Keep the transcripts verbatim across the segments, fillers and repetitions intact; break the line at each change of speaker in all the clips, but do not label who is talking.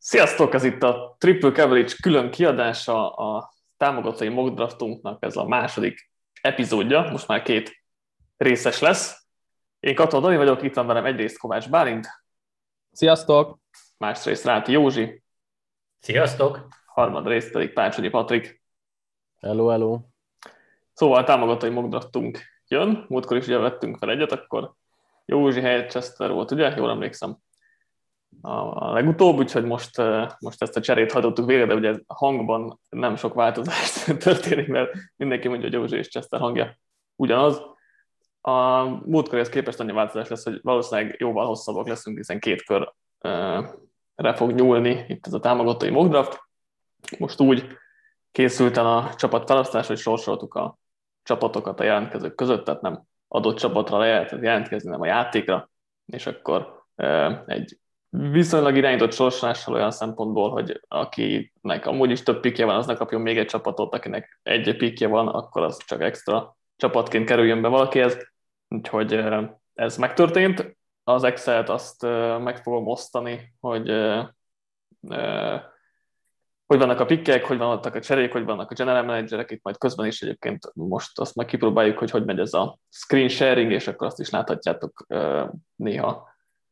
Sziasztok! Ez itt a Triple Coverage külön kiadása, a támogatói mock draftunknak ez a második epizódja, most már két részes lesz. Én Katona Dani vagyok, itt van velem egyrészt Kovács Bálint.
Sziasztok!
Másrészt Ráti Józsi.
Sziasztok!
Harmadrészt pedig Pácsonyi Patrik.
Hello, hello!
Szóval a támogatói mock draftunk jön, múltkor is ugye vettünk fel egyet, akkor Józsi helyett Chester volt, ugye? Jól emlékszem. A legutóbb, úgyhogy most, most ezt a cserét hajtottuk végre, de ugye hangban nem sok változás történik, mert mindenki mondja, hogy Józsi és Chester hangja ugyanaz. A múltkorihez képest annyi változás lesz, hogy valószínűleg jóval hosszabbak leszünk, hiszen két körre fog nyúlni itt ez a támogatói mock draft. Most úgy készült el a csapat felosztás, hogy sorsoltuk a csapatokat a jelentkezők között, tehát nem adott csapatra lehet jelentkezni, nem a játékra, és akkor egy viszonylag irányított sorsolással olyan szempontból, hogy akinek amúgy is több pikje van, az ne kapjon még egy csapatot, akinek egy pikje van, akkor az csak extra csapatként kerüljön be valakihez. Úgyhogy ez megtörtént. Az Excel-t azt meg fogom osztani, hogy hogy vannak a pikkek, hogy vannak a cserék, hogy vannak a general managerek, itt majd közben is egyébként most azt meg kipróbáljuk, hogy hogy megy ez a screen sharing, és akkor azt is láthatjátok néha.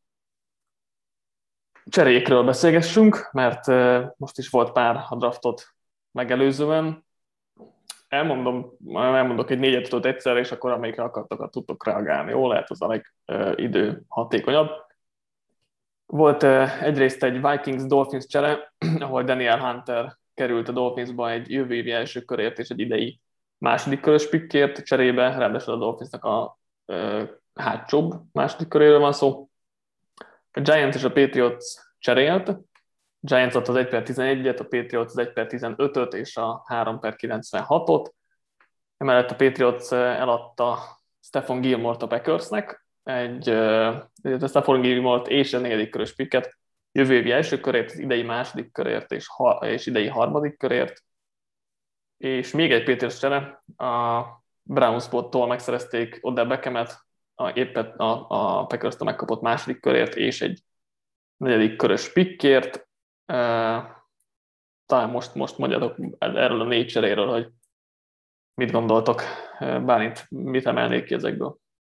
Cserékről beszélgessünk, mert most is volt pár a draftot megelőzően. Elmondom, elmondok egy négyet ötöt egyszerre, és akkor amelyikre akartok, tudtok reagálni. Jó, lehet az a legidő hatékonyabb. Volt egyrészt egy Vikings-Dolphins csere, ahol Daniel Hunter került a Dolphinsba egy jövő évi első körért és egy idei második körös pikkért cserébe, ráadásul a Dolphinsnak a hátsóbb második köréről van szó. A Giants és a Patriots cserélt. A Giants adta az egy per tizenegyet, a Patriots az egy per tizenötöt és a három per kilencvenhatot. Emellett a Patriots eladta Stephon Gilmore-t a Packersnek, egy a Stephon Gilmore-t és a negyedik körös pikket, jövő évi első körért, az idei második körért és, ha, és idei harmadik körért. És még egy Patriots csere, a Browns-tól megszerezték Odell Beckhamet, a, éppen a, a Packers-től megkapott második körért és egy negyedik körös pikkért. Uh, talán most, most mondjátok erről a négy cseréről, hogy mit gondoltok. Bálint, mit emelnék ki ezekből?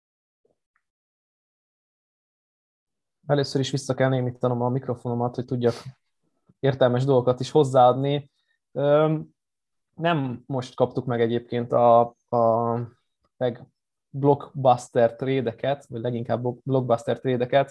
Először is vissza kell némítanom a mikrofonomat, hogy tudjak értelmes dolgokat is hozzáadni. Nem most kaptuk meg egyébként a, a meg blockbuster trade-eket, vagy leginkább blockbuster trade-eket.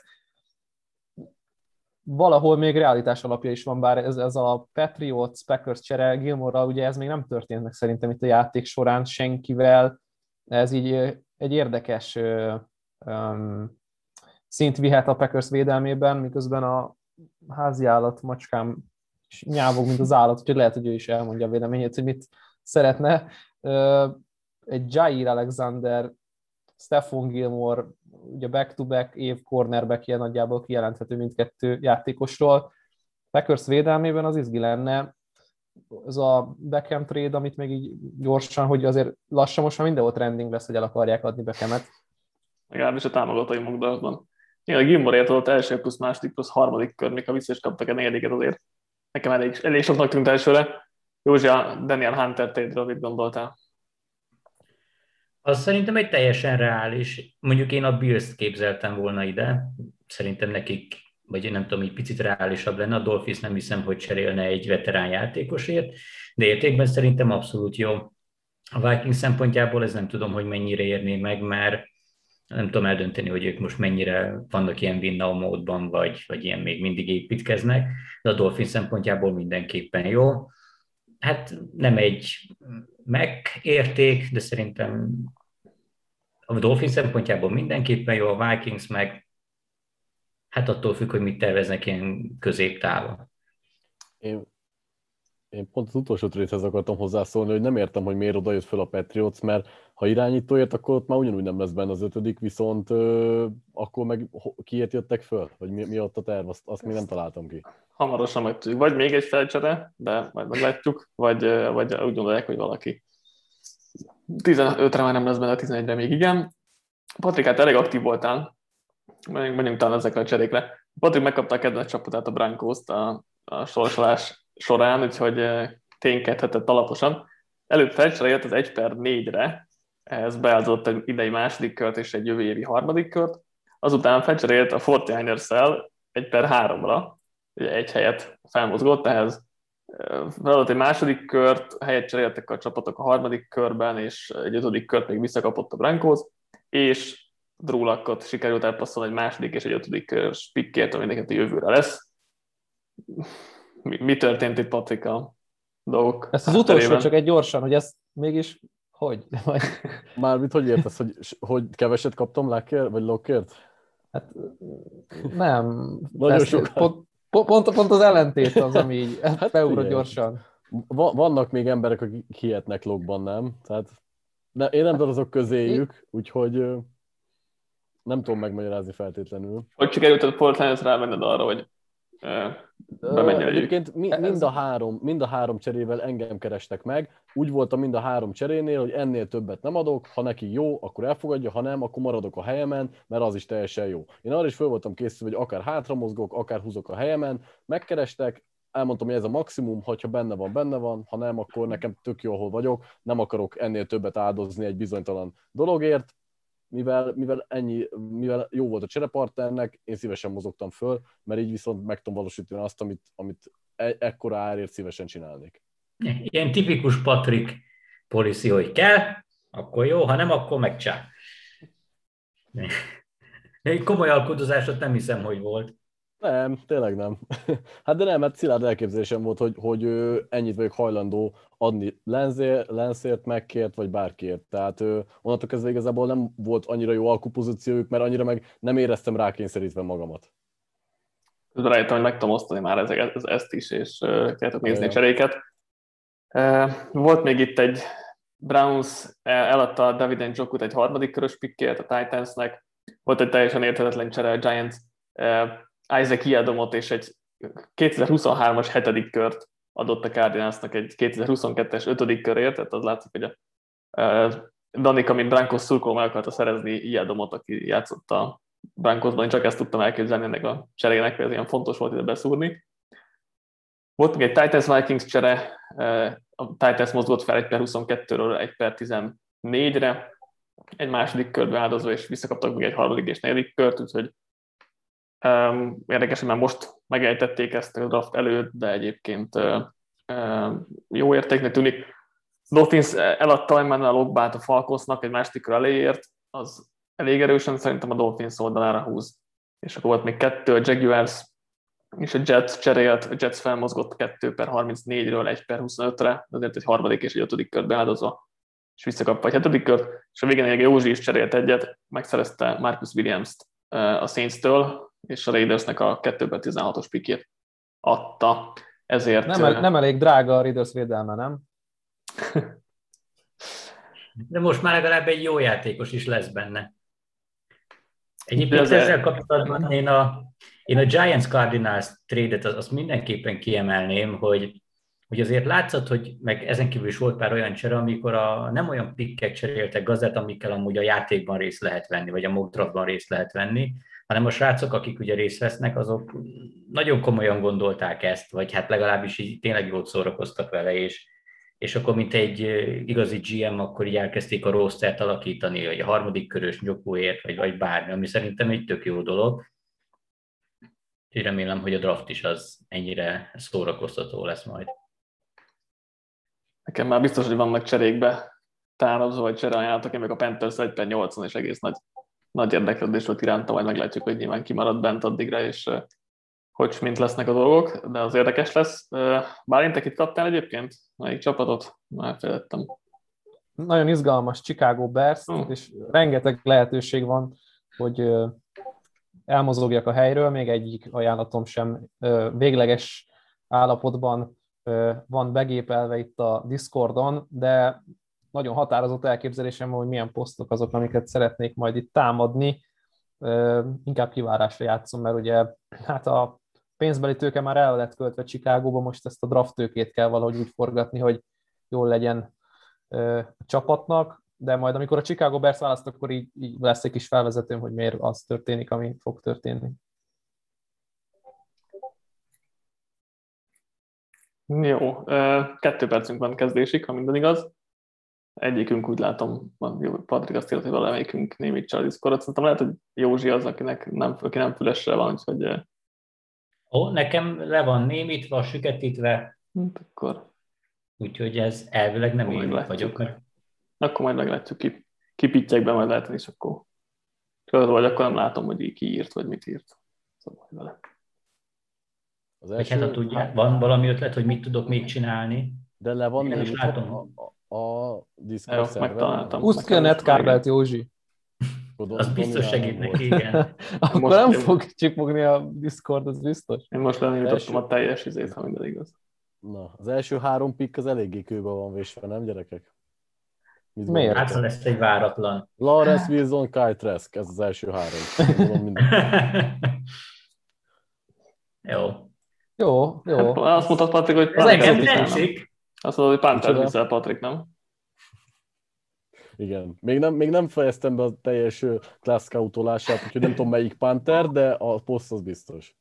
Valahol még realitás alapja is van, bár ez, ez a Patriots, Packers csere Gilmore-ral, ugye ez még nem történt meg szerintem itt a játék során senkivel. Ez így egy érdekes um, szint vihet a Packers védelmében, miközben a házi állat macskám nyávog, mint az állat, úgyhogy lehet, hogy ő is elmondja a véleményét, hogy mit szeretne. Egy Jair Alexander, Stephon Gilmore, ugye back-to-back év cornerback ilyen nagyjából kijelenthető mindkettő játékosról. Packers védelmében az izgi lenne. Ez a Beckham trade, amit még így gyorsan, hogy azért lassan most már mindenhol trending lesz, hogy el akarják adni Beckhamet.
Legalábbis a támogatói mock draftban. Igen, a Gilmore-ért adott első plusz második plusz harmadik kör, még ha vissza is kaptak egy negyediket azért. Nekem elég, elég soknak tűnt elsőre. Józsi, a Daniel Hunter trade-ről mit gondoltál?
Az szerintem egy teljesen reális. Mondjuk én a Bills-t képzeltem volna ide. Szerintem nekik, vagy én nem tudom, egy picit reálisabb lenne. A Dolphins nem hiszem, hogy cserélne egy veterán játékosért, de értékben szerintem abszolút jó. A Vikings szempontjából ez nem tudom, hogy mennyire érné meg, mert nem tudom eldönteni, hogy ők most mennyire vannak ilyen win-now módban, vagy, vagy ilyen még mindig építkeznek, de a Dolphins szempontjából mindenképpen jó. Hát nem egy megérték, de szerintem a Dolphins szempontjából mindenképpen jó, a Vikings meg hát attól függ, hogy mit terveznek ilyen középtávon.
Én, én pont az utolsó részhez akartam hozzászólni, hogy nem értem, hogy miért oda jött föl a Patriots, mert ha irányítóért, akkor ott már ugyanúgy nem lesz benne az ötödik, viszont ö, akkor meg kiért jöttek föl? Vagy mi, mi ott a terv? Azt, azt még nem találtam ki.
Hamarosan megtudjuk. Vagy még egy felcsere, de majd meglátjuk, vagy, vagy úgy gondolják, hogy valaki tizenötre már nem lesz benne, tizenegyre még igen. Patrik, hát elég aktív voltál. Menjünk talán ezekre a cserékre. Patrik megkapta a kedvenc csapatát, a Broncos-t, a a sorsolás során, úgyhogy ténykedhetett alaposan. Előbb felcserélt az egy per négyre, ehhez beáldozott egy idei második kört és egy jövő évi harmadik kört, azután felcserélt a negyvenkilenccel egy per háromra, ugye egy helyet felmozgott, ehhez feladott egy második kört, helyet cseréltek a csapatok a harmadik körben, és egy ötödik kört még visszakapott a Broncos, és Drew Luckot sikerült elpasszolni egy második és egy ötödik körs pikkért, ami neked a jövőre lesz. Mi, mi történt itt, Patrik, a dolgok?
Ezt az utolsó csak egy gyorsan, hogy ez mégis hogy?
Mármint hogy értesz, hogy, hogy keveset kaptam Luckért, vagy Lockért?
Hát nem.
Nagyon sokat.
Pont, pont, pont az ellentét az, ami így hát beugrott gyorsan.
Vannak még emberek, akik hihetnek Lockban, nem? Tehát ne, én nem tartozok közéjük, úgyhogy nem tudom megmagyarázni feltétlenül.
Hogy sikerült a Portlandhez rámenned arra, hogy bemenjen
egyébként mind a, három, mind a három cserével engem kerestek meg. Úgy voltam mind a három cserénél, hogy ennél többet nem adok, ha neki jó, akkor elfogadja, ha nem, akkor maradok a helyemen, mert az is teljesen jó. Én arra is föl voltam készülve, hogy akár hátra mozgok, akár húzok a helyemen, megkerestek, elmondtam, hogy ez a maximum, hogyha benne van, benne van, ha nem, akkor nekem tök jó, ahol vagyok, nem akarok ennél többet áldozni egy bizonytalan dologért, mivel, mivel, ennyi, mivel jó volt a cserepartnernek, én szívesen mozogtam föl, mert így viszont meg tudom valósítani azt, amit, amit e- ekkora árért szívesen csinálnék.
Ilyen tipikus Patrik policy, hogy kell, akkor jó, ha nem, akkor megcsá. Egy komoly alkudozásot nem hiszem, hogy volt.
Nem, tényleg nem. Hát de nem, mert szilárd elképzelésem volt, hogy, hogy ennyit vagyok hajlandó adni Lance-ért, megkért, vagy bárkiért. Tehát onnantól kezdve igazából nem volt annyira jó alkupozíciójuk, mert annyira meg nem éreztem rákényszerítve magamat.
Közben rájöttem, hogy meg tudom osztani már ezeket, ezt is, és kellett nézni a cseréket. Volt még itt egy Browns, eladta David Njokut egy harmadik körös pikkért a Titansnek, volt egy teljesen érthetetlen csere a Giants, Isaac Iadomot és egy kétezer-huszonhármas hetedik kört adott a Cardinalsnak egy kétezer-huszonkettes ötödik körért, tehát az látszik, hogy a Danika, mint Broncos szurkoló, meg akarta szerezni Iadomot, aki játszott a Broncosban, én csak ezt tudtam elképzelni ennek a cserének, hogy ez ilyen fontos volt ide beszúrni. Volt még egy Titans-Vikings csere, a Titans mozgott fel egy per huszonkettőről egy per tizennégyre, egy második körbe áldozva, és visszakaptak még egy harmadik és negyedik kört, úgyhogy Um, érdekes, hogy már most megejtették ezt a draft előtt, de egyébként uh, uh, jó értéknek tűnik. Dolphins eladta Emmanuel Ogbát a Falconsnak egy második kör elejéért, az elég erősen szerintem a Dolphins oldalára húz. És akkor volt még kettő, a Jaguars és a Jets cserélt, a Jets felmozgott kettő per harmincnégyről egy per huszonötre, azért egy harmadik és egy ötödik kört beáldozva, és visszakapva egy hetedik kört, és a végén egy Józsi is cserélt egyet, megszerezte Marcus Williams-t uh, a Saints-től, és a Raidersnek a kettő per tizenhatos pikét adta. Ezért...
Nem, nem elég drága a Raiders védelme, nem?
De most már legalább egy jó játékos is lesz benne. Egyébként
ezzel...
ezzel kapcsolatban én a, én a Giants-Cardinals trade-et azt mindenképpen kiemelném, hogy, hogy azért látszott, hogy meg ezen kívül is volt pár olyan csere, amikor a, nem olyan pikkek cseréltek gazet, amikkel amúgy a játékban részt lehet venni, vagy a mock draftban részt lehet venni, hanem a srácok, akik ugye részt vesznek, azok nagyon komolyan gondolták ezt, vagy hát legalábbis így tényleg jót szórakoztak vele, és, és akkor mint egy igazi gé em, akkor így elkezdték a rostert alakítani, vagy a harmadik körös Njokúért, vagy, vagy bármi, ami szerintem egy tök jó dolog. És remélem, hogy a draft is az ennyire szórakoztató lesz majd.
Nekem már biztos, hogy vannak cserékbe tárazva, vagy csereajánlatok, én meg a Panthers egy per nyolcvan, és egész nagy nagy érdeklődés volt iránta, majd meglátjuk, hogy nyilván kimarad bent addigra, és uh, hogy mint lesznek a dolgok, de az érdekes lesz. Uh, Bálint, itt kaptál egyébként? Melyik csapatot? Már felettem.
Nagyon izgalmas Chicago Bears, uh. és rengeteg lehetőség van, hogy uh, elmozogjak a helyről, még egyik ajánlatom sem uh, végleges állapotban uh, van begépelve itt a Discordon, de nagyon határozott elképzelésem, hogy milyen posztok azok, amiket szeretnék majd itt támadni. Inkább kivárásra játszom, mert ugye hát a pénzbeli tőke már el lett költve Chicagóba, most ezt a draft tőkét kell valahogy úgy forgatni, hogy jól legyen a csapatnak, de majd amikor a Chicago Bears választ, akkor így, így lesz egy kis felvezetőm, hogy miért az történik, ami fog történni.
Jó, kettő percünk van kezdésig, ha minden igaz. Egyikünk úgy látom, Patrik azt írta, hogy valamelyikünk némít a Discordot. Szerintem lehet, hogy Józsi az, akinek nem, aki nem fülesre van, úgyhogy...
Ó, nekem le van némítva, süketítve,
Hát akkor,
úgyhogy ez elvileg nem
Akkor
én
meglátjuk.
vagyok. Mert...
akkor majd meglátjuk, ki, ki pittyek be, majd lehet, és akkor... Vagy akkor nem látom, hogy ki írt, vagy mit írt. Szóval vele.
Az
Vagy
első,
hát ha tudják, van valami ötlet, hogy mit tudok még csinálni.
de le van
Igen, most
némítva
látom.
a, a, a Discord
Jó,
szerveren.
megtaláltam.
Húzd ki a netkábelt, Józsi.
Tudom,
Az biztos
dominálni
segít
volt.
neki, igen.
Akkor
Most
nem
én-
fog csipogni a Discord, az biztos.
Én most lenyújtottam
Első-
a teljes izét, ha minden igaz.
Na, az első három pick az eléggé kőbe van vésve, nem gyerekek? Mit
Miért?
Hát,
gondoltok?
ha lesz egy váratlan.
Lawrence Wilson, Kyle Trask, ez az első három. Gondolom minden.
Jó.
Jó, jó.
Hát, azt mondtad, Patrik, hogy
Ez
Panthers
nekem
viszel, nem?
tetszik.
Azt mondod, hogy Panthers
Micsoda?
viszel, Patrik, nem?
Igen. Még nem, még nem fejeztem be a teljes ö, class scoutolását, úgyhogy nem tudom melyik Panther, de a poszt az biztos.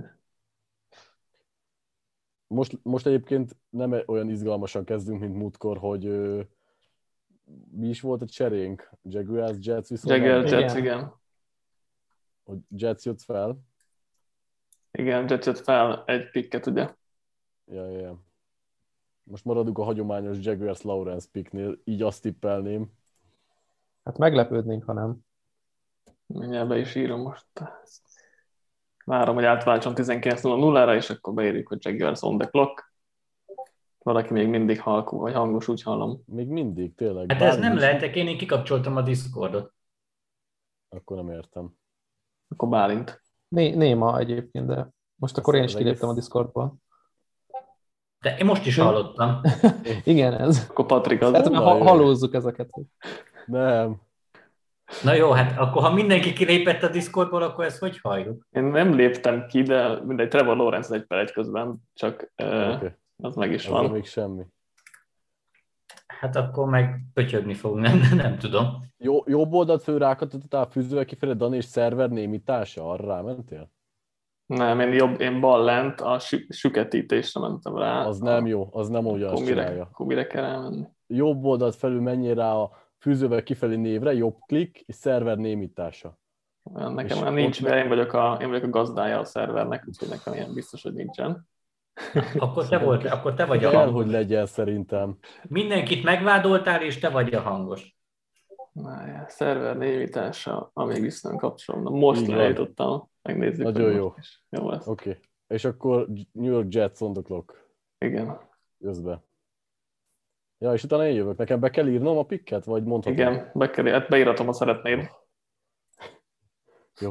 Most, most egyébként nem olyan izgalmasan kezdünk, mint múltkor, hogy ö, mi is volt a cserénk? Jaguars, Jets viszont
Jagger,
nem,
Jets,
Igen.
igen.
hogy Jets jött fel.
Igen, Jets jött fel egy picket, ugye?
Ja, ja, ja. Most maradunk a hagyományos Jaguars Lawrence picknél, így azt tippelném.
Hát meglepődnénk, ha nem.
Mindjárt be is írom most. Várom, hogy átváltson tizenkilenc nulla nullára, és akkor beírjuk, hogy Jaguars on the clock. Valaki még mindig halkú, vagy hangos, úgy hallom.
Még mindig, tényleg.
Hát ez
bármi
nem
is,
lehetek, én, én kikapcsoltam a Discordot.
Akkor nem értem.
Akkor Bálint.
Né- néma egyébként, de most akkor én is
az
kiléptem a
egész-
Discordból.
De én most is hallottam.
Igen, ez.
Akkor Patrik az.
Hát,
Na,
mert ha-
jó.
hallózzuk ezeket.
Nem.
Na jó, hát akkor ha mindenki kilépett a Discordból, akkor ezt hogy halljuk?
Én nem léptem ki, de mindegy, Trevor Lawrence egy per egy közben, csak uh,
Okay.
az meg is
Ezzel
van.
még semmi.
Hát akkor meg pötyögni fogunk, nem, nem tudom.
Jó, jobb oldalt fő rákattottál fűzővel kifelé Dani és szerver némítása, arra rámentél?
Nem, én jobb, én bal lent a sü- süketítésre mentem rá.
Az nem jó, az nem úgy azt
Akkor mire,
csinálja.
akkor mire kell elmenni?
Jobb oldalt felül menjél rá a fűzővel kifelé névre, jobb klik, és szerver némítása.
Olyan nekem
És
olyan nincs,
ott
mert
meg-
én vagyok, a, én vagyok a gazdája a szervernek, úgyhogy nekem ilyen biztos, hogy nincsen.
Akkor te, volt, akkor te vagy a
Kell,
hangos.
hogy legyen szerintem.
Mindenkit megvádoltál, és te vagy a hangos.
Várjál, szerver névítása, amíg vissza nem kapcsolom. Na, most
Így van.
lejutottam, megnézzük.
Nagyon
hogy
jó.
most is Jó lesz.
Oké. Okay. És akkor New York Jets on the clock.
Igen,
Jössz be. Ja, és utána én jövök. Nekem be kell írnom a picket, vagy mondhatom?
igen, be kell, hát beíratom, ha szeretnéd.
Jó.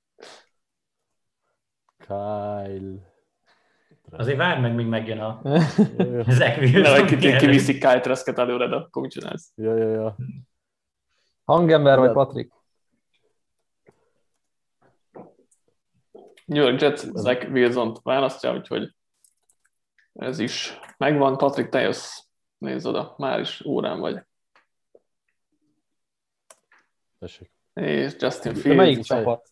Kyle.
Azért várj meg, míg megjön a
Jó, jó.
Zach
Nem,
Wilson.
hogy ki- kiviszik Kyle Traskot előre, de akkor mit csinálsz?
Ja, ja, ja.
Hangember vagy
De-
Patrik?
New York Jets Zach Wilson-t választja, úgyhogy ez is megvan. Patrik, te jössz. Nézd oda, már is órán vagy.
Tessék.
És Justin
De
Fields.
melyik
is
csapat?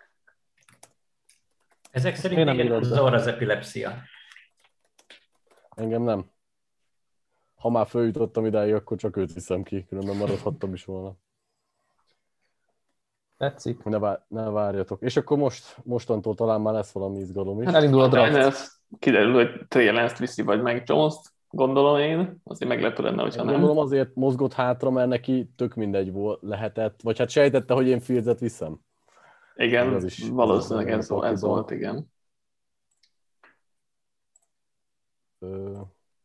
Ezek szerint
Én nem
igen,
írod be.
zavar az epilepsia.
Engem nem. Ha már följutottam idáig, akkor csak őt viszem ki, különben maradhattam is volna.
Tetszik.
Ne, vár, ne várjatok. És akkor most, mostantól talán már lesz valami izgalom is.
Hát elindul a draft.
Ez kiderül, hogy Trey Lance-t viszi, vagy meg Jones-t, gondolom én. Azért meglepő lenne, hogyha
Én
nem.
gondolom azért mozgott hátra, mert neki tök mindegy volt, lehetett, vagy hát sejtette, hogy én Fields-et viszem.
Igen,
Ez is-
valószínűleg
ez
ez,
az
volt, ez
pakliban.
volt, igen.
Ö...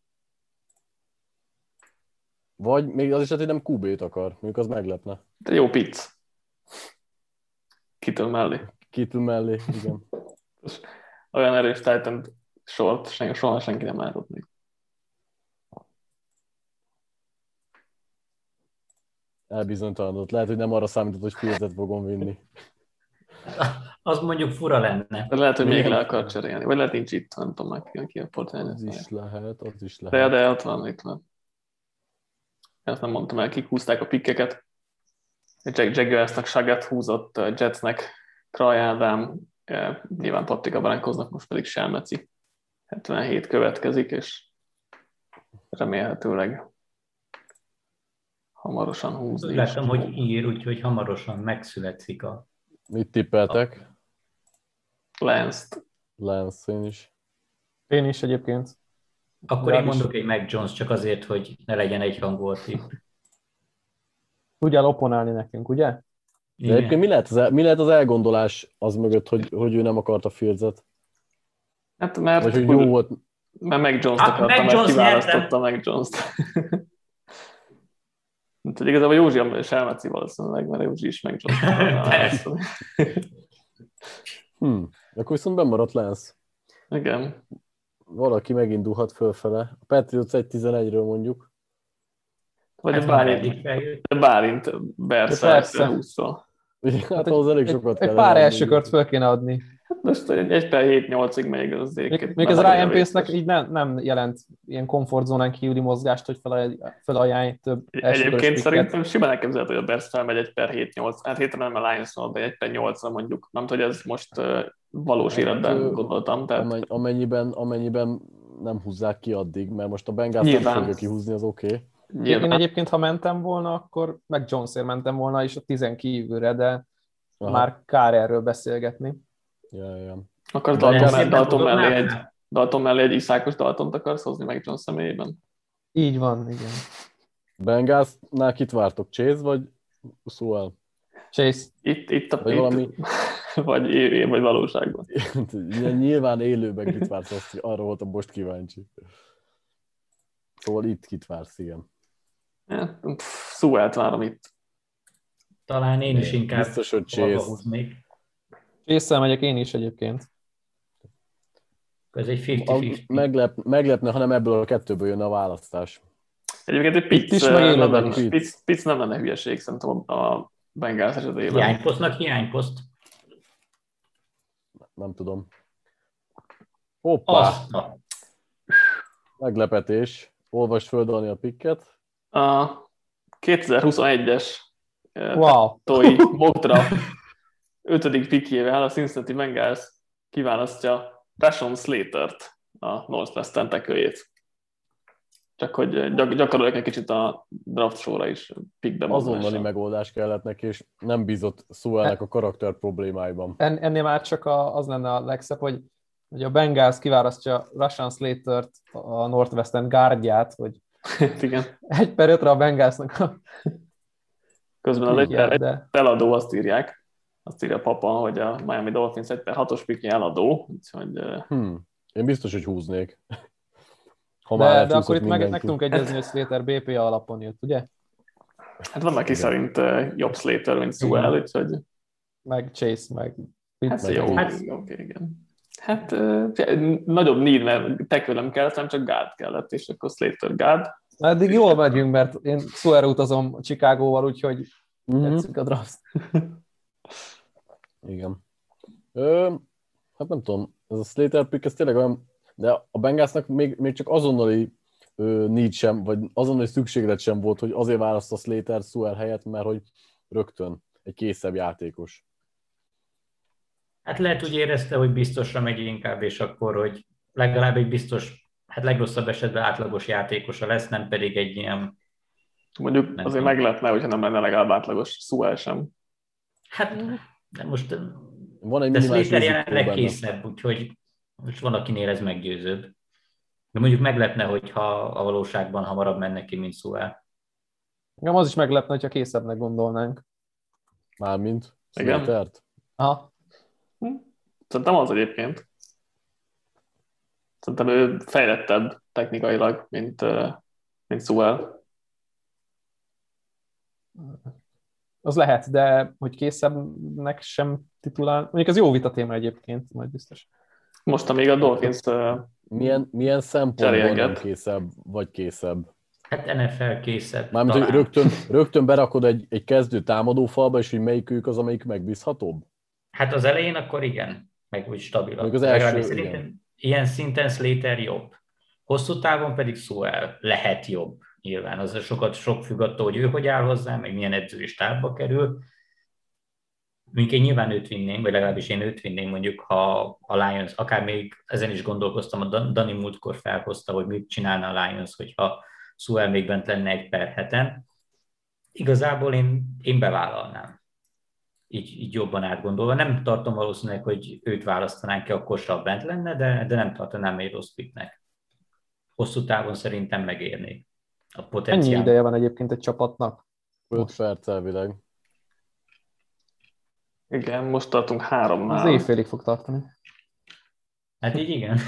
Vagy még az is lehet, hogy nem kú bét akar, mondjuk az meglepne.
De jó pic. Kitől mellé.
Kittle mellé, igen.
Olyan erős Titan sort, sen- soha senki nem látott még.
Elbizonytalanodott. Lehet, hogy nem arra számított, hogy Fields-et fogom vinni.
Az mondjuk fura lenne.
De lehet, hogy még
Igen.
le akar cserélni. Vagy lehet nincs itt, nem tudom meg ki, ki a
Az
portályon.
is lehet, az is
De,
lehet.
de ott van, itt van. Ezt nem mondtam el, kik húzták a pikkeket. Jack Jaguarsnak Sagat húzott, uh, Jetsnek Kraj Ádám, uh, nyilván Patrik a baránkoznak, most pedig Selmeci. hetvenhét következik, és remélhetőleg hamarosan húzni.
Láttam, hogy ír, úgyhogy hamarosan megszületik a...
Mit tippeltek?
Lance-t.
Lance, én is.
Én is egyébként.
Akkor én mondok egy Mac Jones, csak azért, hogy ne legyen egy hangú a tipp.
Tudjál opponálni nekünk, ugye?
De egyébként mi lehet, az el, mi lehet az elgondolás az mögött, hogy, hogy ő nem akarta Fields-et?
Hát mert...
Vagy hogy jó volt...
Mert Mac Jones-t
Ah,
akarta,
Mac
mert
Jones
kiválasztotta Mac Jones-t. Úgyhogy igazából Józsi is elmetszi valószínűleg, mert Józsi is Mac Jones-t akarta.
Hmm. Akkor viszont bemaradt Lance.
Igen.
Valaki megindulhat fölfele. A Patriots egy tizenegyről mondjuk.
Vagy
Hát
a Bálint, Bálint Bersze húszról.
Hát ahhoz elég sokat
kell. Egy pár első kört föl kéne adni.
Hát most egy per hét nyolcig megy az
Még, még ez Ryan Pace-nek így nem, nem jelent ilyen komfortzónán kívüli mozgást, hogy felajánlj több első
Egyébként szerintem simán elképzelhető, hogy a Bears felmegy egy per hét nyolc. Hát héten nem a Lions-ról, de egy per nyolcra mondjuk. Nem tudom, hogy ez most uh, valós hát, életben gondoltam. Tehát...
Amennyiben, amennyiben nem húzzák ki addig, mert most a Bengals nem fogja kihúzni, az oké. Okay.
Nyilván. Én egyébként, ha mentem volna, akkor meg Jonesért mentem volna is a tizen kívülre, de aha, már kár erről beszélgetni.
Ja, ja.
Akarsz Dalton, mellé, Dalton, mellé egy, Dalton mellé egy iszákos Daltont akarsz hozni meg Jones személyében?
Így van, igen.
Bengalsnál kit vártok? Chase vagy Sewell?
Chase.
Itt, itt a
vagy, valami...
vagy, é, vagy valóságban.
Nyilván élőben kit vársz, azt, arra voltam most kíváncsi. Szóval itt kit vársz, igen.
Ja, Sewell-t várom itt.
Talán én is inkább
biztos, hogy Chase.
Chase-szel megyek én is egyébként.
Ez egy fifty-fifty.
Meglep, meglepne, ha nem ebből a kettőből jönne a választás.
Egyébként egy Pitts,
is,
nem, lenne, Pitts, Pitts nem lenne hülyeség, szerintem a Bengals esetében.
Hiányposztnak hiányposzt.
Nem tudom. Hoppá! Aztna. Meglepetés. Olvasd föl, Dani, a pikket.
A kétezer-huszonegyes
wow.
Toi Moktra ötödik pikjével a Cincinnati Bengals kiválasztja Rashawn Slatert, a Northwestern tekőjét. Csak hogy gyak- gyakoroljak egy kicsit a draft sorra is pikbe.
Azonnali megoldás kellett neki, és nem bízott Sewellnek a karakter problémáiban.
En, ennél már csak a, az lenne a legszebb, hogy, hogy a Bengals kiválasztja Rashawn Slatert, a Northwestern guardját, hogy
igen.
egy per ötre a Bengalsnak a...
Közben az egy per de... eladó, azt írják. Azt írja a papa, hogy a Miami Dolphins egy per hatos pikje eladó. Úgyhogy...
Hmm. Én biztos, hogy húznék.
Ha de, de akkor itt meg, meg tudunk egyezni, hogy Slater bé pé á alapon jött, ugye?
Hát van, aki szerint uh, jobb Slater, mint Sewell, úgyhogy...
Meg Chase, meg...
Hát meg jó, hát... oké, okay, igen. Hát uh, nagyobb need, mert tekölöm kellett, nem csak guard kellett, és akkor Slater guard.
Eddig jól megyünk, mert én Sewellre utazom Chicagóval, úgyhogy mm-hmm. tetszik a draft.
Igen. Ö, hát nem tudom, ez a Slater pick, ez tényleg olyan, de a Bengalsnak még, még csak azonnali ö, need sem, vagy azonnali szükséglet sem volt, hogy azért választ a Slater Sewell helyett, mert hogy rögtön egy készebb játékos.
Hát lehet, hogy érezte, hogy biztosra megy inkább, és akkor, hogy legalább egy biztos, hát legrosszabb esetben átlagos játékosa lesz, nem pedig egy ilyen...
Mondjuk azért tudom. Meglepne, hogyha nem lenne legalább átlagos Sewell sem.
Hát, de most...
Van egy
de Slater jelenleg készebb, úgyhogy most van, akinél ez meggyőzőbb. De mondjuk meglepne, hogyha a valóságban hamarabb menne ki, mint Sewell.
Igen, az is meglepne, hogyha készebbnek gondolnánk.
Mármint Slatert?
Aha.
Hm. Szerintem az egyébként. Szerintem ő fejlettebb technikailag, mint, mint Sewell.
Az lehet, de hogy készebbnek sem titulál. Mondjuk ez jó vita téma egyébként, majd biztos.
Most, amíg a Dolphins
milyen, milyen szempontból nem készebb, vagy készebb?
Hát en ef el készebb.
Mármint, hogy rögtön, rögtön berakod egy, egy kezdő támadófalba, és hogy melyikük az, amelyik megbízhatóbb?
Hát az elején akkor igen, meg úgy stabilabb.
Még az első, igen.
Ilyen szinten Slater jobb. Hosszú távon pedig Sewell lehet jobb. Nyilván az sokat sok függ attól, hogy ő hogy áll hozzá, meg milyen edzői stábba kerül. mondjuk én nyilván őt vinném, vagy legalábbis én őt vinném, mondjuk, ha a Lions, akár még ezen is gondolkoztam, a Dani múltkor felhozta, hogy mit csinálna a Lions, hogyha Sewell még bent lenne egy per heten. Igazából én, én bevállalnám. Így, így jobban átgondolva. Nem tartom valószínűleg, hogy őt választanánk ki, akkor se bent lenne, de, de nem tartanám egy rossz picknek. Hosszú távon szerintem megérnék. A potenciál.
Ennyi ideje van egyébként egy csapatnak?
öt perc elvileg.
Igen, most tartunk háromnál.
Az éjfélig fog tartani.
Hát így igen.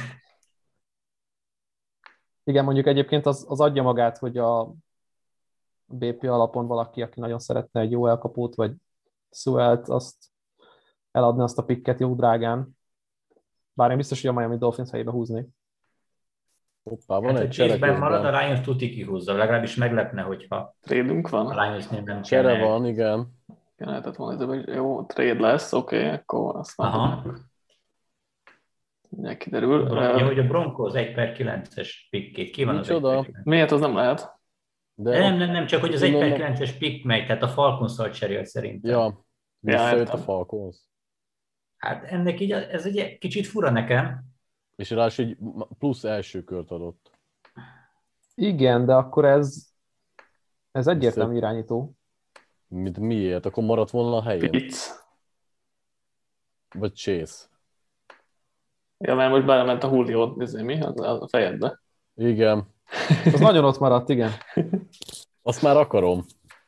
Igen, mondjuk egyébként az, az adja magát, hogy a bé pé alapon valaki, aki nagyon szeretne egy jó elkapót, vagy Sewell-t, azt eladni azt a picket jó drágán. Bár én biztos, hogy a Miami Dolphins helyébe húznék.
Hoppá, van
Hát,
egy
hogy Chase-ben
csere
marad,
közben.
a Lions tuti kihúzza. Legalábbis meglepne, hogyha
Trédünk van?
a Lionsnél nem
Csere
kéne.
van, igen.
Igen, lehetett volna, hogy jó, trade lesz, oké, okay, akkor azt már
Aha.
tudjuk. Mindjárt kiderül.
Ja, hogy a Broncos egy per kilences pickét. Ki van
Micsoda?
az egy per kilences?
Miért az nem lehet?
De
De nem, nem, nem, csak hogy az egy per
Gondolom-
kilences pick megy, tehát a Falcons-szal cserél szerintem.
Ja, visszajött
értem.
a Falcons.
Hát ennek így, ez egy kicsit fura nekem.
És ráadásul egy plusz első kört adott.
Igen, de akkor ez, ez egyértelmű irányító.
Mit, miért? Akkor maradt volna a helyén?
Pitts.
Vagy Chase?
Ja, mert most belement a Julio, nézzé mi, az a fejedbe.
Igen.
Az nagyon ott maradt, igen.
Azt már akarom.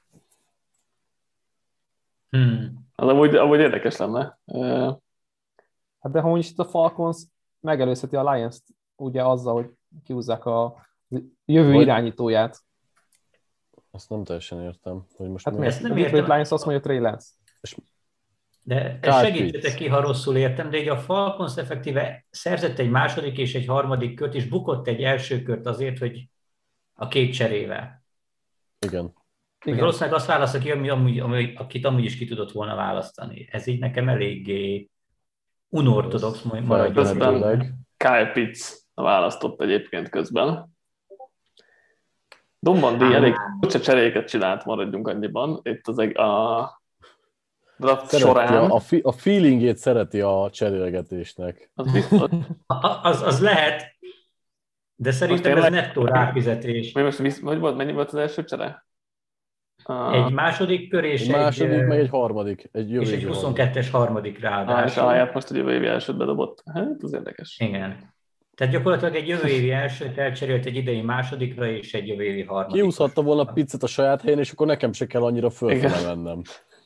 Hmm.
Az amúgy, amúgy érdekes lenne. Uh,
Hát de ha úgyis itt a Falcons megelőzheti a Lions-t ugye azzal, hogy kihúzzák a jövő
Vagy-
irányítóját.
Azt nem teljesen értem. Hogy most
Hát
mi-
miért?
Ezt nem
A Detroit
értem.
Lions azt mondja, Trey Lance.
De
Kyle
segítsetek
Pitts.
ki, ha rosszul értem, de így a Falcons effektíve szerzett egy második és egy harmadik kört, és bukott egy első kört azért, hogy a két cserével.
Igen.
Igen. Valószínűleg azt választ ki, ami, amúgy, ami, akit amúgy is ki tudott volna választani. Ez így nekem eléggé unortodox maradjon.
Feltehetőleg.
Kyle Pitts választott egyébként közben. Dombandi
Á.
elég furcsa cseréket csinált, maradjunk annyiban. Itt az egy, a draft
Szereti
során.
a, a, fi, a feelingét szereti a cserélgetésnek.
Az biztos.
Az, az lehet, de szerintem
Most
ez
tényleg-
nettó ráfizetés.
Mi most, visz- hogy volt, mennyi volt az első csere? Uh,
Egy második kör és
Egy
egy,
második,
ö,
meg egy harmadik. Egy jövő
és egy
évi harmadik.
huszonkettes harmadik
és
ráadásul.
ahelyett most a jövő évi elsőt bedobott. Hát, ez érdekes.
Igen. Tehát gyakorlatilag egy jövő évi elsőt elcserélt egy idei másodikra, és egy jövő évi harmadikra.
Kiúszhatta volna pizzet a saját helyén, és akkor nekem se kell annyira fölfele
Igen.
mennem.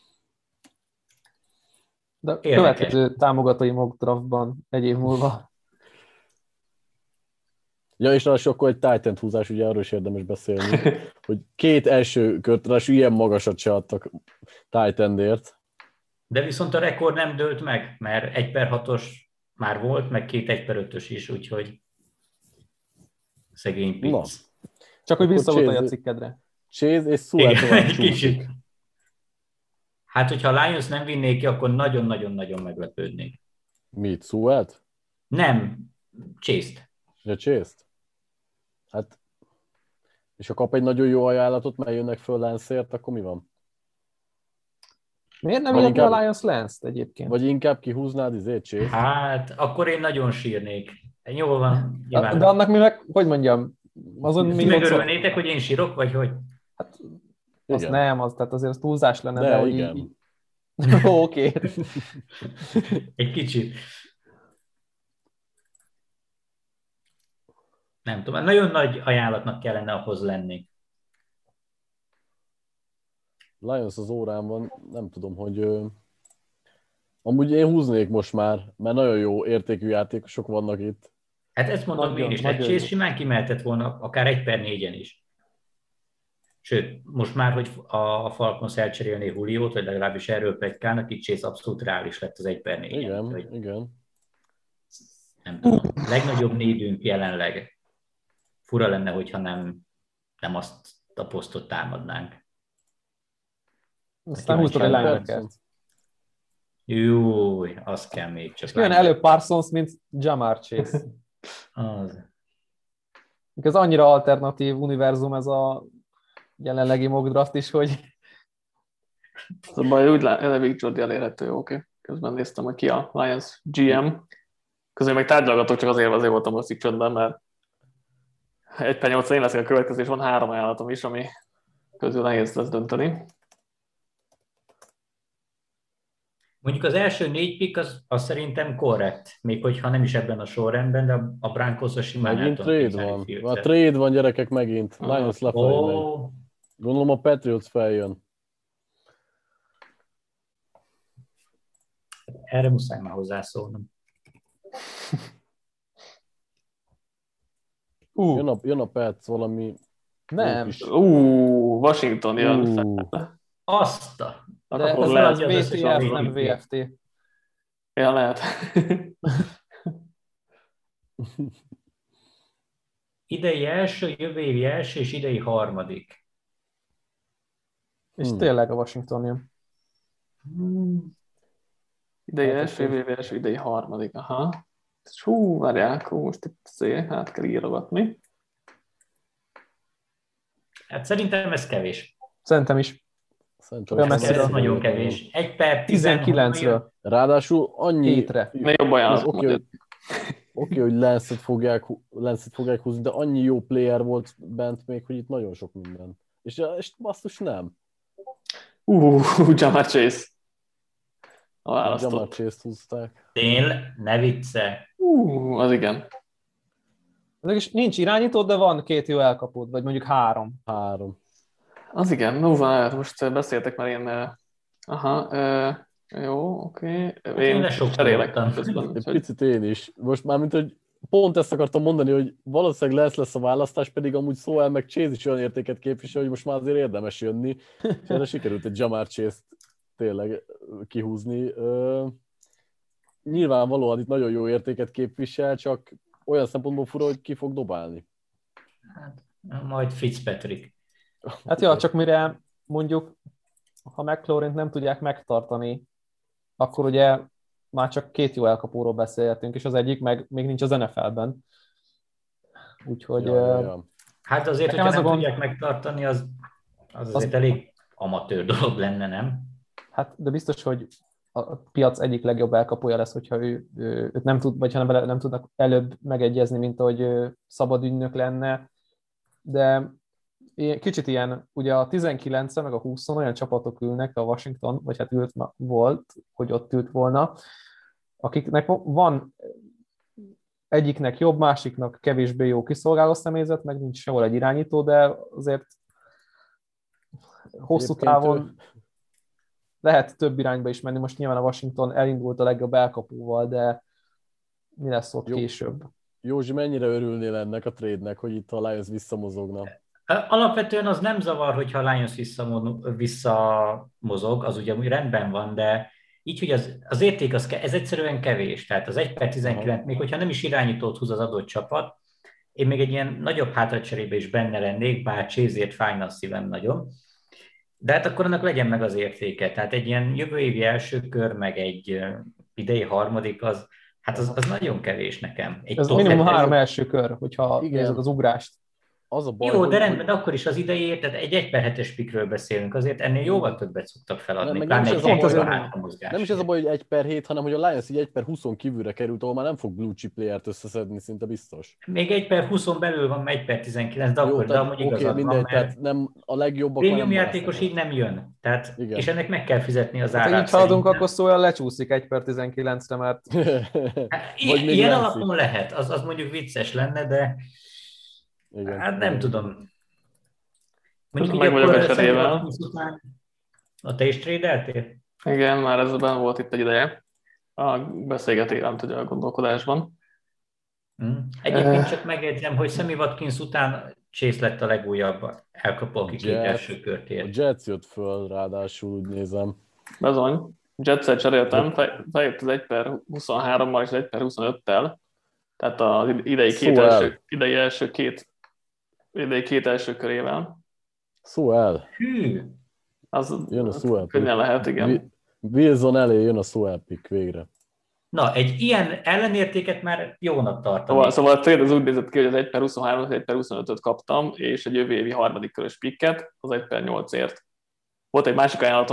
De
Érdekes.
következő támogatói mock draftban egy év múlva.
Ja, és ráadásul akkor egy Titan húzás, ugye arról is érdemes beszélni, hogy két első kört, ráadásul ilyen magasat se adtak Titandért.
De viszont a rekord nem dőlt meg, mert egy per hatos már volt, meg két egy per ötös is, úgyhogy szegény
Na.
Pitts.
Csak hogy
Akkor
visszavonulj a
Chase-
cikkedre.
Chase és Sewell
Igen,
tovább
egy kicsit.
csúszik.
Hát, hogyha a Lions nem vinnék ki, akkor nagyon-nagyon-nagyon meglepődnék.
Mit, Sewell-t?
Nem, Chase-t.
Ja, Chase-t? Hát, és ha kap egy nagyon jó ajánlatot, mert jönnek föl Lance-ért, akkor mi van?
Miért nem
Vagy
illetve
inkább-
a Lions Lance-t egyébként?
Vagy inkább kihúznád izét, Chase?
Hát, akkor én nagyon sírnék. Jól van,
De
nyilván.
annak mi meg, hogy mondjam, azon
Ti
mi ott szó-
megörülnétek, hogy én sírok, vagy hogy?
az
Igen.
nem, az, tehát azért az túlzás lenne, de,
De
hogy
igen.
így... Ó, Oké.
Egy kicsit. Nem tudom, nagyon nagy ajánlatnak kellene ahhoz lenni.
Lions az órán van, nem tudom, hogy... Ö... Amúgy én húznék most már, mert nagyon jó értékű játékosok vannak itt.
Hát ezt mondom
Nagyon,
én is,
nagyon
egy
jó.
Chase simán kimehetett volna, akár egy per négyen is. Sőt, most már, hogy a Falcons elcserélné Juliót, vagy legalábbis erről pletykálnak, itt Chase abszolút reális lett az egy per négyen.
Igen,
Úgyhogy
igen.
nem tudom. Legnagyobb nédünk jelenleg. Fura lenne, hogyha nem, nem azt a posztot támadnánk.
Aztán húztad egy
Kíváncsi
linebackert.
Júj, az kell még csak.
És kijön előbb Parsons, mint Jamar Chase.
Az.
Ez annyira alternatív univerzum ez a jelenlegi mock draft is, hogy
Az a baj, úgy látom, Vic Jordi elérhető, oké. Okay. Közben néztem, hogy ki a Lions gé em. Közben meg tárgyalgatok, csak azért, azért voltam most így csöndben, mert egy per nyolc én leszek a következő, és van három ajánlatom is, ami közül nehéz lesz dönteni.
Mondjuk az első négy pick az, az szerintem korrekt, még hogyha nem is ebben a sorrendben, de a Broncos-a simán
Megint
el tudom
trade van.
képzelni
A
Fields-et.
trade van, gyerekek, megint. Lions lefelé megy.
Ó,
Gondolom a Patriots feljön.
erre muszáj már hozzászólnom.
Ú,
Jön a, jön a Pets valami...
nem,
kis-
Ú, Washington jön.
Ú.
Azt a...
de
Akkor
ez
lehet,
az
az
összes
vé té ef,
a
nem vé ef té.
ja, lehet.
idei első, jövő évi első és idei harmadik.
És
Hmm.
tényleg a Washington jön.
Idei
Hát,
első,
akkor-
jövő első, idei harmadik, aha. Hú, várják, hú, most itt szél, hát kell írogatni.
Hát szerintem ez kevés.
Szerintem is.
Szerintem
Olyan
ez
messzire.
Ez
nem
nagyon
nagyon.
kevés. Egy per
tizenkilencről
Ráadásul annyi...
hétre.
Ne jobb ajánlat.
Oké, hogy, oké, hogy Lance-et fogják, Lance-et fogják húzni, de annyi jó player volt bent még, hogy itt nagyon sok minden. És, és basszus nem.
Ú, Jamar Chase. A
Jamar
választott.
Chase-t húzták.
Tél, ne vicce.
Ú, az igen.
Ezek nincs irányító, de van két jó elkapód, vagy mondjuk három.
Három.
Az igen, no, van, most beszéltek már én... eh, Aha, eh, jó, oké. Okay.
Én
Én
lesokkoltam.
cserélek közben.
Egy
úgyhogy-
picit én is. Most már, mint hogy pont ezt akartam mondani, hogy valószínűleg lesz lesz a választás, pedig amúgy Sowell meg Chase is olyan értéket képvisel, hogy most már azért érdemes jönni, és erre sikerült egy Jamar Chase-t tényleg kihúzni. Ö, nyilvánvalóan itt nagyon jó értéket képvisel, csak olyan szempontból fura, hogy ki fog dobálni.
Hát, majd Fitzpatrick.
Hát ja, csak mire mondjuk, ha McLaurent nem tudják megtartani, akkor ugye már csak két jó elkapóról beszélhetünk, és az egyik meg még nincs az en ef el-ben. Úgyhogy
Ja, ja, ja.
Hát azért,
Nekem
hogyha
ez a
nem
gond-
tudják megtartani, az, az
Az-
azért elég amatőr dolog lenne, nem?
hát de biztos, hogy a piac egyik legjobb elkapója lesz, hogyha ő, ő, őt nem tud, vagy ha nem, nem tudnak előbb megegyezni, mint ahogy ő szabad ügynök lenne. De ilyen- kicsit ilyen, ugye a tizenkilencen meg a húszon olyan csapatok ülnek, a Washington, vagy hát ült volt, hogy ott ült volna, akiknek van egyiknek jobb, másiknak kevésbé jó kiszolgáló személyzet, meg nincs sehol egy irányító, de azért hosszú
Egyébként
távon
ő-
lehet több irányba is menni. Most nyilván a Washington elindult a legjobb elkapóval, de mi lesz ott
Jó.
később?
Józsi, mennyire örülnél ennek a trade-nek, hogy itt a Lions visszamozogna?
Alapvetően az nem zavar, hogyha a Lions visszamo- visszamozog, az ugye úgy rendben van, de így, hogy az, az érték, az, ke- ez egyszerűen kevés. Tehát az egy per tizenkilenc, még hogyha nem is irányítót húz az adott csapat, én még egy ilyen nagyobb hátradcserébe is benne lennék, bár Chase-ért fájna a szívem nagyon. De hát akkor annak legyen meg az értéke. Tehát egy ilyen jövő évi első kör, meg egy ö, idei harmadik, az, hát az, az nagyon kevés nekem. Egy
Ez
top
minimum
hetes-
három első kör, hogyha
Igen.
nézed az ugrást.
Az a baj,
Jó,
hogy,
de rendben, de akkor is az idejét, tehát egy egy per hetes pikről beszélünk, azért ennél jóval többet szoktak feladni.
Nem, meg nem
Pláne
is
egy
ez a
extra
baj,
hátamozgás.
nem is ez a baj, hogy egy per hét, hanem hogy a Lions így egy per húszon kívülre került, ahol már nem fog blue chip playert összeszedni, szinte biztos.
Még egy per húszon belül van egy per tizenkilenc, de
Jó,
akkor, de
tehát,
amúgy
oké,
igazad
mindegy,
van, mert
tehát nem a legjobbak már
prémium
nem
játékos így
választhatnak.
nem jön. Tehát,
Igen.
és ennek meg kell fizetni az
Hát, ha
árát.
így haladunk,
szerintem.
akkor szóval lecsúszik egy per tizenkilencre, mert
Hát,
Vagy
i-
még
ilyen
Lance-ig.
alapon lehet, az, az mondjuk vicces lenne, de
Igen.
hát nem tudom. Mondjuk
Meg
így
vagyok
akkor
a cserével.
Sammy után a te is trade-eltél?
Igen, már ez benne volt itt egy ideje. A beszélgetés, nem tudja, a gondolkodásban.
Hm. Egyébként
Eh.
csak megjegyzem, hogy Sammy Watkins után Chase lett a legújabb elkapó, aki két
Jet.
első kört
A
ért.
Jets jött föl, ráadásul úgy nézem.
Bezony. Jetszel cseréltem, fe- fejött az egy per huszonhárommal és az egy per huszonöttel. Tehát az idei két,
Szóval.
első, idei első két, idei két első körével.
Szó el.
Hű,
Az
Jön a Sewell pick.
könnyen lehet, igen.
Wi- Wilson elé jön a Sewell pick végre.
na, egy ilyen ellenértéket már jónak tartanék.
Szóval, szóval a trade az úgy nézett ki, hogy az egy per huszonhárom, az egy per huszonötöt kaptam, és egy jövő évi harmadik körös picket az egy per nyolcért. Volt egy másik ajánlatom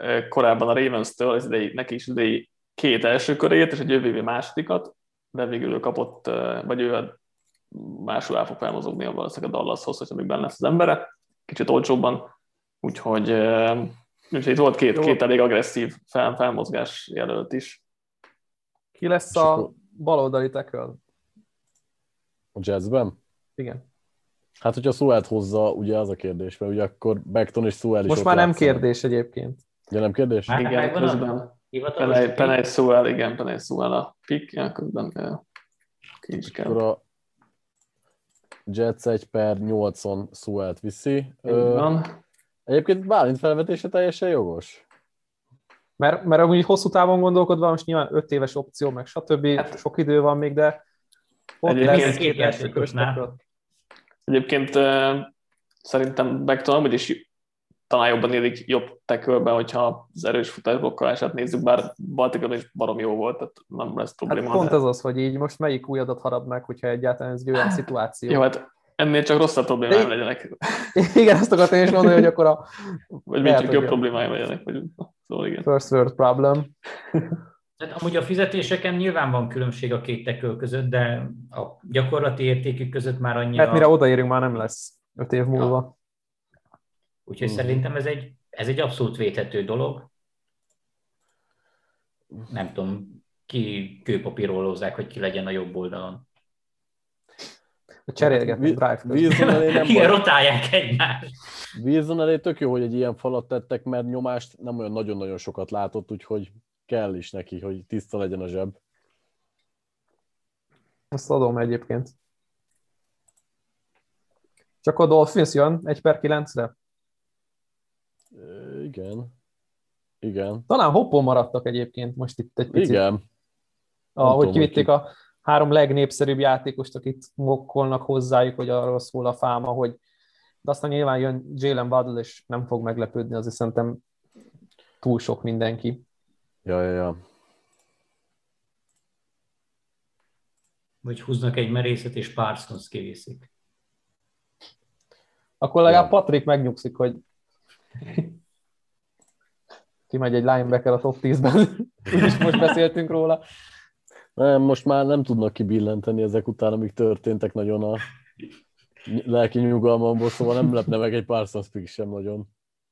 korábban a Ravens-től az idei, neki is idei két első körét, és egy jövő évi másodikat, de végül ő kapott, vagy ő másul el fog felmozogni a valószínűleg a Dallashoz, hogyha még benne lesz az embere, kicsit olcsóbban, úgyhogy, úgyhogy itt volt két, két elég agresszív fel, felmozgás jelölt is.
Ki lesz a baloldali tackle?
A Jetsben?
Igen.
Hát, hogyha Sewell hozza, ugye az a kérdés, mert ugye akkor Becton és Sewell is
most
ott
már nem
játszanak.
kérdés egyébként.
Ugye nem kérdés?
Már
Igen,
megvan
közben
hivatalos
Penei Sewell, igen, Penei Sewell a pick, ja, közben ki is kell.
Akkor a Jets egy per nyolcon Sewellt viszi.
Így van.
Egyébként Bálint felvetése teljesen jogos.
Mert, mert amúgy hosszú távon gondolkodva, most nyilván öt éves opció, meg stb.
Hát,
sok idő van még, de ott
egyébként
lesz
két
két első körös tackle.
Egyébként uh, szerintem Becton amúgy is talán jobban élik jobb tackle-be, hogyha az erős futásblokkolását nézzük, bár Baltikon is barom jó volt, tehát nem lesz probléma.
Hát pont
de...
az az, hogy így most melyik újadat harapnak, hogyha egyáltalán ez egy olyan szituáció.
Jó, hát ennél csak rosszabb problémáim
De...
legyenek.
Igen, azt akartam én is mondani, hogy akkor a...
Vagy még csak jobb problémáim legyenek. Vagy... Szóval igen.
First world problem.
Tehát amúgy a fizetéseken nyilván van különbség a két tackle között, de a gyakorlati értékük között már annyira...
Hát mire odaérünk, már nem lesz öt év múlva.
Ja. Úgyhogy mm. szerintem ez egy, ez egy abszolút védhető dolog. Nem tudom, ki kőpapírolózzák, hogy ki legyen a jobb oldalon.
Cserélgetnek drive
közben. Igen, rotálják egymást.
Wilson elé tök jó, hogy egy ilyen falat tettek, mert nyomást nem olyan nagyon-nagyon sokat látott, úgyhogy kell is neki, hogy tiszta legyen a zseb.
Azt adom egyébként. Csak a Dolphins jön egy per kilencre?
Igen. Igen.
Talán hoppon maradtak egyébként most itt egy picit.
Igen.
Ahogy kivitték a három legnépszerűbb játékost, akit mokkolnak hozzájuk, hogy arról szól a fáma, hogy de aztán nyilván jön Jalen Waddle, és nem fog meglepődni, azért szerintem túl sok mindenki.
Ja, ja, ja.
Vagy húznak egy merészet, és Parsons kiviszik.
Akkor legalább Patrick megnyugszik, hogy kimegy egy linebacker a top tízben. Úgyis most beszéltünk róla.
Nem, most már nem tudnak kibillenteni ezek után, amik történtek nagyon a lelki nyugalmamból, szóval nem lepne meg egy Parsons pick sem nagyon.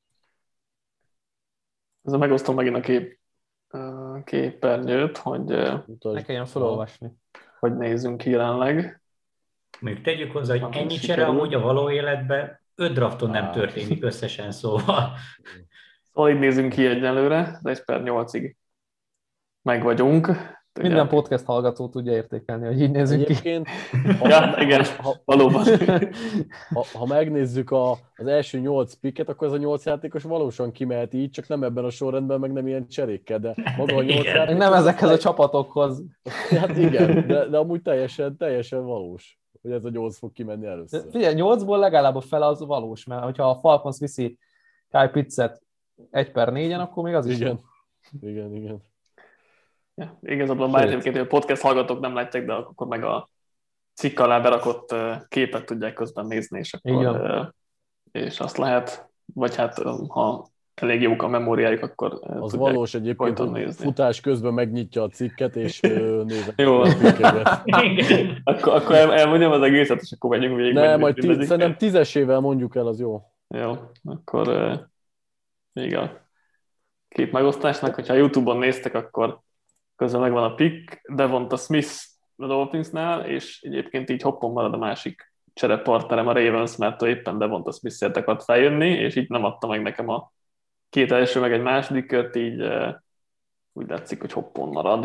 Ezzel megosztom megint a kép, képernyőt, hogy
ne kelljen felolvasni.
Hogy nézzünk ki jelenleg.
Még tegyük hozzá, hogy ennyi csere amúgy a való életben öt drafton nem történik összesen, szóval.
Szóval így nézzünk ki egyelőre, de egy per nyolcig meg vagyunk.
Minden podcast hallgató tudja értékelni, hogy így nézzünk
Egyébként,
ki. Ha, ja, igen, ha, valóban.
Ha, ha megnézzük a, az első nyolc picket, akkor ez a nyolc játékos valósan kimehet így, csak nem ebben a sorrendben, meg nem ilyen cserékkel, de maga a nyolc játékos...
Nem ezekhez a csapatokhoz.
Hát igen, de, de amúgy teljesen, teljesen valós, hogy ez a nyolc fog kimenni először.
Figyelj, nyolcból legalább a fele az valós, mert hogyha a Falcons viszi Kyle Pitts-et egy per négyen, akkor még az is
igen. Igen, igen.
Ja, igazából már egyébként, hogy a podcast hallgatók nem látják, de akkor meg a cikk alá berakott képet tudják közben nézni, és akkor és azt lehet, vagy hát ha elég jók a memóriájuk, akkor
az valós egyébként, hogy nézni. Futás közben megnyitja a cikket, és nézek.
Jó. akkor, akkor el, elmondjam az egészet, és akkor megyünk végig.
Ne, majd tí- szerintem tízesével mondjuk el, az jó.
Jó, akkor uh, még a kép megosztásnak, hogyha a YouTube-on néztek, akkor közben megvan a pick, Devonta Smith a Dolphinsnál, és egyébként így hoppon marad a másik cserepartnerem a Ravens, mert éppen Devonta Smith-ért akart feljönni, és így nem adta meg nekem a két első, meg egy második kört, így uh, úgy látszik, hogy hoppon marad.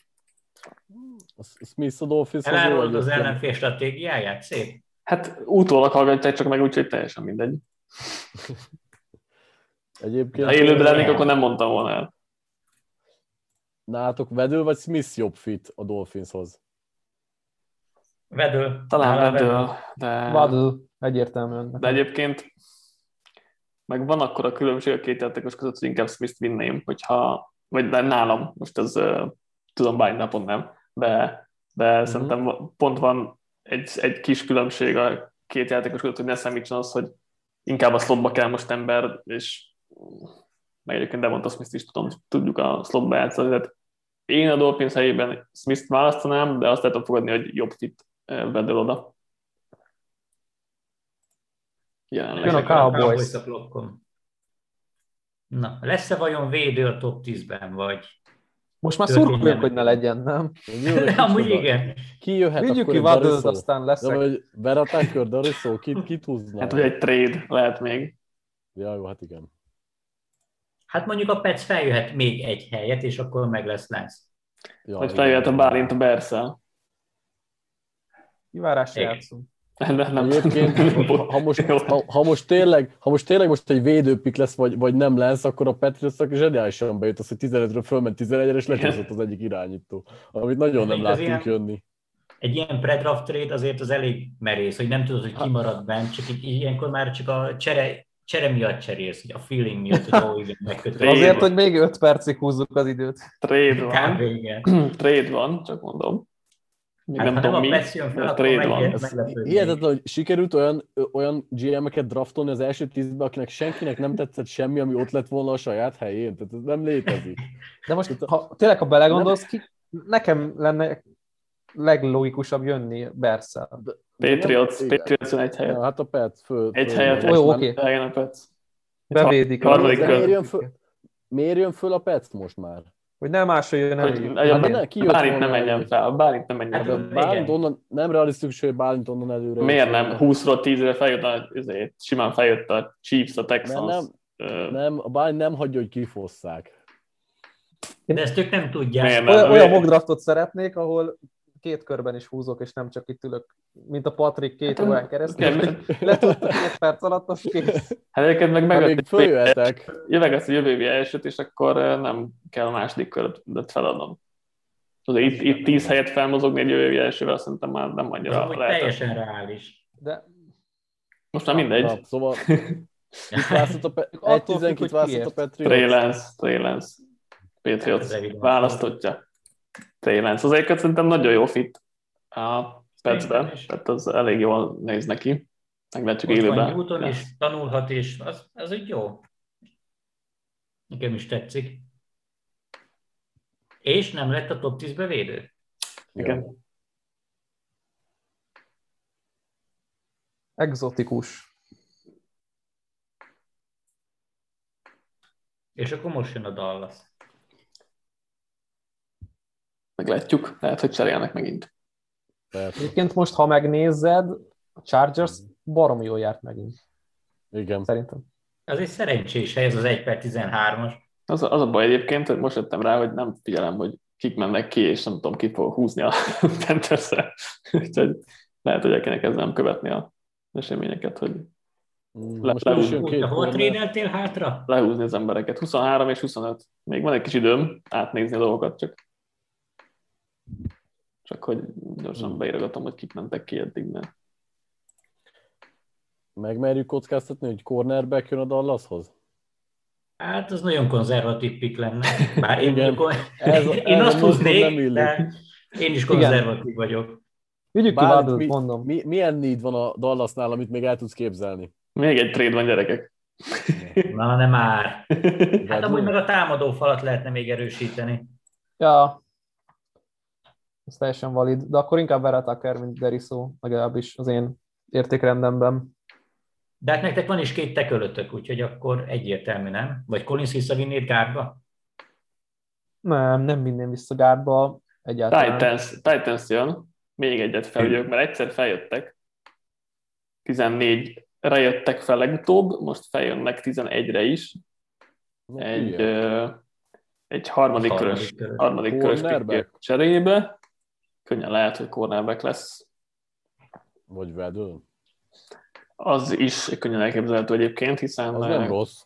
A Smith a Dolphins...
Elárulod az ellenfél stratégiáját, szép?
Hát utólag hallgatják, csak meg úgy, hogy teljesen mindegy.
Egyébként...
Ha élőben lennék, akkor nem mondtam volna el.
Nálatok Vedő vagy Smith jobb fit a Dolphinshoz?
Vedő.
Talán Vedő, de...
Vedő, egyértelműen.
De egyébként meg van akkor a különbség a két játékos között, hogy inkább Smith-t vinném, hogyha... Vagy nálam, most ez uh, tudom, bár napon nem, de, de uh-huh. szerintem pont van egy, egy kis különbség a két játékos között, hogy ne számítson az, hogy inkább a slotba kell most ember, és meg egyébként Devonta Smith is tudom, tudjuk a slotba játszani, tehát én a Dolphins helyében Smith-t választanám, de azt lehet fogadni, hogy jobb fit Waddle oda.
Jelenleg. Jön a Cowboys.
Na, lesz-e vajon védő a top tízben, vagy...
Most már szurkoljuk, hogy ne legyen, nem?
De amúgy igen.
Ki jöhet
Vigyük
akkor
ki Waddle-t, aztán leszek.
De vagy Beratákör, Dariszó, kit, kit húznál?
Hát, hogy egy trade lehet még.
Ja, jó, hát igen.
Hát mondjuk a Pets feljöhet még egy helyet, és akkor meg lesz Lance.
Ja, hogy feljöhet a Bálint a Berszel.
Kivárásra játszunk.
Nem, nem.
Egyébként, ha most, ha, ha, most tényleg, ha most tényleg most egy védőpik lesz, vagy, vagy nem lesz, akkor a Patriotsnak zseniálisan bejött az, hogy tizenötről fölment tizenegyre, és lecsúszott az egyik irányító, amit nagyon nem láttunk ilyen, jönni.
Egy ilyen pre-draft trade azért az elég merész, hogy nem tudod, hogy ki marad bent, csak így, ilyenkor már csak a csere, csere miatt cserélsz, hogy a feeling miatt, hogy ó, igen, megkötött.
Azért, hogy még öt percig húzzuk az időt.
Trade van. Trade van, csak mondom. Még hát, nem tudom mi,
fel,
trade van.
Hihetetlen, hogy sikerült olyan, olyan gé em-eket draftolni az első tízbe, akinek senkinek nem tetszett semmi, ami ott lett volna a saját helyén. Tehát ez nem létezik.
De most, ha, tényleg, ha belegondolsz, ki, nekem lenne leglogikusabb jönni Berszel.
Patriots, Patriots egy helyet.
Ja, hát a Pets föl.
Egy helyet
lesz, oh, okay.
helyen a Pets.
Bevédik.
Miért jön, föl, miért jön föl a Pets most már?
Hogy nem másra jön elő.
Bálint nem menjen fel, Bálint nem menjen fel.
Bálint onnan, nem realisztikus, hogy Bálint onnan előre.
Miért nem? húszról tízre feljött, a, simán feljött a Chiefs, a Texans.
Nem, nem, nem, a Bálint nem hagyja, hogy kifosszák.
De ezt ők nem tudják.
Miért nem? Olyan, olyan mock draftot szeretnék, ahol két körben is húzok, és nem csak itt ülök, mint a Patrik két hát, órán keresztül. Letudta két perc alatt, az kész.
Hát egyébként meg megölt,
följöhetek.
Jöveg azt a jövő évi elsőt, és akkor nem kell a második köröt feladnom. Azért itt, itt tíz helyet felmozogni egy jövő évi elsővel, szerintem már nem annyira
lehet. Teljesen reális.
De...
Most már mindegy.
Na, szóval egy tizenkét választott a Patriots.
Trey Lance, Trey Lance. Patriots választotja. Trey Lance. Az egyiket szerintem nagyon jó fit a Petsben, tehát az elég jól néz neki. Meglátjuk élőben.
Newton is tanulhat, és az, az úgy jó. Nekem is tetszik. És nem lett a top tízbe védő.
Igen.
Exotikus.
És akkor most jön a Dallas.
Meglátjuk, lehet, hogy cserélnek megint.
Egyébként most, ha megnézed, a Chargers baromi jól járt megint.
Igen.
Szerintem.
Az egy szerencsés hely, ez az egy per tizenhármas.
Az a, az a baj egyébként, hogy most jöttem rá, hogy nem figyelem, hogy kik mennek ki, és nem tudom, ki fog húzni a Panthers-re. Úgyhogy lehet, hogy akinek ez nem követni a eseményeket, hogy
le, lehúzni,
hol trédeltél hátra?
Lehúzni az embereket. huszonhárom és huszonöt. Még van egy kis időm átnézni a dolgokat, csak csak hogy gyorsan beírogatom, hogy kik mentek ki eddig, mert...
Megmerjük kockáztatni, hogy cornerback jön a Dallashoz?
Hát az nagyon konzervatív pick lenne. Bár én,
Igen,
ez, én azt húznék, de én is konzervatív Igen. vagyok.
Vigyük ki Waddle-t, mi, mondom.
Mi, milyen need van a Dallasnál, amit még el tudsz képzelni?
Még egy trade van, gyerekek.
Na, nem már. Hát amúgy meg a támadó falat lehetne még erősíteni.
Ja, ez teljesen valid, de akkor inkább Vera Tucker, mint Deriso, legalábbis az én értékrendemben.
De hát nektek van is két tekölötök, úgyhogy akkor egyértelmű, nem? Vagy Collins visszavinnéd gárdba?
Nem, nem vinném vissza gárdba egyáltalán.
Titans, Titans jön, még egyet felügyök, mert egyszer feljöttek, tizennégyre jöttek fel legutóbb, most feljönnek tizenegyre is. Egy, ö, egy harmadik körös, harmadik körös cserébe. Könnyen lehet, hogy cornerback lesz.
Vagy Waddle.
Az is könnyen elképzelhető egyébként, hiszen...
Az nem rossz.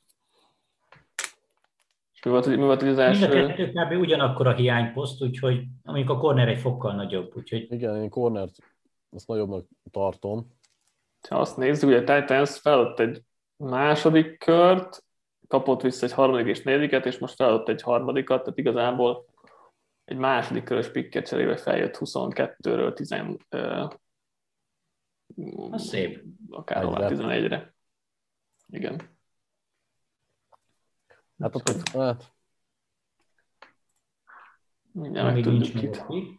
És mi volt, mi volt az első?
Mind a kettő kb. Ugyanakkor a hiányposzt, úgyhogy amikor a corner egy fokkal nagyobb. Úgyhogy...
Igen, én cornert azt nagyobbnak tartom.
Ha azt nézzük, ugye a Titans feladott egy második kört, kapott vissza egy harmadik és negyediket, és most feladott egy harmadikat, tehát igazából egy második körös pikket cserébe feljött huszonkettőről tíz, uh,
az szép.
Akárhová tizenegyre. Igen.
Hát ott, hát...
Mindjárt meg
Még
tudjuk
nincs
kit.
még.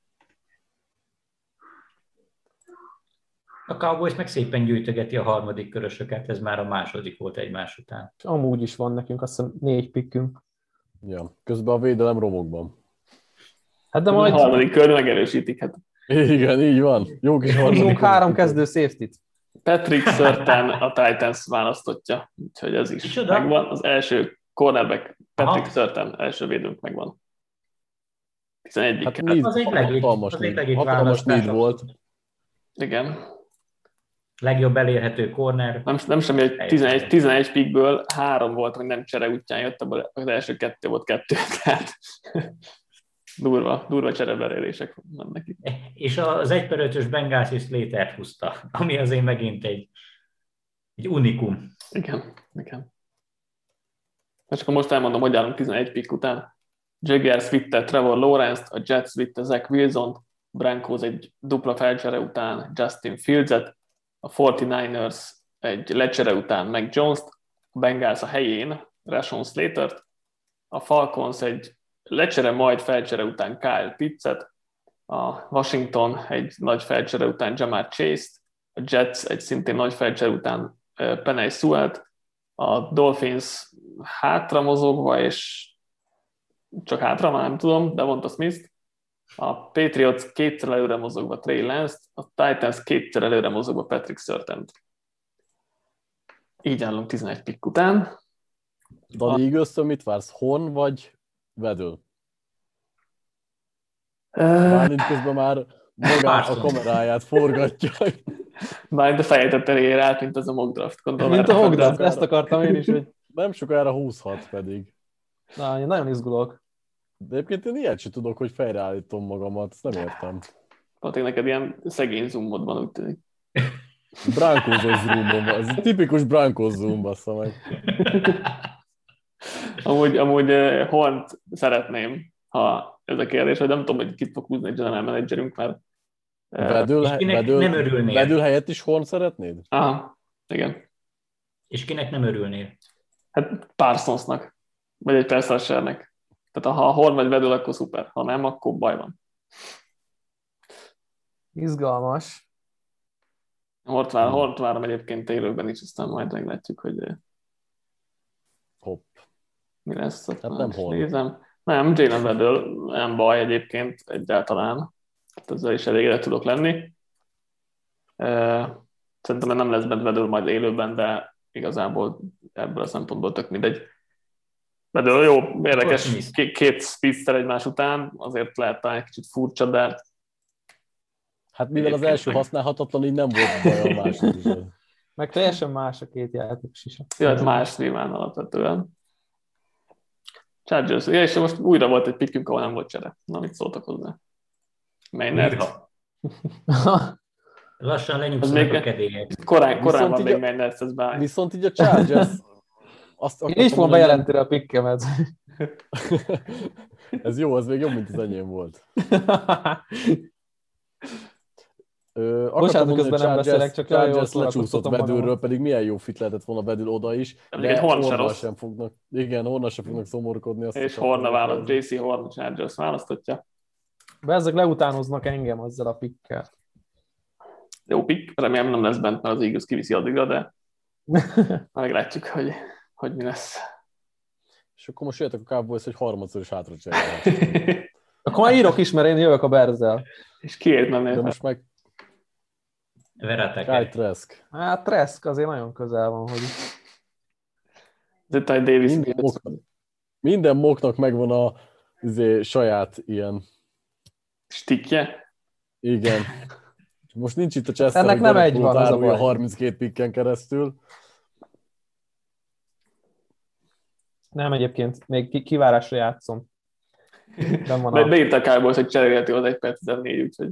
A Cowboys meg szépen gyűjtögeti a harmadik körösöket, ez már a második volt egymás után.
És amúgy is van nekünk azt hiszem négy pikkünk.
Ja, közben a védelem romokban.
Hát de
A
majd
harmadik kör megerősítik. Hát.
Igen, így van. Jó kis
húzunk
harmadik.
három kezdő safety-t.
Patrick Surtain a Titans választottja, úgyhogy ez is
Micsoda?
megvan. Az első cornerback Patrick
Aha.
Surtain, első védőnk megvan. tizenegy
Hát
hát,
need,
Az egy legit,
hatalmas
az egy
need,
legit
hatalmas
választás.
need volt.
igen.
Legjobb elérhető corner.
Nem, nem semmi, hogy tizenegy, tizenegy pickből három volt, hogy nem csere útján jött, abból az első kettő volt kettő, tehát durva, durva csereberélések mennek itt.
És az egy per ötös Bengals és Slater húzta, ami azért megint egy, egy unikum.
Igen, igen. És akkor most elmondom, hogy állunk tizenegy pick után. Jaguars vitte Trevor Lawrence-t, a Jets vitte Zach Wilson-t, Broncos egy dupla felcsere után Justin Fields-et, a negyvenkilencesek egy lecsere után Mac Jones-t, a Bengals a helyén Rashawn Slatert, a Falcons egy lecsere majd felcsere után Kyle Pitts-et, a Washington egy nagy felcsere után Jamar Chase-t, a Jets egy szintén nagy felcsere után Penei Sewell-t, a Dolphins hátra mozogva, és csak hátra, már nem tudom, de mondta Smith-t, a Patriots kétszer előre mozogva Trey Lance-t, a Titans kétszer előre mozogva Patrick Surtain-t. Így állunk tizenegy pick után.
Dani Eagles-től mit vársz? Horn vagy Vedül? Bálint közben már magát a kameráját forgatja.
Bálint a fejét elér át, mint az a mock draft. Gondolom,
Mint a mock draft, ezt akartam én is, hogy
nem sokára húzhat pedig.
na, én nagyon izgulok.
De egyébként én ilyet sem tudok, hogy fejreállítom magamat, ezt nem értem.
Patik, neked ilyen szegény zoomod van, úgy tűnik.
Brankózos zoomon van, ez egy tipikus Brankós zoom, bassza meg.
amúgy, amúgy uh, Hornt szeretném, ha ez a kérdés, hogy nem tudom, hogy kit fog húzni egy general managerünk, mert... Uh,
Vedül,
és kinek
vedül,
nem örülnél?
Vedül helyett is Horn szeretnéd?
aha, igen.
És kinek nem örülnél?
Hát Parsonsnak, vagy egy Perslashernek. Tehát ha a Horn vagy Vedül, akkor szuper. Ha nem, akkor baj van.
Izgalmas.
Hort, vár, Hort várom egyébként élőben is, aztán majd meglátjuk, hogy
Hopp.
mi lesz.
Hát nem Horn.
Nézem. Nem, Jalen Vedül nem baj egyébként egyáltalán. Hát ezzel is elégedett tudok lenni. Szerintem nem lesz bent Vedül majd élőben, de igazából ebből a szempontból tök mindegy. Vedül jó, érdekes, két speedster egymás után, azért lehet talán egy kicsit furcsa, de...
Hát mivel az első használhatatlan, így nem volt baj a második is.
Meg teljesen más a két játékos is.
Jött más nyilván alapvetően. Chargers, ja, és most újra volt egy pickünk, ahol nem volt csere. Na, mit szóltak hozzá? Maynard.
Lassan lenyugszanak a kedélyek.
Korán, korán van még Maynard, ez bár.
Viszont így a Chargers...
Azt Én is fogom bejelenteni a pikkemet.
Ez jó, ez még jobb, mint az enyém volt.
Bocsánat, közben nem beszélek, csak
Chargers lecsúszott Vedülről, pedig milyen jó fit lehetett volna Vedül oda is.
De egy Horn
sem fognak, igen, Hornnal sem fognak szomorkodni. Azt
és Horn választ, jé cé Horn Chargers választotja.
De ezek leutánoznak engem azzal a pikkel.
Jó pick, remélem nem lesz bent, mert az Eagles kiviszi addigra, de meglátjuk, hogy, hogy mi lesz.
És akkor most jöttek a Cowboys, hogy harmadszor is hátra cserélhet.
Akkor már írok is, mert én jövök a Berzel.
És kiért mennél?
De most meg Kyle Trask.
Hát Trask azért nagyon közel van, hogy...
Zettai Davis.
Minden, mok, minden moknak megvan a izé, saját ilyen...
Stikje?
Igen. Most nincs itt a Chester,
ennek nem egy van, az a baj.
harminckét pikken keresztül.
Nem, egyébként még kivárásra játszom.
Nem van a... Beírta a Cowboys, hogy cserélheti az egy per tizennégy, úgyhogy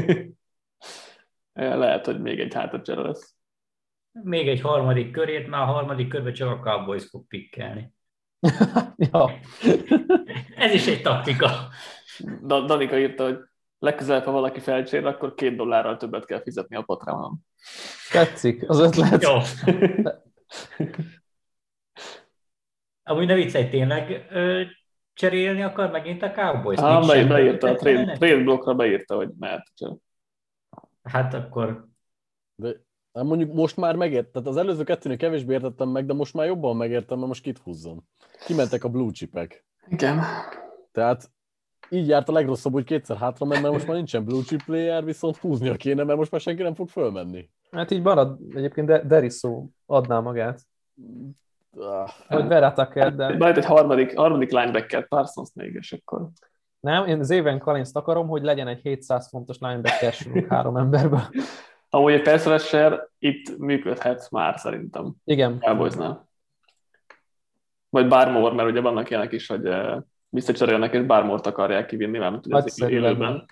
lehet, hogy még egy hátadcsere lesz.
Még egy harmadik körét, már a harmadik körben csak a Cowboys fog pikkelni.
Ja.
Ez is egy taktika.
Danika írta, hogy legközelebb, ha valaki felcsér, akkor két dollárral többet kell fizetni a Patreonon.
Tetszik az ötlet.
Jó. Amúgy ne viccelj, tényleg ö, cserélni akar megint a Cowboys?
Ha,
Nincs
be,
semmi
beírta a trade,
ötlete?
trade blokkra, beírta, hogy mehet.
Hát akkor
De hát mondjuk most már megért, tehát az előző kettőnél kevésbé értettem meg, de most már jobban megértem, mert most kit húzzon. Kimentek a blue chipek.
Igen.
Tehát így járt a legrosszabb, hogy kétszer hátra ment, mert most már nincsen blue chip player, viszont húznia kéne, mert most már senki nem fog fölmenni.
Hát így marad, egyébként De- Deriso adná magát.
Ah,
Vagy Vera Tucker, de
Bajt egy harmadik, harmadik linebacker, Parsons még, és akkor...
nem, én Zayvon Collins-t akarom, hogy legyen egy hétszáz fontos linebacker sorunk három emberből.
Amúgy egy pass rusher itt működhet már szerintem.
Igen.
Cowboysnál. Vagy Barmore, mert ugye vannak ilyenek is, hogy uh, visszacserélnek, és Barmore-t akarják kivinni, mert ugye az
Nagyszerű
élőben.
lenne.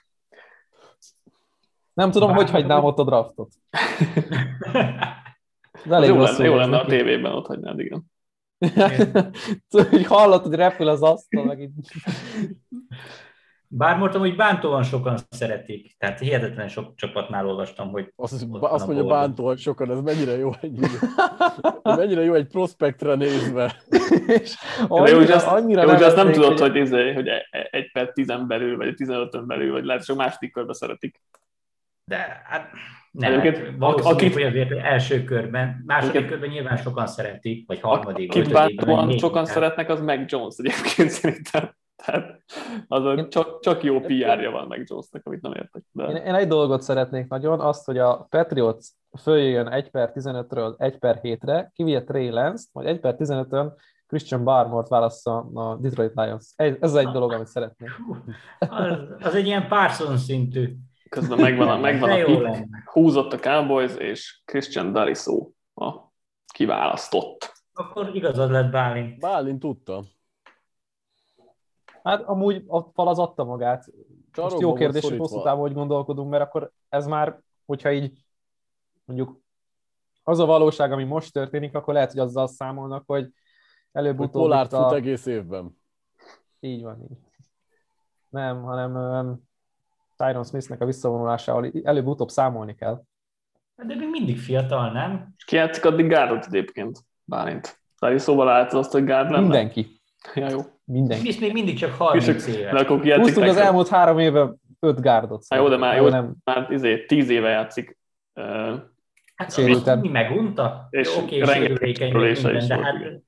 Nem tudom, hogy hagynám ott a draftot. De
Az
elég
jó
rosszul
lenne, jó
néz
lenne a
neki.
tévében ott hagynád, igen.
Tudod, hogy hallod, hogy repül az asztal, meg így.
bár mondtam, hogy bántóan sokan szeretik. Tehát hihetetlen sok csapatnál olvastam, hogy
azt,
ott van
azt
a
mondja
board.
bántóan sokan, ez mennyire jó egy, mennyire jó egy prospektre nézve.
És
De jó, hogy azt,
annyira
jó, hogy azt nem
nevették,
tudod,
hogy-
hogy, izé, hogy egy per tizen belül, vagy tizenötön belül, vagy lehet, hogy második körbe szeretik.
De hát nem,
Egyébként,
hát valószínűleg,
akit-
hogy azért első körben, második
Egyébként-
körben nyilván sokan szeretik, vagy harmadik,
Akit
ötödikben,
bántóan
még
sokan
inkább.
szeretnek, az Mac Jones egyébként szerintem. Tehát az csak, csak jó pé er-ja van Mac Jonesnak, amit nem értek. De...
Én, én egy dolgot szeretnék nagyon, azt, hogy a Patriots följön egy per tizenötről egy per hétre, kivigye Trey Lance-t, majd egy per tizenötön Christian Barmore-t válassza a Detroit Lions. Ez, ez egy dolog, amit szeretnék.
Hú, Az, az egy ilyen Parsons szintű.
Közben megvan a, megvan
De
a
jó
pick,
lenne.
húzott a Cowboys, és Christian Dariso a kiválasztott.
Akkor igazad lett, Bálint.
Bálint tudta.
Hát amúgy a fal az adta magát. Most
Csarokba
jó
volt
kérdés, hogy
szorítva.
hosszú távon hogy gondolkodunk, mert akkor ez már, hogyha így mondjuk az a valóság, ami most történik, akkor lehet, hogy azzal számolnak, hogy
Hogy
előbb-utóbb
Pollard
itt a...
fut egész évben.
Így van, így. Nem, hanem um, Tyron Smithnek a visszavonulásával előbb-utóbb számolni kell.
De még mindig fiatal, nem?
És ki játszik addig gárdot egyébként, Bálint? Darisoval látod azt, hogy gárd lenne?
Mindenki.
Ja, jó.
Mindenki.
Smith még mindig csak harminc
És, de
éves.
akkor ki játszik
Húztunk az
neked?
elmúlt három éve öt gárdot.
Hát jó, de már,
Jó,
jó,
nem.
már izé, tíz éve játszik. Uh,
Hát
Sérültem.
azt mi megunta?
És
Oké,
rengeteg
sérülékeny,
sérülése
minden,
is
de
volt,
hát
igen.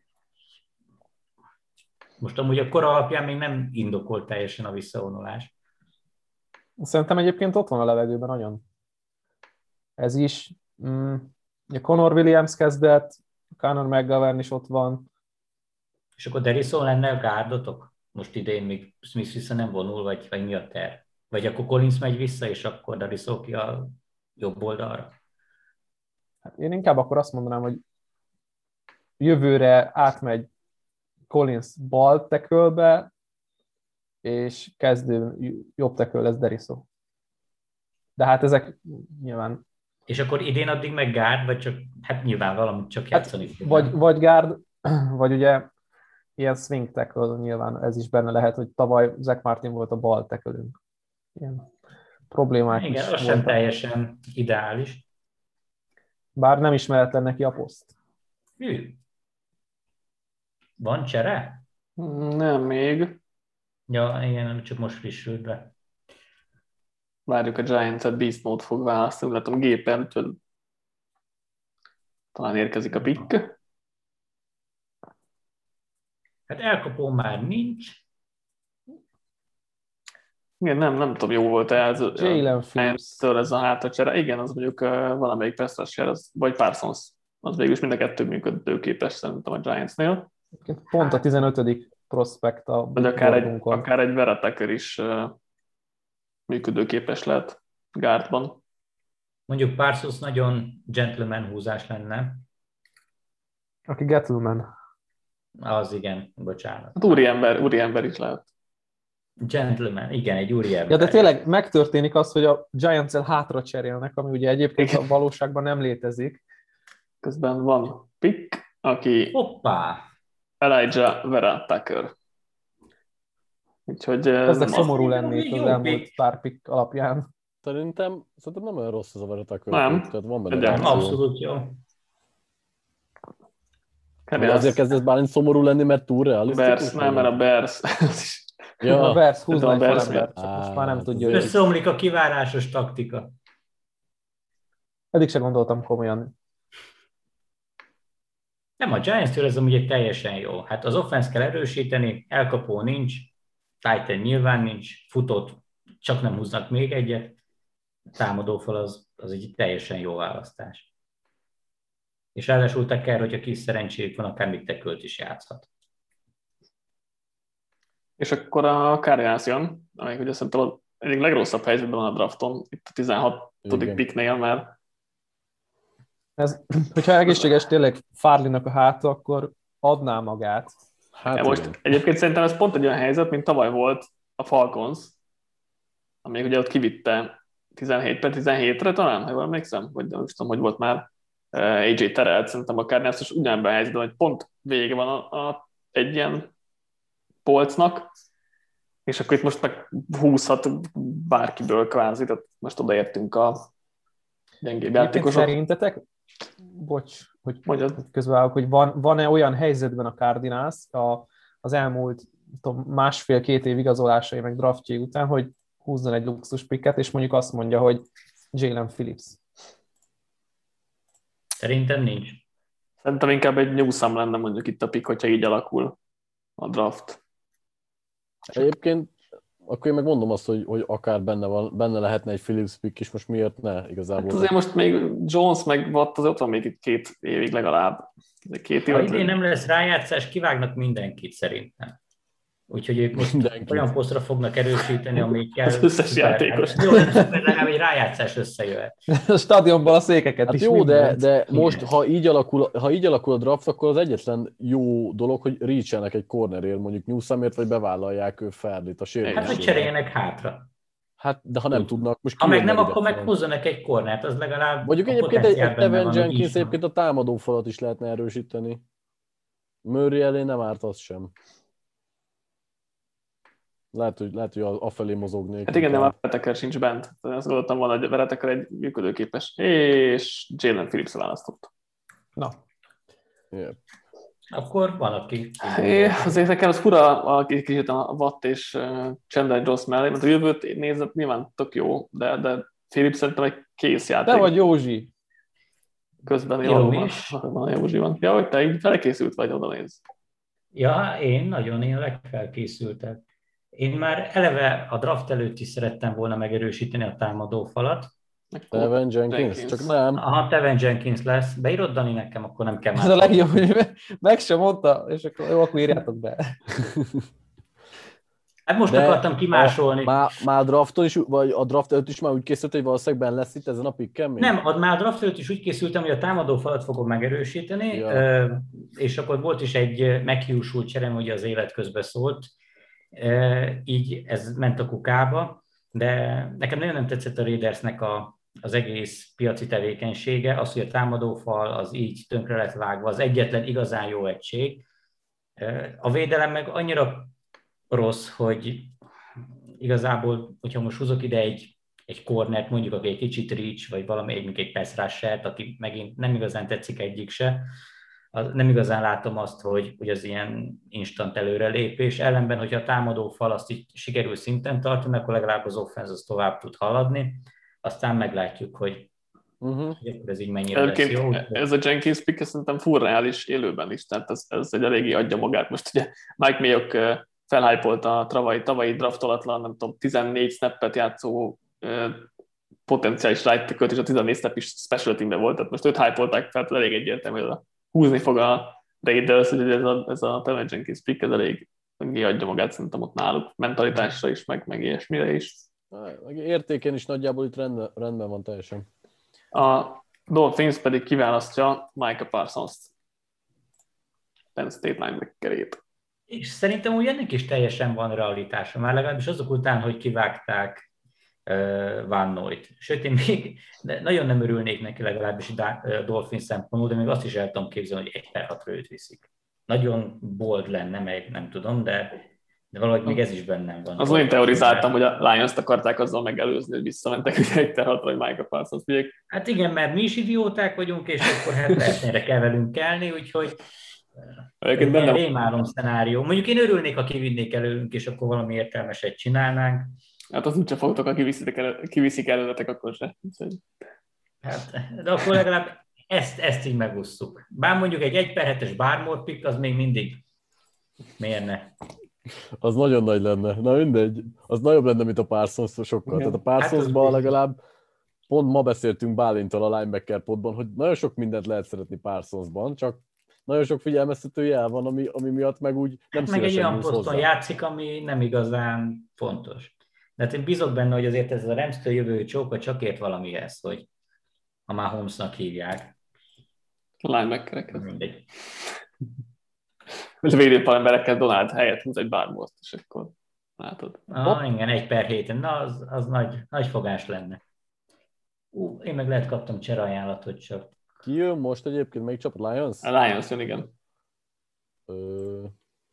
most amúgy a kor alapján még nem indokolt teljesen a visszavonulás.
Szerintem egyébként ott van a levegőben nagyon. Ez is. Mm, a Connor Williams kezdett, Conor McGovern is ott van.
És akkor Derrison lenne a gárdotok? Most idén még Smith vissza nem vonul, vagy, vagy mi a terv? Vagy akkor Collins megy vissza, és akkor Derrison ki a jobb oldalra?
Hát én inkább akkor azt mondanám, hogy jövőre átmegy Collins bal tekölbe, és kezdő jobb teköl lesz Deriso. De hát ezek nyilván...
És akkor idén addig meg gárd, vagy csak, hát nyilván valamit csak játszani
Hát,
fog.
vagy, vagy guard, vagy ugye ilyen swing tackle, nyilván ez is benne lehet, hogy tavaly Zach Martin volt a bal tekölünk. Ilyen problémák
Igen,
is
az sem
voltak.
teljesen ideális.
Bár nem ismeretlen neki a poszt.
Hű. Van csere?
Nem még.
Ja, igen, csak most frissült be.
Várjuk a Giants-et, Beast Mode fog választani, látom gépen, úgyhogy talán érkezik a pick.
Hát elkapó már nincs.
Igen, nem, nem tudom, jó volt ez a
Jalen Phillips.
Giants-től ez a hátracsere. Igen, az mondjuk uh, valamelyik pass rusher, az, vagy Parsons. Az végül is mind a kettő működőképes szerintem a Giants-nél.
Pont a tizenötödik prospekt a
Vagy akár egy,
bordunkon.
akár egy Vera Tucker is uh, működőképes lehet guardban.
Mondjuk Parsons nagyon gentleman húzás lenne.
Aki Gettleman.
Az igen, bocsánat.
Hát úriember, úriember is lehet.
Gentleman, igen, egy úri ember.
Ja, de tényleg megtörténik az, hogy a Giants-el hátra cserélnek, ami ugye egyébként a valóságban nem létezik.
Közben van pick, aki
Hoppá!
Elijah Vera Tucker. Úgyhogy ez
Kezdek
nem
szomorú
az-
lenni itt az
jó
elmúlt
pick.
pár pick alapján.
Szerintem, szerintem nem olyan rossz az a veretek.
Nem.
Tehát van benne
Egyáltalán.
reakció.
Abszolút jó.
Vagy azért kezdesz Bálint szomorú lenni, mert túl realisztikus?
Bears, nem, mert a Bears.
Ja. A Bears húzna egy
Bears
falembert, csak most már nem
Hát,
tudja.
Összeomlik a kivárásos taktika.
Eddig se gondoltam komolyan.
Nem, a Giants-től ez amúgy egy teljesen jó. Hát az offense kell erősíteni, elkapó nincs, Titan nyilván nincs, futót csak nem húznak még egyet, támadófal az, az egy teljesen jó választás. És ráadásul Tucker, hogyha kis szerencséjük van, akár még tekölt is játszhat.
És akkor a Cardinals jön, amelyik ugye szerintem az egyik legrosszabb helyzetben van a drafton, itt a tizenhatodik picknél, mert
Ez, hogyha egészséges tényleg Farleynak a háta, akkor adná magát.
Hát
ja, most egyébként szerintem ez pont egy olyan helyzet, mint tavaly volt a Falcons, amelyik ugye ott kivitte tizenhét per tizenhétre talán, ha jól emlékszem, vagy nem tudom, hogy volt már á jé Terrell, szerintem a Cardinals is ugyanebben a helyzetben, hogy pont vége van a, a, egy ilyen polcnak, és akkor itt most meg húzhat bárkiből kvázi, tehát most odaértünk a gyengébb játékosok.
Szerintetek, bocs, hogy
Mondjad.
közbeállok, hogy van, van-e olyan helyzetben a Cardinals a, az elmúlt tudom, másfél-két év igazolásai meg draftjai után, hogy húzzon egy luxus picket, és mondjuk azt mondja, hogy Jalen Phillips.
Szerintem nincs.
Szerintem inkább egy Newsome lenne mondjuk itt a pick, hogyha így alakul a draft.
Egyébként akkor én meg mondom azt, hogy, hogy akár benne, van, benne lehetne egy Phillips pick is, most miért ne igazából.
Hát azért most még Jones meg Watt, az ott van még itt két évig legalább. Két
Ha
évet.
idén nem lesz rájátszás, kivágnak mindenkit szerintem. Úgyhogy ők most mindenkit. Olyan posztra fognak erősíteni, amíg kell.
Az összes
szuper,
játékos.
Hát, jó, legalább egy rájátszás összejöhet.
A stadionban a székeket
hát
is.
jó, de,
mindent.
de most, ha így, alakul, ha így alakul a draft, akkor az egyetlen jó dolog, hogy reach-elnek egy cornerért, mondjuk Newsomért, vagy bevállalják ő Farleyt a sérülésére.
Hát, hogy cseréljenek hátra.
Hát, de ha nem tudnak, most
ha meg nem,
ide
akkor meg
fel?
húzzanak egy cornert, az legalább
Mondjuk
a
egyébként egy, egy
potenciál benne
Tevin
van, hogy
Jenkins
is van.
egyébként a támadó falat is lehetne erősíteni. Murray elé nem árt az sem. Lehet, hogy, lehet, hogy afelé mozognék.
Hát igen, de már Vereteker sincs bent. Azt gondoltam volna, hogy Vereteker egy működőképes. És Jalen Phillips választott.
Na,
Yeah.
Akkor van, aki...
É, azért nekem az fura a kicsit a Watt és Chandler Jones mellé, mert a jövőt nézett nyilván tök jó, de, de Phillips szerintem egy kész játék.
te vagy Józsi.
Közben
Jó
jól van,
is.
van a Józsi van. Ja, hogy te így felkészült vagy, oda néz.
Ja, én nagyon én legfelkészültek. Én már eleve a draft előtt is szerettem volna megerősíteni a támadó falat.
Tevin Jenkins,
Jenkins.
csak nem.
Ha Tevin Jenkins lesz, beírod Dani nekem, akkor nem kell
Ez
már.
a legjobb, hogy meg sem mondta, és akkor jó, akkor írjátok be.
Hát most
De
akartam kimásolni.
A, már, már drafton is, vagy a draft előtt is már úgy készült, hogy valószínűleg benne lesz itt ezen a picken még?
Nem, ad már a draft előtt is úgy készültem, hogy a támadó falat fogom megerősíteni,
Ja.
és akkor volt is egy meghiúsult cserem, hogy az élet közben szólt, így ez ment a kukába, de nekem nagyon nem tetszett a Raidersnek a, az egész piaci tevékenysége, az, hogy a támadófal az így tönkre lett vágva, az egyetlen igazán jó egység. A védelem meg annyira rossz, hogy igazából, hogyha most húzok ide egy, egy cornert, mondjuk aki egy kicsit reach, vagy valami egy, egy pass rushert, aki megint nem igazán tetszik egyik se, az, nem igazán látom azt, hogy, hogy az ilyen instant előrelépés. Ellenben, hogyha a támadó fal azt így sikerül szinten tartani, akkor legalább az offense az tovább tud haladni. Aztán meglátjuk, hogy,
Uh-huh.
hogy akkor ez így mennyire lesz jó.
Ez a Jenkins pick, ez szerintem full reális élőben is, tehát ez, ez egy eléggé adja magát. Most ugye Mike Mayock felhypolta a tavalyi, tavalyi draftolatlan, nem tudom, tizennégy snappet játszó potenciális right tackle-t, és a tizennégy snap is special teamben volt, tehát most őt hypolták fel, tehát elég egyértelmű, hogy húzni fog a Raiders, hogy ez a, ez a Tevin Jenkins pick, ez elég adja magát szerintem ott náluk, mentalitásra is, meg, meg ilyesmire is.
Értéken is nagyjából itt rendben, rendben van teljesen.
A Dolphins pedig kiválasztja Micah Parsons-t, Penn State linebackerét.
És szerintem úgy ennek is teljesen van realitása, már legalábbis azok után, hogy kivágták uh, Van Noy-t. Sőt, én még nagyon nem örülnék neki legalábbis a Dolphins szempontból, de még azt is el tudom képzelni, hogy egy per hatra őt viszik. Nagyon bold lenne, meg nem tudom, de, de valahogy még ez is bennem van.
Az olyan teorizáltam, hogy a Lions-t akarták azzal megelőzni, hogy visszamentek, hogy egy per hatra, hogy Micah Parsons vigyék.
Hát igen, mert mi is idióták vagyunk, és akkor hát lehet, erre kell velünk kelni, úgyhogy
Egyébként
Egy ilyen
benne
rémálom szenárió. Mondjuk én örülnék, ha kivinnék előlünk, és akkor valami értelmeset csinálnánk.
Hát azt úgyse fogtok, ha kiviszik, el, kiviszik előletek, akkor se. Úgyhogy
Hát, de akkor legalább ezt, ezt így megusszuk. Bár mondjuk egy egy per hetes Barmore pick, az még mindig miért ne?
Az nagyon nagy lenne. Na mindegy. Az nagyobb lenne, mint a Parsons sokkal.
Igen.
Tehát a Parsonsban
Hát az
legalább pont ma beszéltünk Bálinttal a linebacker podban, hogy nagyon sok mindent lehet szeretni Parsonsban, csak nagyon sok figyelmeztető jel van, ami, ami miatt meg úgy nem
Hát meg egy
szívesen
olyan
nyúlsz
poszton
hozzá.
játszik, ami nem igazán fontos. De hát én bízok benne, hogy azért ez a Rams-től jövő csóka csak ért valamihez, hogy ha már Holmesnak hívják.
a linebackereket.
Mindegy.
Vagy a védőpalemberekkel Donald helyett húz egy bármózt, és akkor látod.
Ah, igen, egy per héten. Na, az, az nagy, nagy fogás lenne. Ú, én meg lehet kaptam csere ajánlatot csak.
Ki jön most egyébként? Melyik csapat? Lions?
A Lions jön, igen.
Ö...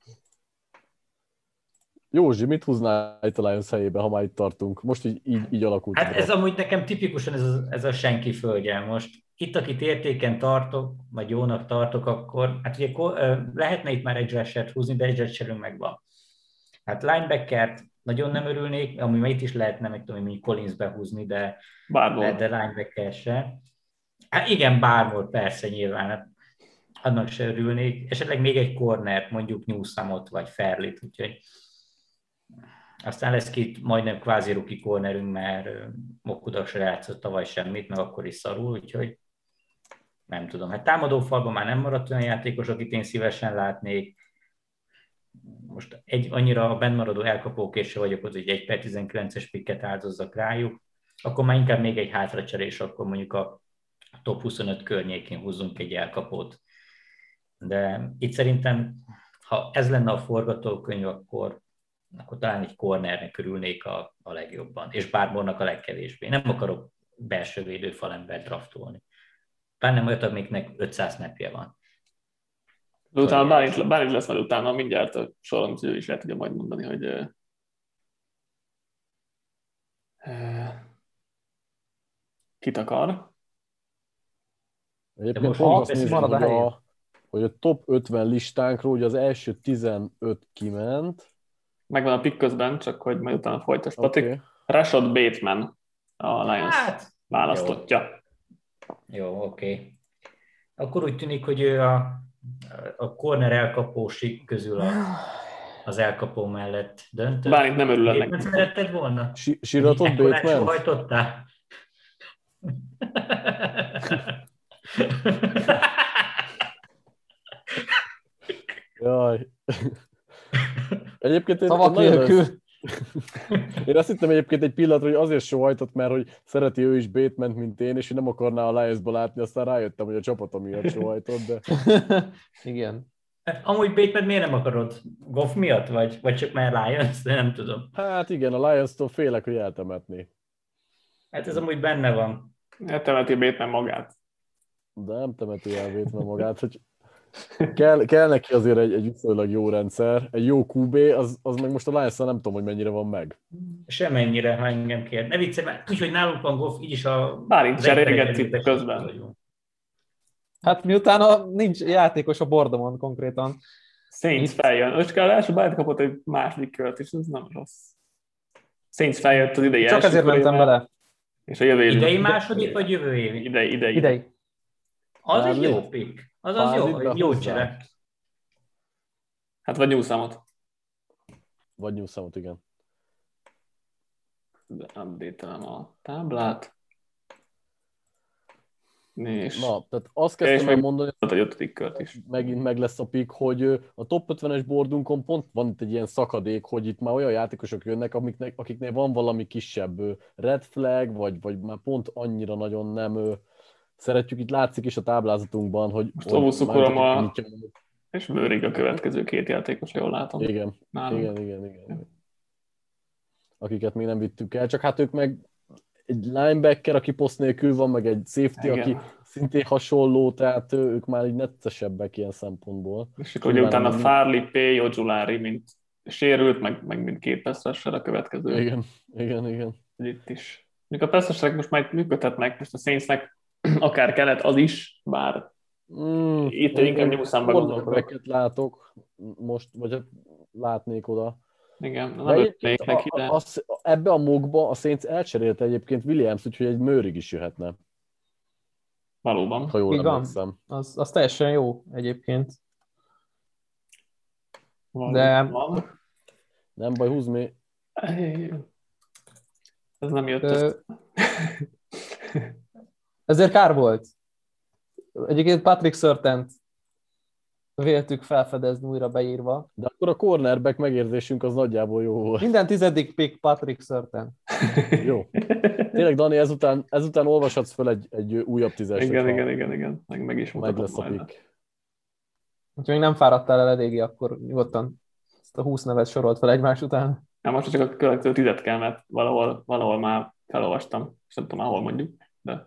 Józsi, mit húznál itt a Lions helyébe, ha már itt tartunk? Most így, így, így alakult.
Hát ez amúgy nekem tipikusan ez a, ez a senki földje most. Itt, akit értéken tartok, vagy jónak tartok, akkor hát ugye lehetne itt már egy rushert húzni, de egy rusherünk megvan. Hát linebackert nagyon nem örülnék, ami itt is lehetne, meg tudom, hogy Collins behúzni, de, de, de linebacker se. Hát igen, Barmore persze nyilván, hát annak se örülnék. Esetleg még egy cornert, mondjuk Newsomot vagy Fairley-t, úgyhogy aztán lesz két majdnem kvázi rookie cornerünk, mert Mokuda se játszott tavaly semmit, meg akkor is szarul, úgyhogy nem tudom. Hát támadófalban már nem maradt olyan játékos, akit én szívesen látnék. Most egy, annyira bennmaradó elkapókért se vagyok, hogy egy per tizenkilences pikket áldozzak rájuk, akkor már inkább még egy hátracserés, akkor mondjuk a top huszonöt környékén húzzunk egy elkapót. De itt szerintem, ha ez lenne a forgatókönyv, akkor, akkor talán egy cornernek örülnék a, a legjobban, és Barmore-nak a legkevésbé. Nem akarok belső védőfalembert draftolni. Pláne olyat, amiknek ötszáz snapje van.
De utána bárint, bárint lesz majd utána, mindjárt a soron ő is el tudja majd mondani, hogy uh, uh, kit akar.
Egyébként
most
pont
ha
azt
ez
nézem,
marad a
hogy
helyén.
a, hogy a top ötven listánkról ugye az első tizenöt kiment.
Megvan a pick közben, csak hogy majd utána folytas. Patrik,
Okay.
Rashad Bateman a Lions
Hát,
választottja.
Jó, jó oké. Okay. Akkor úgy tűnik, hogy ő a, a corner elkapósik közül a, az elkapó mellett döntött.
Bárint nem örül ennek.
Nem szeretted volna?
Si- Síratott
Ekkorát
Bateman?
sohajtottál?
Jaj. Egyébként én,
Szavak
nagyon
nélkül.
az- én azt hittem egyébként egy pillanatra, hogy azért sohajtott, mert hogy szereti ő is Bateman, mint én, és hogy nem akarná a Lions-ba látni, aztán rájöttem, hogy a csapata miatt sohajtott, de
Igen.
Amúgy Bateman miért nem akarod? Goff miatt? Vagy, vagy csak már Lions? De nem tudom.
hát igen, a Lions-tól félek, hogy eltemetni.
Hát ez amúgy benne van.
Eltemeti Bateman magát.
De nem temeti el Bateman magát, hogy kell, kell neki azért egy, egy viszonylag jó rendszer, egy jó kú bé, az, az meg most a lions nem tudom, hogy mennyire van meg.
Semennyire, ha engem kér. Ne viccelj, mert úgy, hogy nálunk van Goff, így is a...
Bárint
az
cserélgetsz
egyszerűen
itt közben.
vagyunk.
Hát miután a, nincs játékos a bordomon konkrétan.
Saints
Itt-
feljön. Öcske az első bárint kapott egy második kört, és ez nem rossz. Saints feljött az idei
Csak
első
ezért mentem
körével,
bele.
és a jövő évi-
Idei második, vagy jövő évi?
Idei, idei.
Idei.
Az egy
Bárli?
jó pick. Az az jó,
Bárlit
jó
behúzzák?
csere.
Hát vagy Newsomot.
Vagy Newsomot, igen.
Update-elem a táblát. És
Na, tehát azt
És
kezdtem el
meg-
mondani,
a ötödik kört is.
megint meg lesz a pick, hogy ö, a top ötvenes bordunkon pont van itt egy ilyen szakadék, hogy itt már olyan játékosok jönnek, amiknek, akiknél van valami kisebb ö, red flag, vagy, vagy már pont annyira nagyon nem ö, szeretjük, itt látszik is a táblázatunkban, hogy...
Most
hogy
Ovusu
már
Koroma-
csak nyitja-
És Bőrig a következő két játékos, jól látom.
Igen,
Nálunk.
igen, igen, igen, igen. Akiket még nem vittük el, csak hát ők meg egy linebacker, aki poszt nélkül van, meg egy safety,
Igen.
aki szintén hasonló, tehát ö, ők már így neccesebbek ilyen szempontból.
És akkor ugye
Nyilván
utána
nem-
Farley, P. Ojulari, mint sérült, meg, meg mint két passzrusher a következő.
Igen, igen, igen.
Itt is. Még a passzrusherek most már működhetnek, most a Saintsnek akár kellett az is, bár
Mm,
Itt én inkább Newsomba
gondolkodok. Látok most, vagy hát látnék oda.
Igen,
de
nem
egyébként
neki,
a,
de...
a, a, ebbe a mókba a Saints elcserélte egyébként Williams, úgyhogy egy Murray is jöhetne.
Valóban.
Ha jól
Igen,
emlékszem.
az, az teljesen jó egyébként.
Valóban.
De...
Nem baj, húzd még.
Ez nem jött
Ö...
össze.
Ezért kár volt. Egyébként Patrick Surtain-t véltük felfedezni újra beírva.
De akkor a cornerback megérzésünk az nagyjából jó volt.
Minden tizedik pick Patrick Surtain.
Jó. Tényleg, Dani, ezután, ezután olvashatsz fel egy, egy újabb tízes.
Igen, igen, igen, igen. Meg, meg is
meg lesz a
majd.
pick.
Úgyhogy még nem fáradtál el eléggé, akkor nyugodtan ezt a húsz nevet sorolt fel egymás után.
Nem, most csak a következő tizet kell, mert valahol, valahol már felolvastam, és nem tudom, ahol mondjuk, de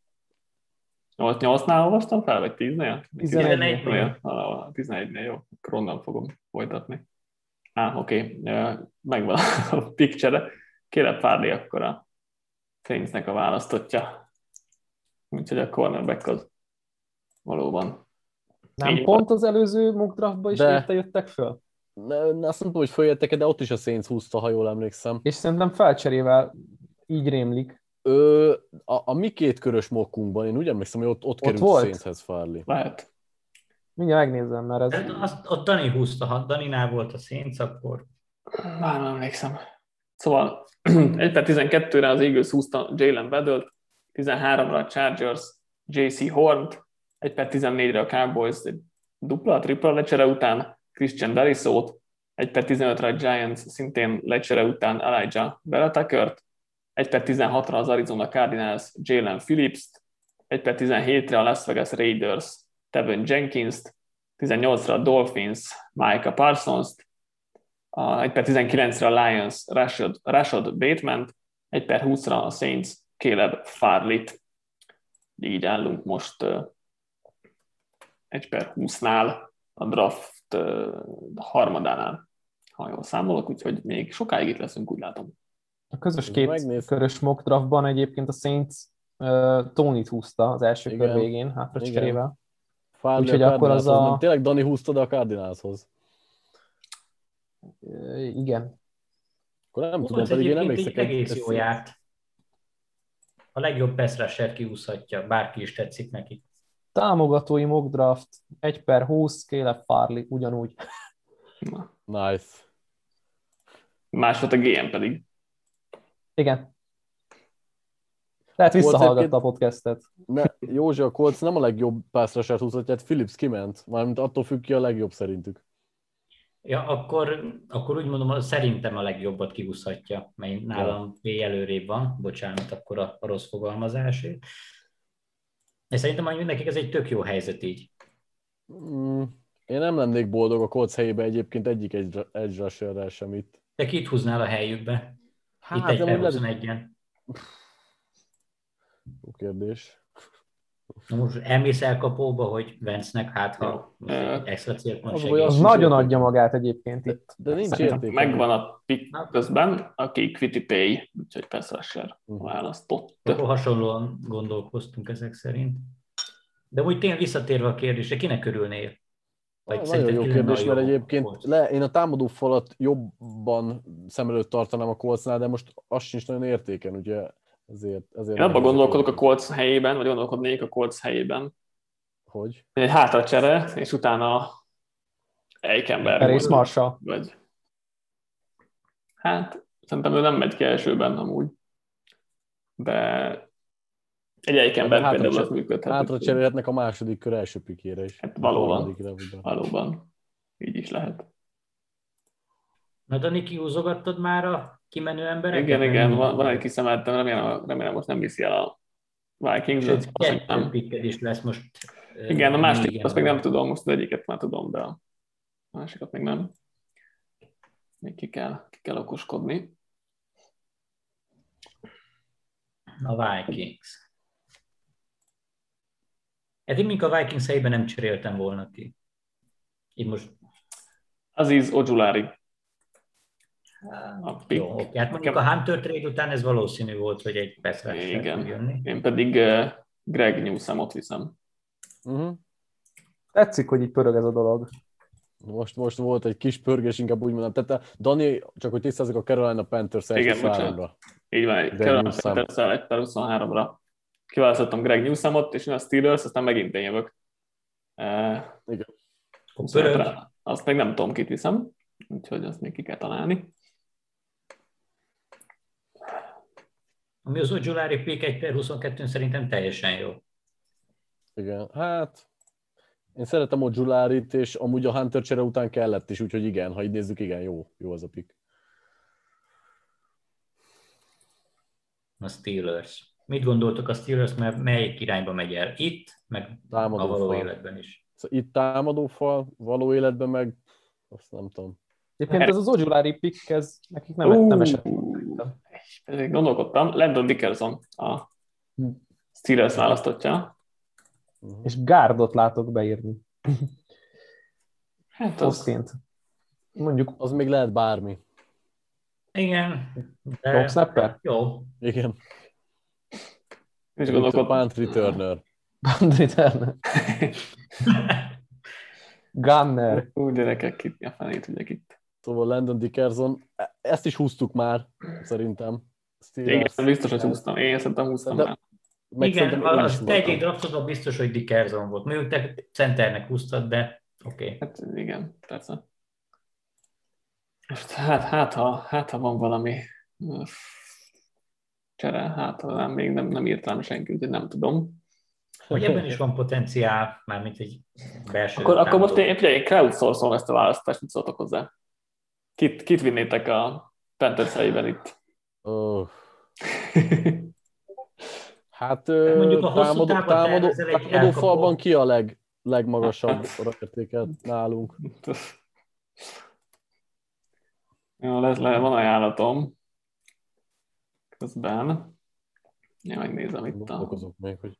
nyolcnál olvastam fel, vagy tíznél?
tizenegynél.
Valahol tizenegynél, jó. Akkor onnan fogom folytatni. Á, oké, okay. Megvan a picture. Caleb Farley akkor a Saintsnek a választottja. Úgyhogy a cornerback az valóban.
Nem
Így
pont
van.
az előző mock draftba is
De...
érte jöttek föl?
Ne, ne, azt nem tudom, hogy följöttek, de ott is a Saints húzta, ha jól emlékszem.
És szerintem felcserével így rémlik.
Ö, a, a mi két körös mokkunkban, én úgy emlékszem, hogy ott, ott, ott került volt? A Saintshez Farley.
Lehet.
Mindjárt megnézem, mert ez...
Hát azt, ott Dani húzta, ha Daninál volt a Saints, akkor...
Már nem emlékszem. Szóval egy per tizenkettőre az Eagles húzta Jalen Waddle-t, tizenháromra a Chargers jé cé Hornt, egy per tizennégyre a Cowboys egy dupla, tripla lecsere után Christian Darrisawt, egy per tizenötre a Giants szintén lecsere után Elijah Vera-Tuckert, egy per tizenhatra az Arizona Cardinals Jalen Phillips-t, egy per tizenhétre a Las Vegas Raiders Tevin Jenkins-t, tizennyolcra a Dolphins Micah Parsons-t, egy per tizenkilencre a Lions Rashad, Rashad Bateman-t, egy per húszra a Saints Caleb Farley-t. Így állunk most egy per húsznál a draft harmadánál, ha jól számolok, úgyhogy még sokáig itt leszünk, úgy látom.
A közös két körös mock draftban egyébként a Saints uh, Tony-t húzta az első
igen.
kör végén, hátra cserével.
Úgyhogy akkor az a... Tényleg Dani húzta, de a Cardinalshoz.
Uh, igen.
Akkor nem Hú, tudom, pedig én emlékszek.
Egész jó járt. A legjobb pass rusher kihúzhatja, bárki is tetszik neki.
Támogatói mock draft, egy per húsz, Caleb Farley, ugyanúgy.
Nice.
Más volt a gé em pedig.
Igen. Lehet visszahallgatta a podcastet.
Ne, Józsi, a Colts nem a legjobb pass rushert húzhatja, hát Phillips kiment. Mármint attól függ ki a legjobb szerintük.
Ja, akkor, akkor úgy mondom, szerintem a legjobbat kihúzhatja, mert nálam ja. előrébb van, bocsánat, akkor a, a rossz fogalmazásért. De szerintem hogy nekik ez egy tök jó helyzet így.
Mm, én nem lennék boldog a Colts helyébe egyébként egyik edge rusherrel sem itt.
De kit húznál a helyükbe?
Hát,
itt egy per huszonegyen.
Jó kérdés.
Na most elmész elkapóba, hogy Vance-nek hát, ha extra célpont
segít. Az, az nagyon adja magát egyébként
de,
itt.
De nincs érték.
Megvan a pick közben, aki equity pay, úgyhogy pass rusher választott.
Akkor hasonlóan gondolkoztunk ezek szerint. De úgy tényleg visszatérve a kérdésre, kinek örülnél?
Vagy nagyon jó kérdés, mert egyébként le, én a támadó falat jobban szem előtt tartanám a Coltsnál, de most az sincs nagyon értéken, ugye ezért... ezért
én abban gondolkodok a Colts helyében, vagy gondolkodnék a Colts helyében.
Hogy?
Egy hátracsere, és utána Eikenberg.
Paris Marshall.
Vagy... Hát, szerintem ő nem megy ki elsőben amúgy. De egy Eikenberg
hátra
például az működhet.
Hátra cserélhetnek a második kör első pikére is.
Hát valóban. Valóban. Így is lehet.
Na, Dani, kihúzogattad már a kimenő embereket?
Igen, igen, van, van egy kiszemeltem, remélem, remélem most nem viszi el a Vikings.
Sőt, kettő pikked is lesz most.
Igen, a másikat azt még nem tudom, most az egyiket már tudom, de a másikat még nem. Még ki kell, ki kell okoskodni.
A Vikings. Hát én mink a Vikings helyében nem cseréltem volna ki. Itt most...
Aziz Ojulari.
A jó, oké. Hát mondjuk a Hunter trade után ez valószínű volt, hogy egy pass rusher
fog
jönni.
Én pedig uh, Greg Newsomot viszem.
Uh-huh.
Tetszik, hogy így pörög ez a dolog.
Most, most volt egy kis pörgés, inkább úgy mondom. Tehát a Dani, csak hogy tisztázzuk, a Carolina Panthers első száromra.
Így van, Carolina Panthers-el egy per huszonháromra kiválasztottam Greg Newsomot, és a Steelers, aztán megint én jövök.
Igen.
Szóval azt még nem tudom, kit viszem, úgyhogy azt még ki kell találni.
Ami az Ojulari pick egy per huszonkettőn szerintem teljesen jó.
Igen, hát én szeretem Ojularit, és amúgy a Hunter csere után kellett is, úgyhogy igen, ha így nézzük, igen, jó, jó az a pick.
A Steelers. Mit gondoltok a Steelers, mert melyik irányba megy el? Itt, meg támadó a való fal. Életben is.
Szóval itt támadófal, való életben meg, azt nem tudom.
Egyébként ez az Ojulari pick, ez nekik nem, uh, nem esett.
Ezért gondolkodtam, Landon Dickerson a Steelers választottja.
Uh-huh. És Gárdot látok beírni.
Hát az...
Mondjuk...
Az még lehet bármi.
Igen.
De... Long snapper?
Jó.
Igen.
És gondolkodtam.
Punt returner.
Punt returner. Gunner.
Úgy gyerekek, itt a fenét ügyek itt.
Szóval Landon Dickerson, ezt is húztuk már, szerintem.
Steelers. Igen, biztos, hogy húztam. Én szerintem húztam de... már.
Meg igen, az egy draftodban biztos, hogy Dickerson volt. Mondjuk te centernek húztad, de oké. Okay.
Hát igen, persze. Most hát, hát, ha, hát ha van valami csere, hát ha nem, még nem, nem írt rám senki, úgyhogy nem tudom.
Hogy ebben is van potenciál, mármint egy belső...
Akkor, akkor most én, én crowdsourcolom ezt a választást, mit szóltok hozzá? Kit, kit vinnétek a Panthers helyében itt?
Oh. Hát
mondjuk a
támadó, támadó, támadó falban ki a leg, legmagasabb értéket nálunk?
Jó, lesz, le, van ajánlatom. Közben. Én megnézem itt a...
Okozok még, hogy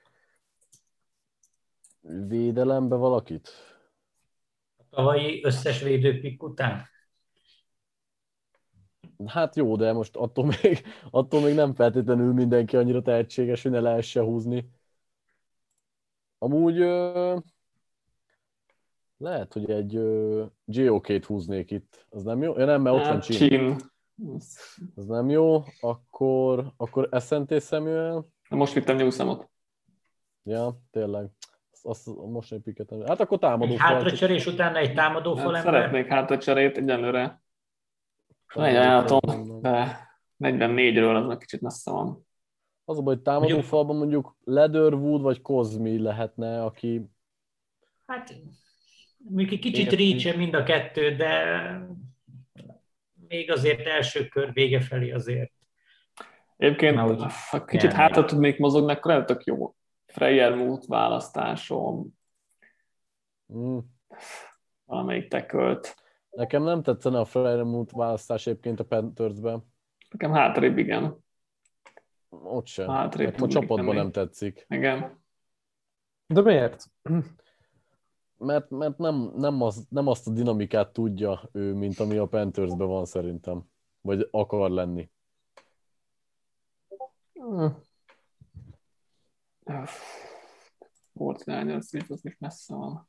védelembe valakit?
A tavalyi összes védőpikk után?
Hát jó, de most attól még, attól még nem feltétlenül mindenki annyira tehetséges, hogy ne lehessen húzni. Amúgy ö, lehet, hogy egy ö, gé o ká-t húznék itt. Az nem jó? Ja nem, mert ott van Chin. Az nem jó. Akkor, akkor es en té Samuel.
Most vittem Newsomot.
Ja, tényleg. Azt a mostani picket nem. Hát akkor támadó
egy fal. Hátracserés utána egy támadó fal
hát szeretnék hátracserét egyenlőre. Egy ajánlatom, de negyvennégyről az meg kicsit messze van.
Az a baj, hogy támadó falban mondjuk Leatherwood vagy Cosmi lehetne, aki...
Hát, mondjuk egy kicsit reach mind a kettő, de még azért első kör vége felé azért.
Egyébként, ha kicsit hátra tudnék mozogni, akkor el tök jó. Freiermuth választásom.
Mm.
Valamelyik tekölt.
Nekem nem tetszene a Freiermuth választás egyébként a Panthersben.
Nekem hátrébb, igen.
Ott sem.
Hátrébb
a csapatban nem tetszik.
Igen.
De miért?
Mert, mert nem, nem, az, nem azt a dinamikát tudja ő, mint ami a Panthersben van szerintem. Vagy akar lenni.
Forty-niners, az is messze van.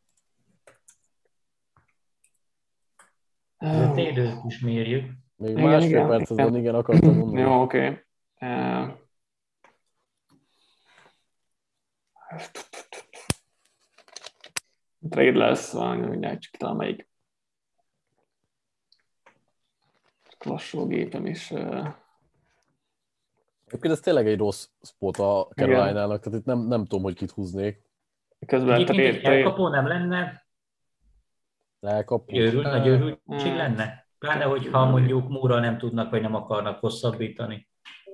A térőt is mérjük.
Még igen, másfél igen, perc azon, igen, akartam mondani.
Jó, oké. Okay. Uh... Trade lesz, valami, mindjárt csak talán melyik. Csak lassú a gépem is. Uh...
Egyébként ez tényleg egy rossz spot a Carolina-nak, tehát itt nem, nem tudom, hogy kit húznék.
Közben
trade, egy elkapó nem lenne.
Elkapó.
Őrül, nagy őrültség lenne. Pláne, hogyha mondjuk Múra nem tudnak, vagy nem akarnak hosszabbítani.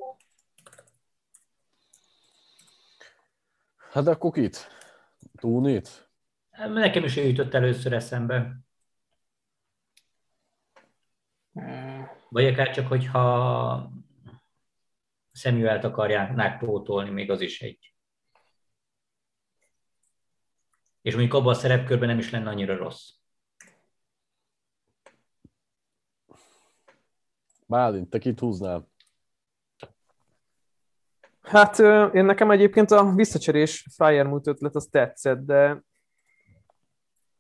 Hát akkor kit? Túnit?
Nekem is ő jutott először eszembe. Vagy akár csak, hogyha Samuelt akarják pótolni, még az is egy. És mondjuk abban a szerepkörben nem is lenne annyira rossz.
Bálint, te kit húznál?
Hát én nekem egyébként a visszacserés Freiermuth ötlet az tetszett, de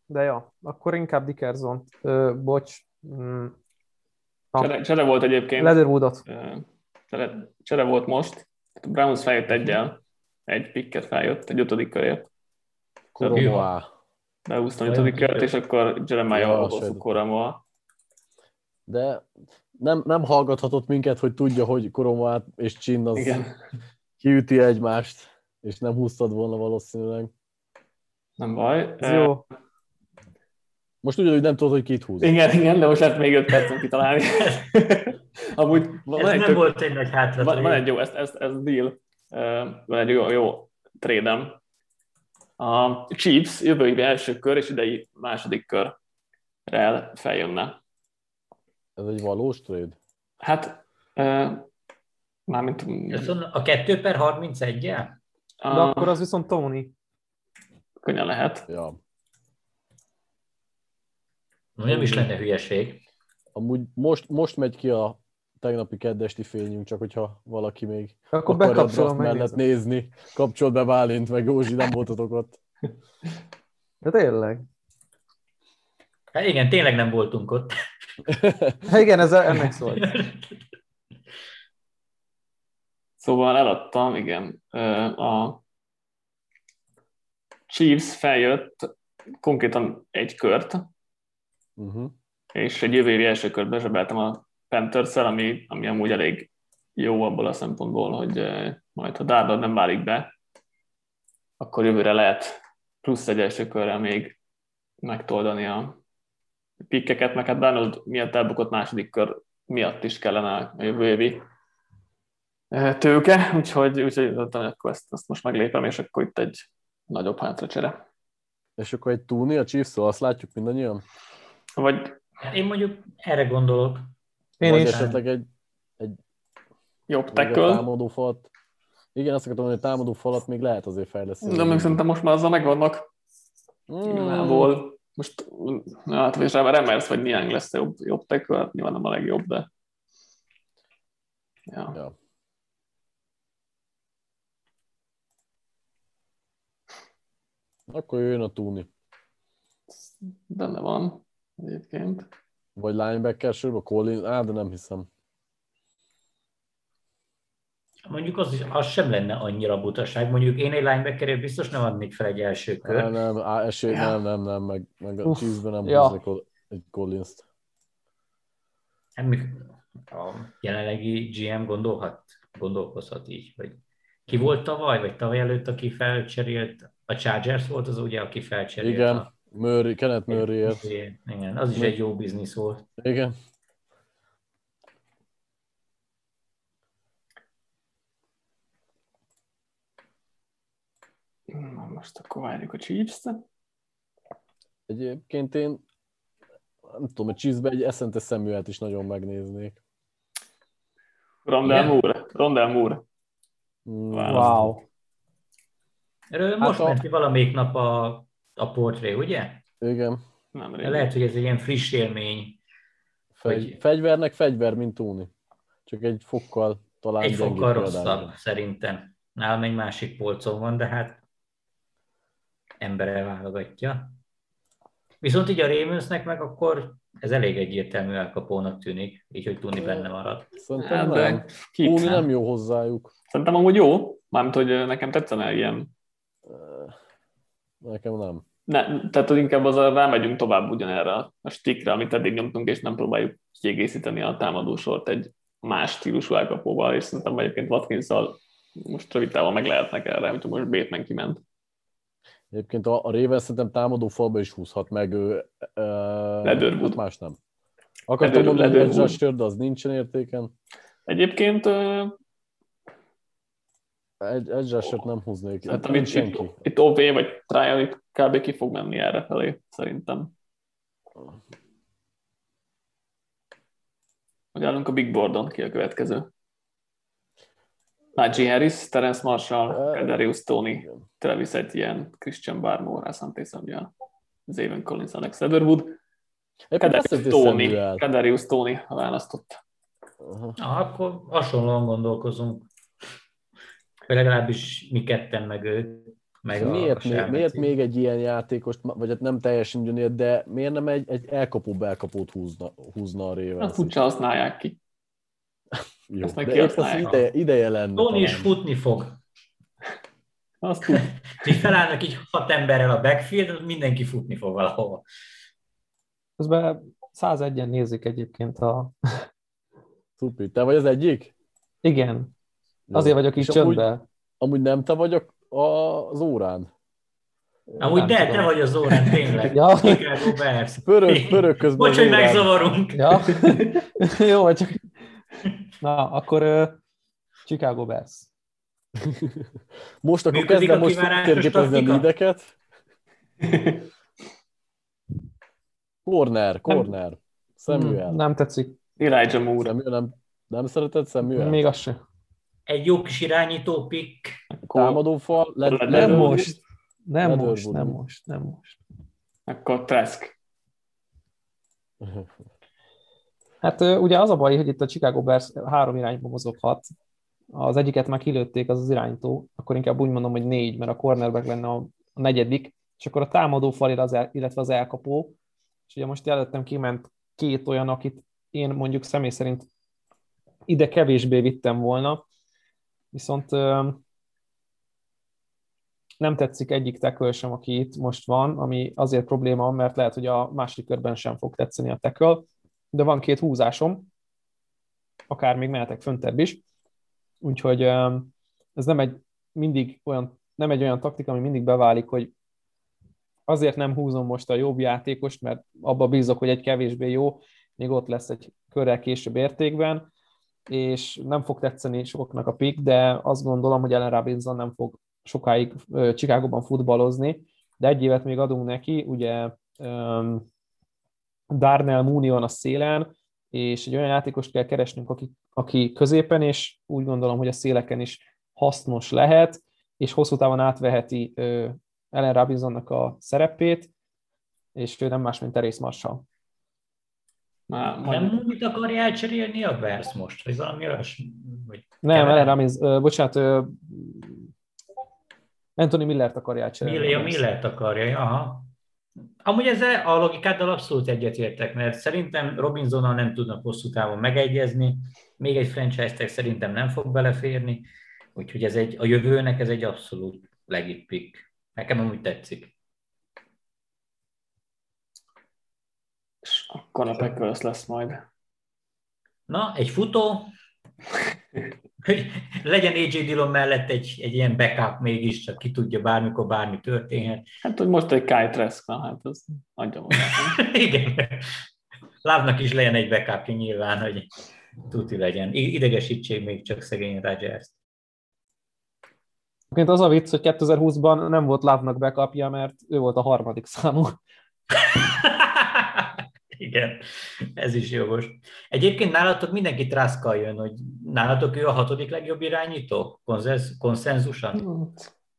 De ja, akkor inkább Dickerson. Ö, bocs. Mm,
Csere, csere volt egyébként.
Leatherwoodot.
Csere, csere volt most. A Browns feljött egyel. Egy picket feljött, egy ötödik körért.
Koromoa.
Behúztam ötödik kört, és akkor Jeremiah
Ja,
Ogosu Koromoa.
De nem, nem hallgathatott minket, hogy tudja, hogy Koromoát és Chin az
Igen.
kiüti egymást, és nem húztad volna valószínűleg.
Nem baj.
Ez jó.
Most ugyanúgy nem tudod, hogy kit húz.
Igen, igen, de most lehet még öt percen kitalálni. Amúgy van
ez
egy
nem
tök,
volt egy nagy hátra.
van, van egy jó, ez, ez, ez deal, van egy jó, jó trade-em. A Chiefs jövő évi első kör és idei második körrel feljönne.
Ez egy valós trade?
Hát, uh, mármint...
A kettő per harmincegy-jel?
De akkor az viszont Tony.
Könnyen lehet.
Ja.
Nem is lenne hülyeség.
Amúgy most, most megy ki a tegnapi keddesti fényünk, csak hogyha valaki még
akkor
akarja a draft
megnézem.
mellett nézni. Kapcsolt be Bálint, meg Józsi, nem voltatok ott.
De tényleg.
Hát igen, tényleg nem voltunk ott.
Hát igen, ez ennek szólt.
Szóval eladtam, igen. A Chiefs feljött konkrétan egy kört,
Uh-huh.
és egy jövő évi első kört bezsebeltem a Panthers-szel, ami, ami amúgy elég jó abból a szempontból, hogy majd ha Darnold nem válik be, akkor jövőre lehet plusz egy első körrel még megtoldani a pikkeket, meg hát Darnold miatt elbukott második kör miatt is kellene a jövő évi tőke, úgyhogy, úgyhogy akkor ezt, ezt most meglépem, és akkor itt egy nagyobb hátracsere.
És akkor egy túlni a Chiefs-től, azt látjuk mindannyian?
Vagy
Én mondjuk erre gondolok.
Én
Vagy
is.
esetleg egy, egy
jobb
tackle.
tackle.
Támadó falat. Igen, azt akartam mondani, hogy támadó falat még lehet azért fejleszteni.
De még szerintem most már azzal megvannak.
Mm.
Igazából most, na, hát és Remers vagy Niang lesz a jobb, jobb tackle, hát nyilván nem a legjobb, de ja.
Ja. Akkor jön a túni.
Benne van egyébként.
Vagy linebacker sorba, Colin, á, de nem hiszem.
Mondjuk az, az sem lenne annyira butaság. Mondjuk én egy linebackerért biztos nem adnék fel egy első kör.
Nem, nem, á, esély,
Ja.
nem, nem, nem, meg, meg a
Uff,
Chiefs-ben nem
ja.
húznék oda egy Collins-t.
A jelenlegi gé em gondolhat, gondolkozhat így. Vagy ki volt tavaly, vagy tavaly előtt, aki felcserélt? A Chargers volt az ugye, aki felcserélt.
Igen,
a...
Murray, Kenneth Murrayért.
Igen, az is egy jó biznisz volt.
Igen.
Na, most akkor várjuk a Chiefs-t.
Egyébként én nem tudom, a Chiefs-be egy Eszente Samuelt is nagyon megnéznék.
Rondell
Igen.
Moore. Rondell Moore.
Mm,
Wow.
Wow.
Erről
Hát
most
a-
ment ki valamelyik nap a, a portré, ugye?
Igen.
Nem
De
régen.
lehet, hogy ez egy ilyen friss élmény.
Fegy,
Hogy-
Fegyvernek fegyver, mint Túni. Csak egy fokkal talán
Egy
gyengébb
fokkal
kiadásban.
rosszabb, szerintem. Nálam egy másik polcon van, de hát embere válogatja. Viszont így a Ravensnek meg akkor ez elég egyértelmű elkapónak tűnik, így, hogy Tuni benne maradt.
Szerintem
Hát,
nem.
de kit,
Túni
nem?
nem jó hozzájuk.
Szerintem amúgy jó, mármint, hogy nekem tetszene ilyen.
Nekem nem.
Ne, tehát hogy inkább az a, rámegyünk tovább ugyanerre a stickre, amit eddig nyomtunk, és nem próbáljuk kiegészíteni a támadósort egy más stílusú elkapóval, és szerintem egyébként Watkinsszal most rövid távon meg lehetnek erre, hogyha most Bateman kiment.
Egyébként a, a Ravens szerintem támadó falba is húzhat meg. Ő, ö,
Leatherwood.
hát más nem. Akartam
Leather-
mondani, hogy
Leatherwood.
Edge Rusher, de az nincsen értéken.
Egyébként ö,
Egy Edge Rusher-t nem húznék.
hát,
Hát,
amit
nincs senki.
itt, itt o vé vagy Tryon itt kb. Ki fog menni erre felé, szerintem. Hogy állunk a big boardon, ki a következő? Najee Harris, Terence Marshall, Kadarius Toney, Travis Etienne, Christian Barmore, Asante Samuel, Zayvon Collins, Alex Leatherwood, Kadarius Toney, Kadarius Toney a választott.
Na, akkor hasonlóan gondolkozunk. Vagy legalábbis mi ketten meg ő. meg a
Miért, még,
Sármeci.
miért még egy ilyen játékost, vagy hát nem teljesen ugyanért, de miért nem egy, egy elkapó-belkapót húzna, húzna a Ravens?
Hát úgyse használják ki.
Jó,
ezt meg
de épp az
kihasználják.
ideje, ideje lenne
Tony is
talán.
futni fog.
Azt tud.
Így felállnak így hat emberrel a backfield, mindenki futni fog valahol.
Közben százegyen nézik egyébként a...
Szupi, te vagy az egyik?
Igen,
Jó.
azért vagyok így
És amúgy,
csöndben.
amúgy nem te vagy a- az órán?
Amúgy
Nem
de,
tudom.
te vagy az órán, tényleg.
Ja.
Chicago Bears.
Pörög, pörög közben
Bocs,
az
hogy
órán.
megzavarunk.
Ja. Jó, vagy csak... Na, akkor uh, Chicago Bears.
Most akkor
Működik
kezdem
a
most
kivárásos
térképezni a
taktika?
lideket. Corner, corner. Samuel.
Mm, Nem tetszik.
Elijah Moore.
Samuel nem, nem szereted Samuel?
Még az se.
Egy jó kis irányító pick.
Támadó fal, led,
Nem
Nem
Leatherwood.
most. Nem
Leatherwood.
most, nem most, nem most.
Akkor Trask.
Hát ö, ugye az a baj, hogy itt a Chicago Bears három irányba mozoghat. Az egyiket már kilőtték, az az irányító. Akkor inkább úgy mondom, hogy négy, mert a cornerback lenne a a negyedik, és akkor a támadó fal, az el, illetve az elkapó. És ugye most előttem kiment két olyan, akit én mondjuk személy szerint ide kevésbé vittem volna. Viszont ö, nem tetszik egyik tackle sem, aki itt most van, ami azért probléma, mert lehet, hogy a második körben sem fog tetszeni a tackle, de van két húzásom, akár még mehetek föntebb is, úgyhogy ez nem egy mindig olyan, nem egy olyan taktika, ami mindig beválik, hogy azért nem húzom most a jobb játékost, mert abba bízok, hogy egy kevésbé jó, még ott lesz egy körrel később értékben, és nem fog tetszeni sokaknak a pick, de azt gondolom, hogy Allen Robinson nem fog sokáig Chicagóban futballozni, de egy évet még adunk neki, ugye um, Darnell Mooney van a szélen, és egy olyan játékost kell keresnünk, aki, aki középen, és úgy gondolom, hogy a széleken is hasznos lehet, és hosszú távon átveheti uh, Allen Robinsonnak a szerepét, és ő nem más, mint Terrace Marshall.
Már,
Nem Mooney-t akarja elcserélni a Bears most, vagy valami olyasmi? Vagy
Nem, Allen Robinson, uh, bocsánat, uh, Anthony Millert akarja elcserélni.
Miller, Millert akarja, aha. Amúgy ezzel a logikáddal abszolút egyetértek, mert szerintem Robinsonnal nem tudnak hosszú távon megegyezni, még egy franchise-tek szerintem nem fog beleférni, úgyhogy ez egy, a jövőnek ez egy abszolút legit pick. Nekem amúgy tetszik.
És akkor a Packers lesz majd.
Na, egy futó, hogy legyen á jé Dillon mellett egy, egy ilyen backup mégiscsak, ki tudja, bármikor bármi történhet.
Hát, hogy most egy Kyle Trask, na hát az adja magát.
Igen. Lávnak is legyen egy backupja nyilván, hogy tuti legyen. Idegesítsék még csak szegény Rodgers-t.
Az a vicc, hogy kétezer-húszban nem volt Love-nak backupja, mert ő volt a harmadik számú.
Igen, ez is jogos. Egyébként nálatok mindenki Traskkal jön, hogy nálatok ő a hatodik legjobb irányító? Konszenz, konszenzusan?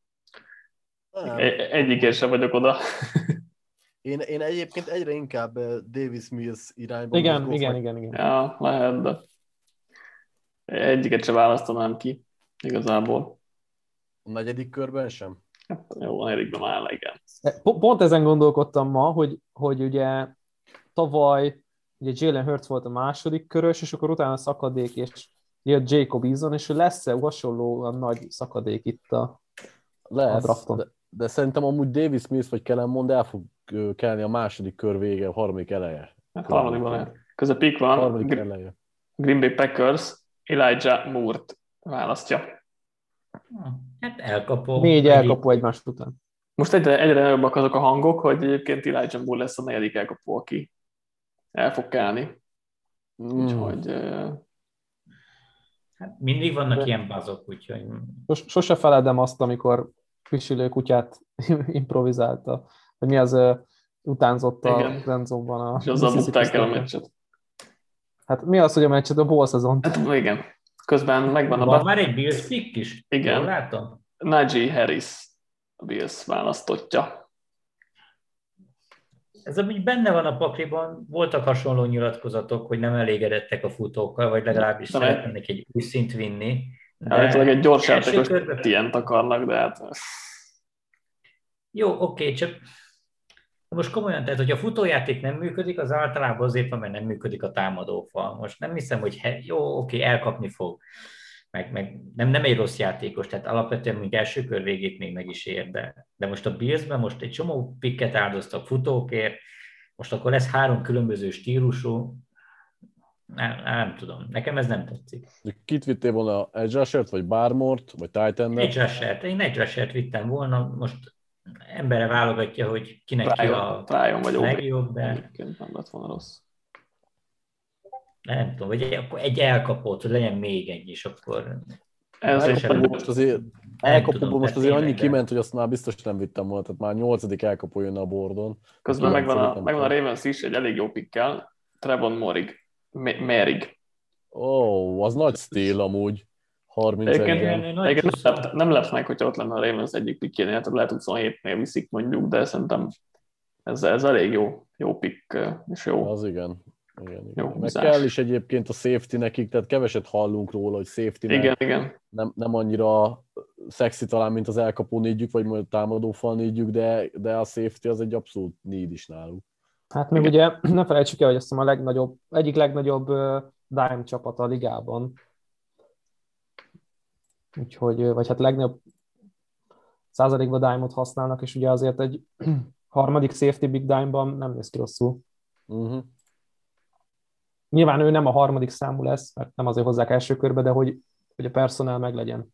Egy, egyikért sem vagyok oda.
Én, én egyébként egyre inkább Davis Mills irányba
Igen,
mozgok,
igen,
meg-
igen, igen.
Ja, lehet, de egyiket sem választanám ki, igazából.
A negyedik körben sem.
Hát, jó, a negyedikben már igen.
Po- Pont ezen gondolkodtam ma, hogy, hogy ugye tavaly ugye Jalen Hurts volt a második körös, és akkor utána szakadék, és jött Jacob Eason, és lesz-e hasonlóan nagy szakadék itt a, a
Lesz,
drafton?
de, de szerintem amúgy Davis Mills vagy Kellen Mond el fog ö, kelni a második kör vége, a harmadik eleje.
Hát harmadikban lehet. Közepik van,
Harmadik
Gr-
eleje.
Green Bay Packers, Elijah Moore-t választja.
Hát elkapó.
Négy elkapó egymás után.
Most egyre, egyre nagyobbak azok a hangok, hogy egyébként Elijah Moore lesz a negyedik elkapó, aki el fog kelni.
Mm.
Úgyhogy uh,
Hát mindig vannak
De-
ilyen bazok, úgyhogy...
Sos- Sose feledem azt, amikor Pisülő kutyát improvizálta, hogy mi az ö, utánzott a
Igen.
Renzóban a
és azzal
Mississippi
bukták el a
State-en.
meccset.
Hát mi az, hogy a meccset a bowl szezont?
Hát igen. Közben megvan a
Van
bat-
már egy Bills pick is?
Igen.
Jól látom?
Najee Harris, a Bills választottja.
Ez amúgy benne van a pakliban, voltak hasonló nyilatkozatok, hogy nem elégedettek a futókkal, vagy legalábbis
De
szeretnének egy új szint vinni. De
Állítólag egy gyors
első
játékos
körben-
ilyent akarnak, de hát
Jó, oké, csak most komolyan, tehát hogy a futójáték nem működik, az általában azért van, mert nem működik a támadófal. Most nem hiszem, hogy he, jó, oké, elkapni fog, meg, meg nem, nem egy rossz játékos, tehát alapvetően még első kör végét még meg is ér, de, de most a Billsben most egy csomó pikket áldoztak futókért, most akkor lesz három különböző stílusú, nem, nem tudom, nekem ez nem tetszik.
Kit vittél volna, Edge Rushert, vagy Barmort, vagy Titan-net?
Edge Rushert, én Edge Rushert vittem volna, most embere válogatja, hogy kinek ki a
Trájon vagy
legjobb, de
egyébként nem lett volna rossz.
nem tudom, vagy akkor egy elkapott, hogy legyen még egy, és akkor...
Ez
Elkapóból most azért, elkapóból most azért annyi
tényleg,
kiment, hogy azt már biztos nem vittem volna, tehát már nyolcadik elkapó jönne a bordon.
közben megvan a,
Nem
megvan a
tudom.
Ravens is egy elég jó pikkel, Trevon Morig. Me- Merig.
Ó, oh, az nagy stíl amúgy.
Egyébként,
harmincegy.
nagy
egyébként
plusz
nem,
van.
lep, nem lepsz meg, hogyha ott lenne a Ravens egyik pikkénél, tehát lehet huszonhétnél viszik mondjuk, de szerintem ez, ez elég jó, jó pick, és jó.
Az igen. igen, igen.
Jó
Meg
húzás.
kell is egyébként a safety nekik, tehát keveset hallunk róla, hogy safety
Igen, igen.
nem, nem annyira szexi talán, mint az elkapó négyük, vagy majd a támadófal négyük, de, de a safety az egy abszolút need is náluk.
Hát meg ugye ne felejtsük el, hogy azt hiszem a legnagyobb, egyik legnagyobb uh, dime csapat a ligában. Úgyhogy, vagy hát legnagyobb százalékban dime-ot használnak, és ugye azért egy harmadik safety big dime-ban nem néz ki rosszul.
Uh-huh.
Nyilván ő nem a harmadik számú lesz, mert nem azért hozzák első körbe, de hogy, hogy a personál meglegyen.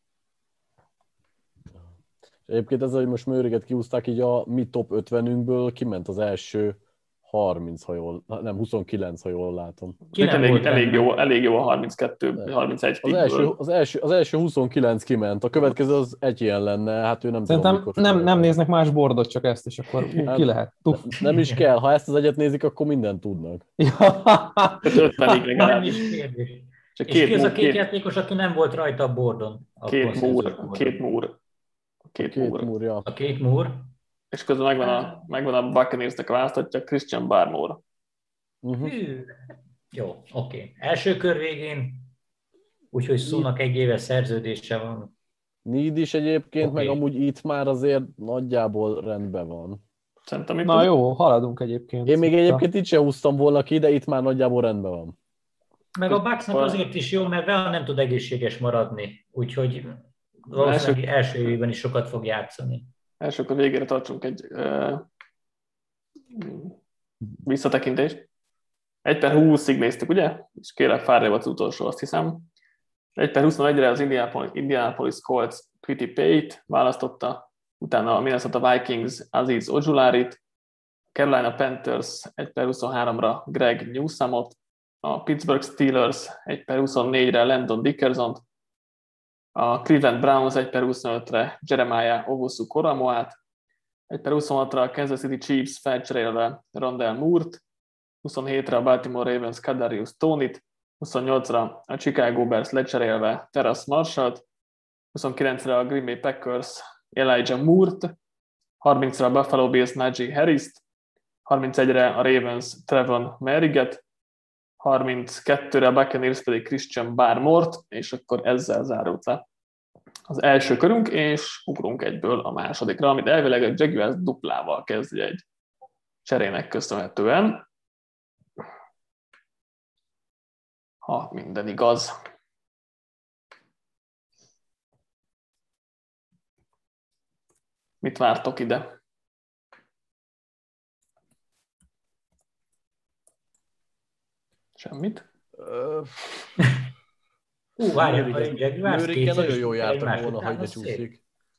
Egyébként ez, hogy most Mőriget kiúzták, így a mi top ötvenünkből kiment az első harminc, ha jól, nem, huszonkilenc, ha jól látom.
Ki nem
elég,
volt
elég,
benne?
jó, elég jó a harminckettő, harmincegy
Az
pickből.
első, az, első, az első huszonkilenc kiment, a következő az egy ilyen lenne, hát ő nem
Szerintem
tudom, mikor
nem,
fogja.
nem néznek más bordot, csak ezt, és akkor ú,
Hát,
ki lehet. Tuf.
Nem is kell, ha ezt az egyet nézik, akkor mindent tudnak.
ötvenig
Nem
legalább.
is kérdés.
Csak
És ki az a
múr-
két játékos, aki nem volt rajta a bordon? A
Két
konszenzus
múr,
bordon?
két múr. Két
Két
múr.
múrja.
A két múr?
És közben megvan a, megvan a Buccaneers-nek a választatja, Christian Barmore.
Uh-huh.
Hű. Jó, oké. Okay. Első kör végén, úgyhogy szónak egy éves szerződése van.
Need is egyébként,
Oké.
meg amúgy itt már azért nagyjából rendben van.
Szerintem itt
Na
az-
jó, haladunk egyébként.
Én még egyébként itt sem húztam volna ki, de itt már nagyjából rendben van.
Meg a Bucksnak azért is jó, mert Vea nem tud egészséges maradni, úgyhogy valószínűleg első évben is sokat fog játszani.
első kör végére tartsunk egy uh, visszatekintést. egy per húszig néztük, ugye? És kérlek, Fárre volt az utolsó, azt hiszem. egy per huszonegyre az Indianapolis, Indianapolis Colts Kwity Paye-t választotta, utána a Minnesota Vikings Aziz Ojularit, Carolina Panthers egy per huszonháromra Greg Newsomot, a Pittsburgh Steelers egy per huszonnégyre Landon Dickersont, a Cleveland Browns egy per huszonötre Jeremiah Owusu Koramoát, egy per huszonhatra a Kansas City Chiefs felcserélve Rondell Moore-t, huszonhétre a Baltimore Ravens Kadarius Toney-t, huszonnyolcra a Chicago Bears lecserélve Terrace Marshall-t, huszonkilencre a Green Bay Packers Elijah Moore-t, harmincra a Buffalo Bills Najee Harris-t, harmincegyre a Ravens Trevon Merriget, harminckettőre a Buccaneers pedig Christian Barmore-t, és akkor ezzel zárult le az első körünk, és ugrunk egyből a másodikra, amit elvileg a Jaguars duplával kezd egy cserének köszönhetően. Ha minden igaz. Mit vártok ide? Semmit?
Hú, várjál, a Jaguars
Mőrikkel
kétszer
nagyon
is
jól
tudta
jártak
egymás
volna,
után,
ha ide
az szép.
csúszik.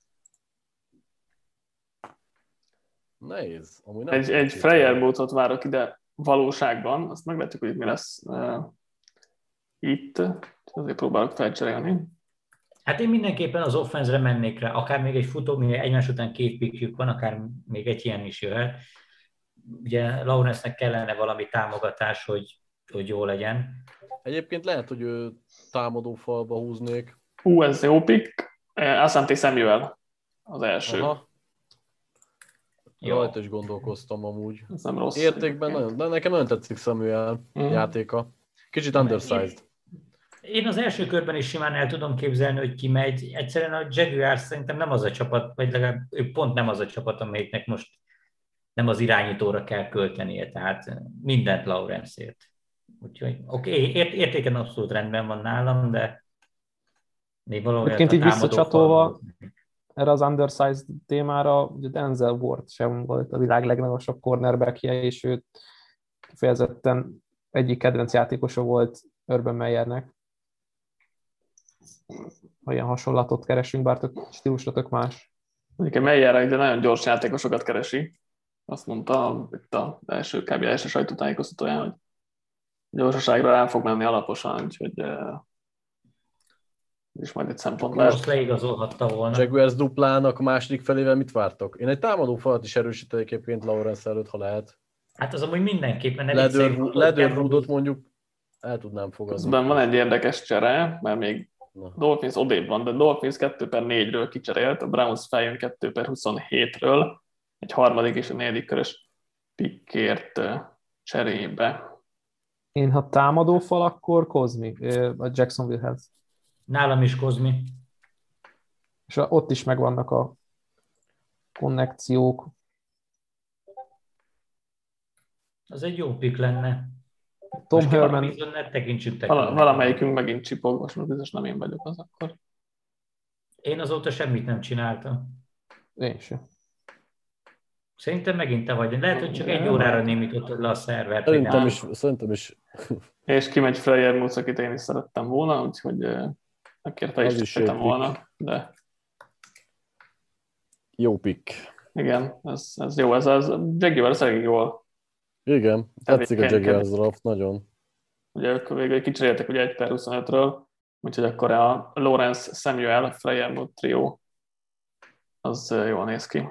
Nehéz. Amúgy nem
Egy,
tudom,
egy
hogy
Freyer módot várok ide valóságban, azt meglátjuk, hogy itt mi lesz uh, itt. Azért próbálok felcserélni.
Hát én mindenképpen az offense-re mennék rá, akár még egy futó, mivel egymás után két pickjük van, akár még egy ilyen is jöhet. Ugye Lawrence-nek kellene valami támogatás, hogy, hogy jó legyen.
Egyébként lehet, hogy ő támadó falba húznék.
Hú, ez jó pick. Asante Samuel az első.
Aha.
Jó.
Rajta is gondolkoztam amúgy.
Ez nem rossz.
Értékben nagyon, de nekem nagyon tetszik Samuel
Mhm.
játéka. Kicsit undersized.
Én az első körben is simán el tudom képzelni, hogy ki megy. Egyszerűen a Jaguars szerintem nem az a csapat, vagy legalább ő pont nem az a csapat, amelyiknek most nem az irányítóra kell költenie, tehát mindent Lawrence-ért. Úgyhogy oké, okay, ért, értéken abszolút rendben van nálam, de még valahol
Egyébként így visszacsatolva
falból.
erre az undersized témára, ugye Denzel Ward sem volt a világ legmagasabb cornerbackje, és ő kifejezetten egyik kedvenc játékosa volt Urban Meyernek. Olyan hasonlatot keresünk, bár tök stílusra tök más.
Mondjuk a Meyer de nagyon gyors játékosokat keresi. Azt mondta itt az első, kb. első sajtótájékoztatóján, hogy gyorsaságra rá fog menni alaposan, úgyhogy ez is majd egy szempont lehet.
Most leigazolhatta volna.
Jaguars duplának a második felével mit vártok? Én egy támadó falat is erősítek egyébként Lawrence előtt, ha lehet.
Hát az amúgy mindenképpen.
Leatherwoodot mondjuk el tudnám fogadni.
Közben van egy érdekes csere, mert még Na. Dolphins odébb van, de Dolphins kettő per négyről kicserélt, a Browns feljön kettő per huszonhétről, egy harmadik és a negyedik körös pickért cserébe.
Én, ha támadó fal, akkor Cosmi, a Jacksonvillehez.
Nálam is Cosmi.
És ott is megvannak a konnekciók.
Az egy jó pick lenne.
Tom Herman.
Val- valamelyikünk megint csipog, most már biztos nem én vagyok az akkor.
Én azóta semmit nem csináltam.
Én sem.
Szerintem megint te vagy. Lehet, hogy csak egy órára némítottad le a szervert.
Szerintem is. Szerintem is.
És kimegy Freyer Músz, akit én is szerettem volna, úgyhogy megkérte is tettem volna. De...
Jó pick.
Igen, ez, ez jó. Ez az Jaguars elég jól.
Igen, tetszik a Jaguars draft, nagyon.
Ugye ők végül kicseréltek ugye egy per huszonötről, úgyhogy akkor a Lawrence Samuel Freiermuth trió az jól néz ki.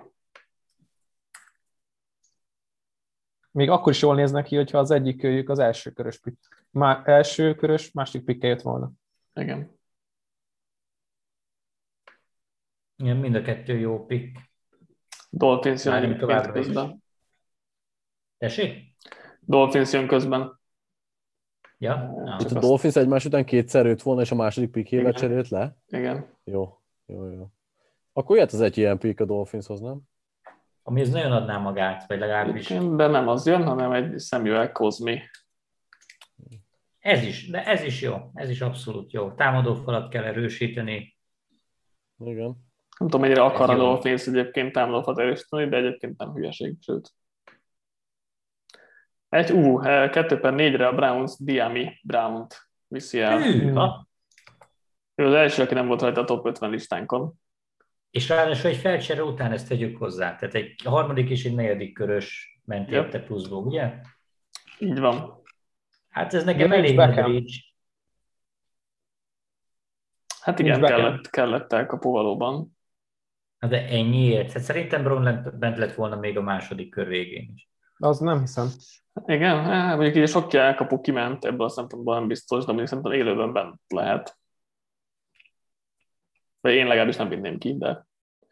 Még akkor is jól néznek ki, hogyha az egyik őjük az első körös pick. Már első körös, másik pickkel jött volna.
Igen.
Igen, mind a kettő jó pick.
Dolphins jön közben.
Tessék?
Dolphins jön közben.
Ja? No.
Itt a Dolphins egymás után kétszer jött volna, és a második pickével cserélt le?
Igen.
Jó, jó, jó. Akkor jött az egy ilyen pick a Dolphinshoz, nem?
Ami ez nagyon adná magát, vagy legalábbis.
De nem az jön, hanem egy Samuel Cosmi.
Ez is, de ez is jó. Ez is abszolút jó. Támadó falat kell erősíteni.
Igen.
Nem tudom, mennyire akar a Dolphins egyébként támadó falat erősíteni, de egyébként nem hülyeség, sőt. Egy ú, kettő per négyre a Browns Diami Brown-t viszi el.
Hű,
ő az első, aki nem volt rajta a top ötven listánkon.
És ráadásul egy felcsere után ezt tegyük hozzá. Tehát egy harmadik és egy negyedik körös ment
yep.
érte pluszból, ugye?
Így van.
Hát ez nekem elég nagy reach.
Hát igen, kellett, kellett elkapu valóban.
Hát de ennyiért? Hát szerintem Brown bent lett volna még a második kör végén is.
Az nem hiszem.
Igen, hát mondjuk így sok elkapu kiment, ebből a szempontból nem biztos, de mondjuk szerintem élőben bent lehet. De én legalábbis nem vinném ki, de...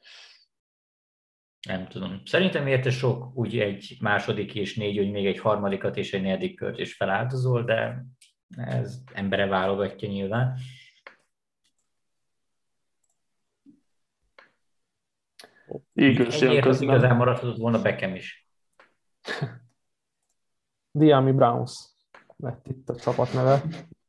Nem tudom. Szerintem érte sok úgy egy második és négy, hogy még egy harmadikat és egy negyedik kört is feláldozol, de ez embere válogatja nyilván.
Eagles jön közben.
Igazán maradhatott volna Beckham is.
Diami Browns lett itt a csapat neve.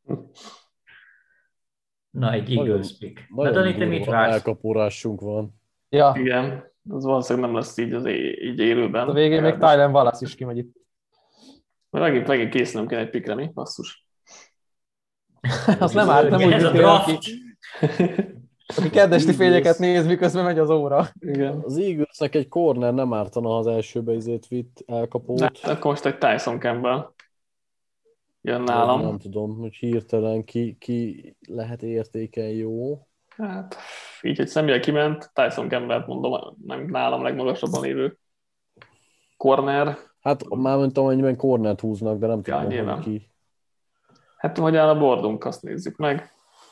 Na, egy Eagles pick. Na, Dani, te mit vársz?
Elkapórásunk van.
Ja.
Igen, az valószínűleg nem lesz így, az é- így élőben.
A végén még Tylen Wallace is kimegy itt.
Megint, megint készülöm kéne egy pickre, mi? Basszus.
Azt nem árt, nem úgy, mint én, aki, aki kedvesti fényeket néz, miközben megy az óra.
Igen.
Az Eaglesnek egy corner nem ártana, ha az elsőbe izét vitt elkapót.
Hát, akkor most egy Tyson Campbell jön nálam.
Nem tudom, hogy hirtelen ki, ki lehet értéken jó.
Hát, így egy személyre kiment, Tyson Campbell-t mondom, nem nálam legmagasabban lévő corner.
Hát már mondtam, amennyiben cornert húznak, de nem
Ja,
tudom,
nyilván.
hogy ki.
Hát, hogy áll a bordunk, azt nézzük meg.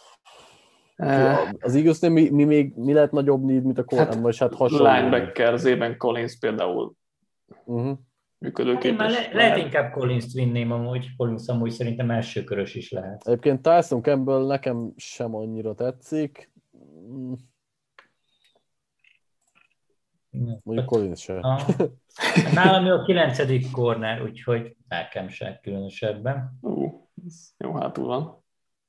Az Eaglesnél mi, mi, még, mi lehet nagyobb need, mint a corner?
Hát,
vagy hát hasonló.
Linebacker, Zében Collins például.
Uh-huh.
működőképes.
Hát én már le, lehet inkább Collins-t vinném amúgy, Collins amúgy szerintem elsőkörös is lehet.
Egyébként Tyson Campbell nekem sem annyira tetszik. Mondjuk Collins se.
Nálam ő a kilencedik corner, úgyhogy nekem se különösebben.
Ú, uh, ez jó hátul van.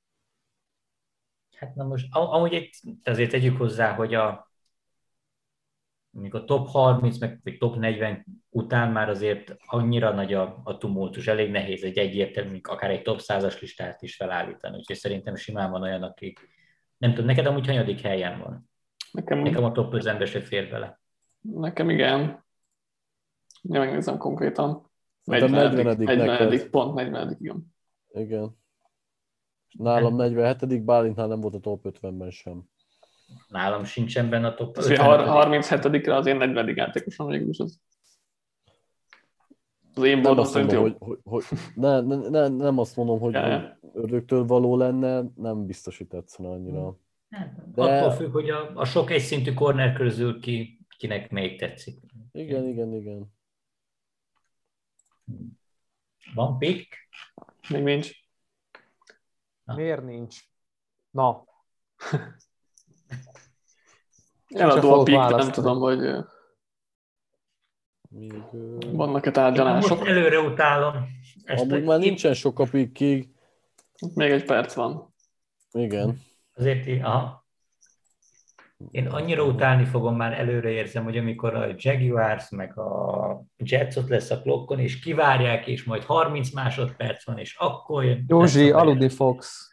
Hát na most, amúgy egy, azért tegyük hozzá, hogy a mondjuk a top harminc, meg vagy top negyven után már azért annyira nagy a, a tumultus, elég nehéz egy egyértelmű, akár egy top százas listát is felállítani, úgyhogy szerintem simán van olyan, aki, nem tudom, neked amúgy hanyadik helyen van?
Nekem,
Nekem a top ötvenbe se fér bele.
Nekem igen. Ja, megnézem konkrétan.
negyvenedik
negyvenedik pont, negyvenedik igen.
Igen. Nálam negyvenhetedik Bálintnál nem volt a top ötvenben sem.
Nálam sincsen benne a top ötvenben.
harminchetedikre az én negyvenedik játékosom végül az. Az én
nem azt mondom, hogy, hogy, hogy ne, ne, ne, nem azt mondom, hogy,
ja,
hogy ördögtől való lenne, nem biztos, hogy tetszene annyira.
De... Attól függ, hogy a, a sok egyszintű corner közül ki, kinek még tetszik.
Igen, igen, igen.
Van pick?
Még nincs.
Na. Miért nincs? Na.
Eladó a pick, nem tudom, hogy
Még,
vannak-e tárgyalások.
Most előre utálom.
Ezt amúgy már nincsen sok a pickig.
Még egy perc van.
Igen.
Azért így, aha. Én annyira utálni fogom, már előre érzem, hogy amikor a Jaguars meg a Jets ott lesz a klokkon, és kivárják, és majd harminc másodperc van, és akkor jön.
Józsi, aludni fogsz.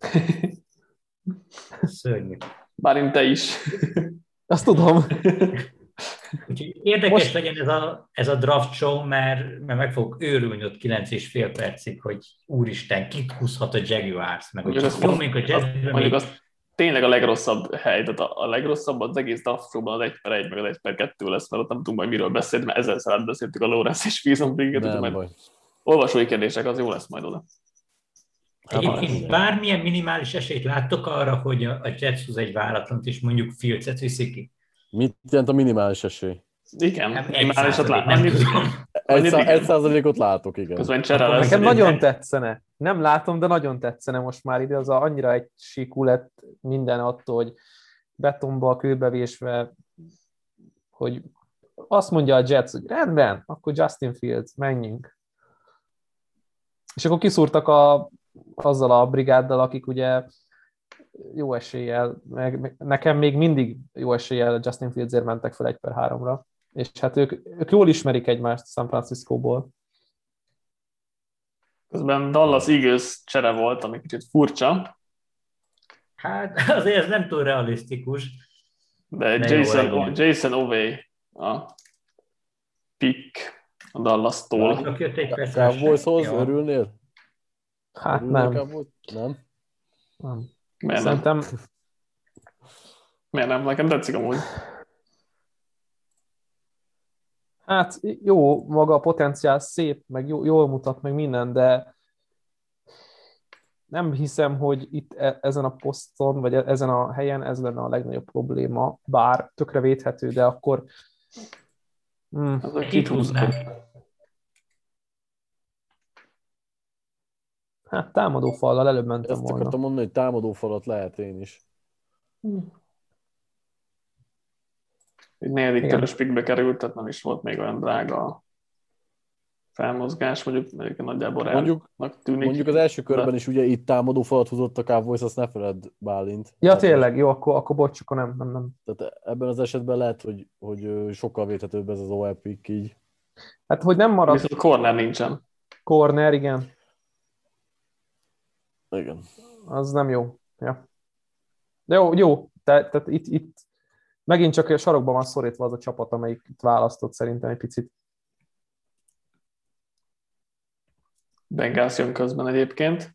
Szörnyű.
Bárint te is.
Azt tudom.
Úgyhogy érdekes Most... legyen ez a, ez a draft show, mert, mert meg fogok őrülni ott kilenc és fél percig, hogy úristen, kit húzhat a Jaguars, meg hogy jó, még a Jetsből még...
Az tényleg a legrosszabb hely, tehát a, a legrosszabb az egész draft showban az egy per egy, meg az egy per kettő lesz, mert ott nem tudunk majd miről beszélni, mert ezerszer átbeszéltük a Lawrence és Wilson Brigget, mert olvasói kérdések, az jó lesz majd oda.
Egyébként bármilyen minimális esélyt láttok arra, hogy a Jets húz egy váratlant, és mondjuk Fields-et viszi ki?
Mit jelent a minimális esély?
Igen,
minimálisat
látom.
Egy százalékot látok, igen.
Nekem nagyon tetszene. Nem látom, de nagyon tetszene most már ide. Az a, annyira egy síkú lett minden attól, hogy betonba kőbevésve, hogy azt mondja a Jets, hogy rendben, akkor Justin Fields, menjünk. És akkor kiszúrtak a, azzal a brigáddal, akik ugye jó eséllyel, meg nekem még mindig jó eséllyel Justin Fieldsért mentek fel egy per háromra, és hát ők, ők jól ismerik egymást San Franciscóból.
Közben Dallas Eagles csere volt, ami kicsit furcsa.
Hát azért ez nem túl realisztikus.
De Jason, Jason Oweh a pick a Dallas-tól.
Csak jött egy perc.
Cowboyshoz örülnél?
Hát nem.
Nem?
Nem.
Miért
Szerintem...
nem? Miért nem? Nekem tetszik amúgy.
Hát jó, maga a potenciál szép, meg jó, jól mutat, meg minden, de nem hiszem, hogy itt ezen a poszton, vagy ezen a helyen ez lenne a legnagyobb probléma, bár tökre védhető, de akkor...
Hmm. Az a kit húznak.
Hát támadófallal előbb mentem
Ezt
volna.
Ezt akartam mondani, hogy támadófalat lehet én is.
Hmm. Egy negyedik körös pickbe került, tehát nem is volt még olyan drága a felmozgás, mondjuk mert nagyjából
mondjuk,
tűnik.
Mondjuk az első körben de... is ugye itt támadófalat húzott a Cowboys, azt ne feled, Bálint.
Ja tényleg, jó, akkor, akkor bocs, akkor nem, nem, nem.
Tehát ebben az esetben lehet, hogy, hogy sokkal védhetőbb ez az o el pick így.
Hát, hogy nem marad...
Viszont corner nincsen.
Corner, igen.
Igen.
Az nem jó. Ja. De jó, jó. Te, tehát itt, itt megint csak a sarokban van szorítva az a csapat, amelyik itt választott szerintem egy picit.
Bengals jön közben egyébként.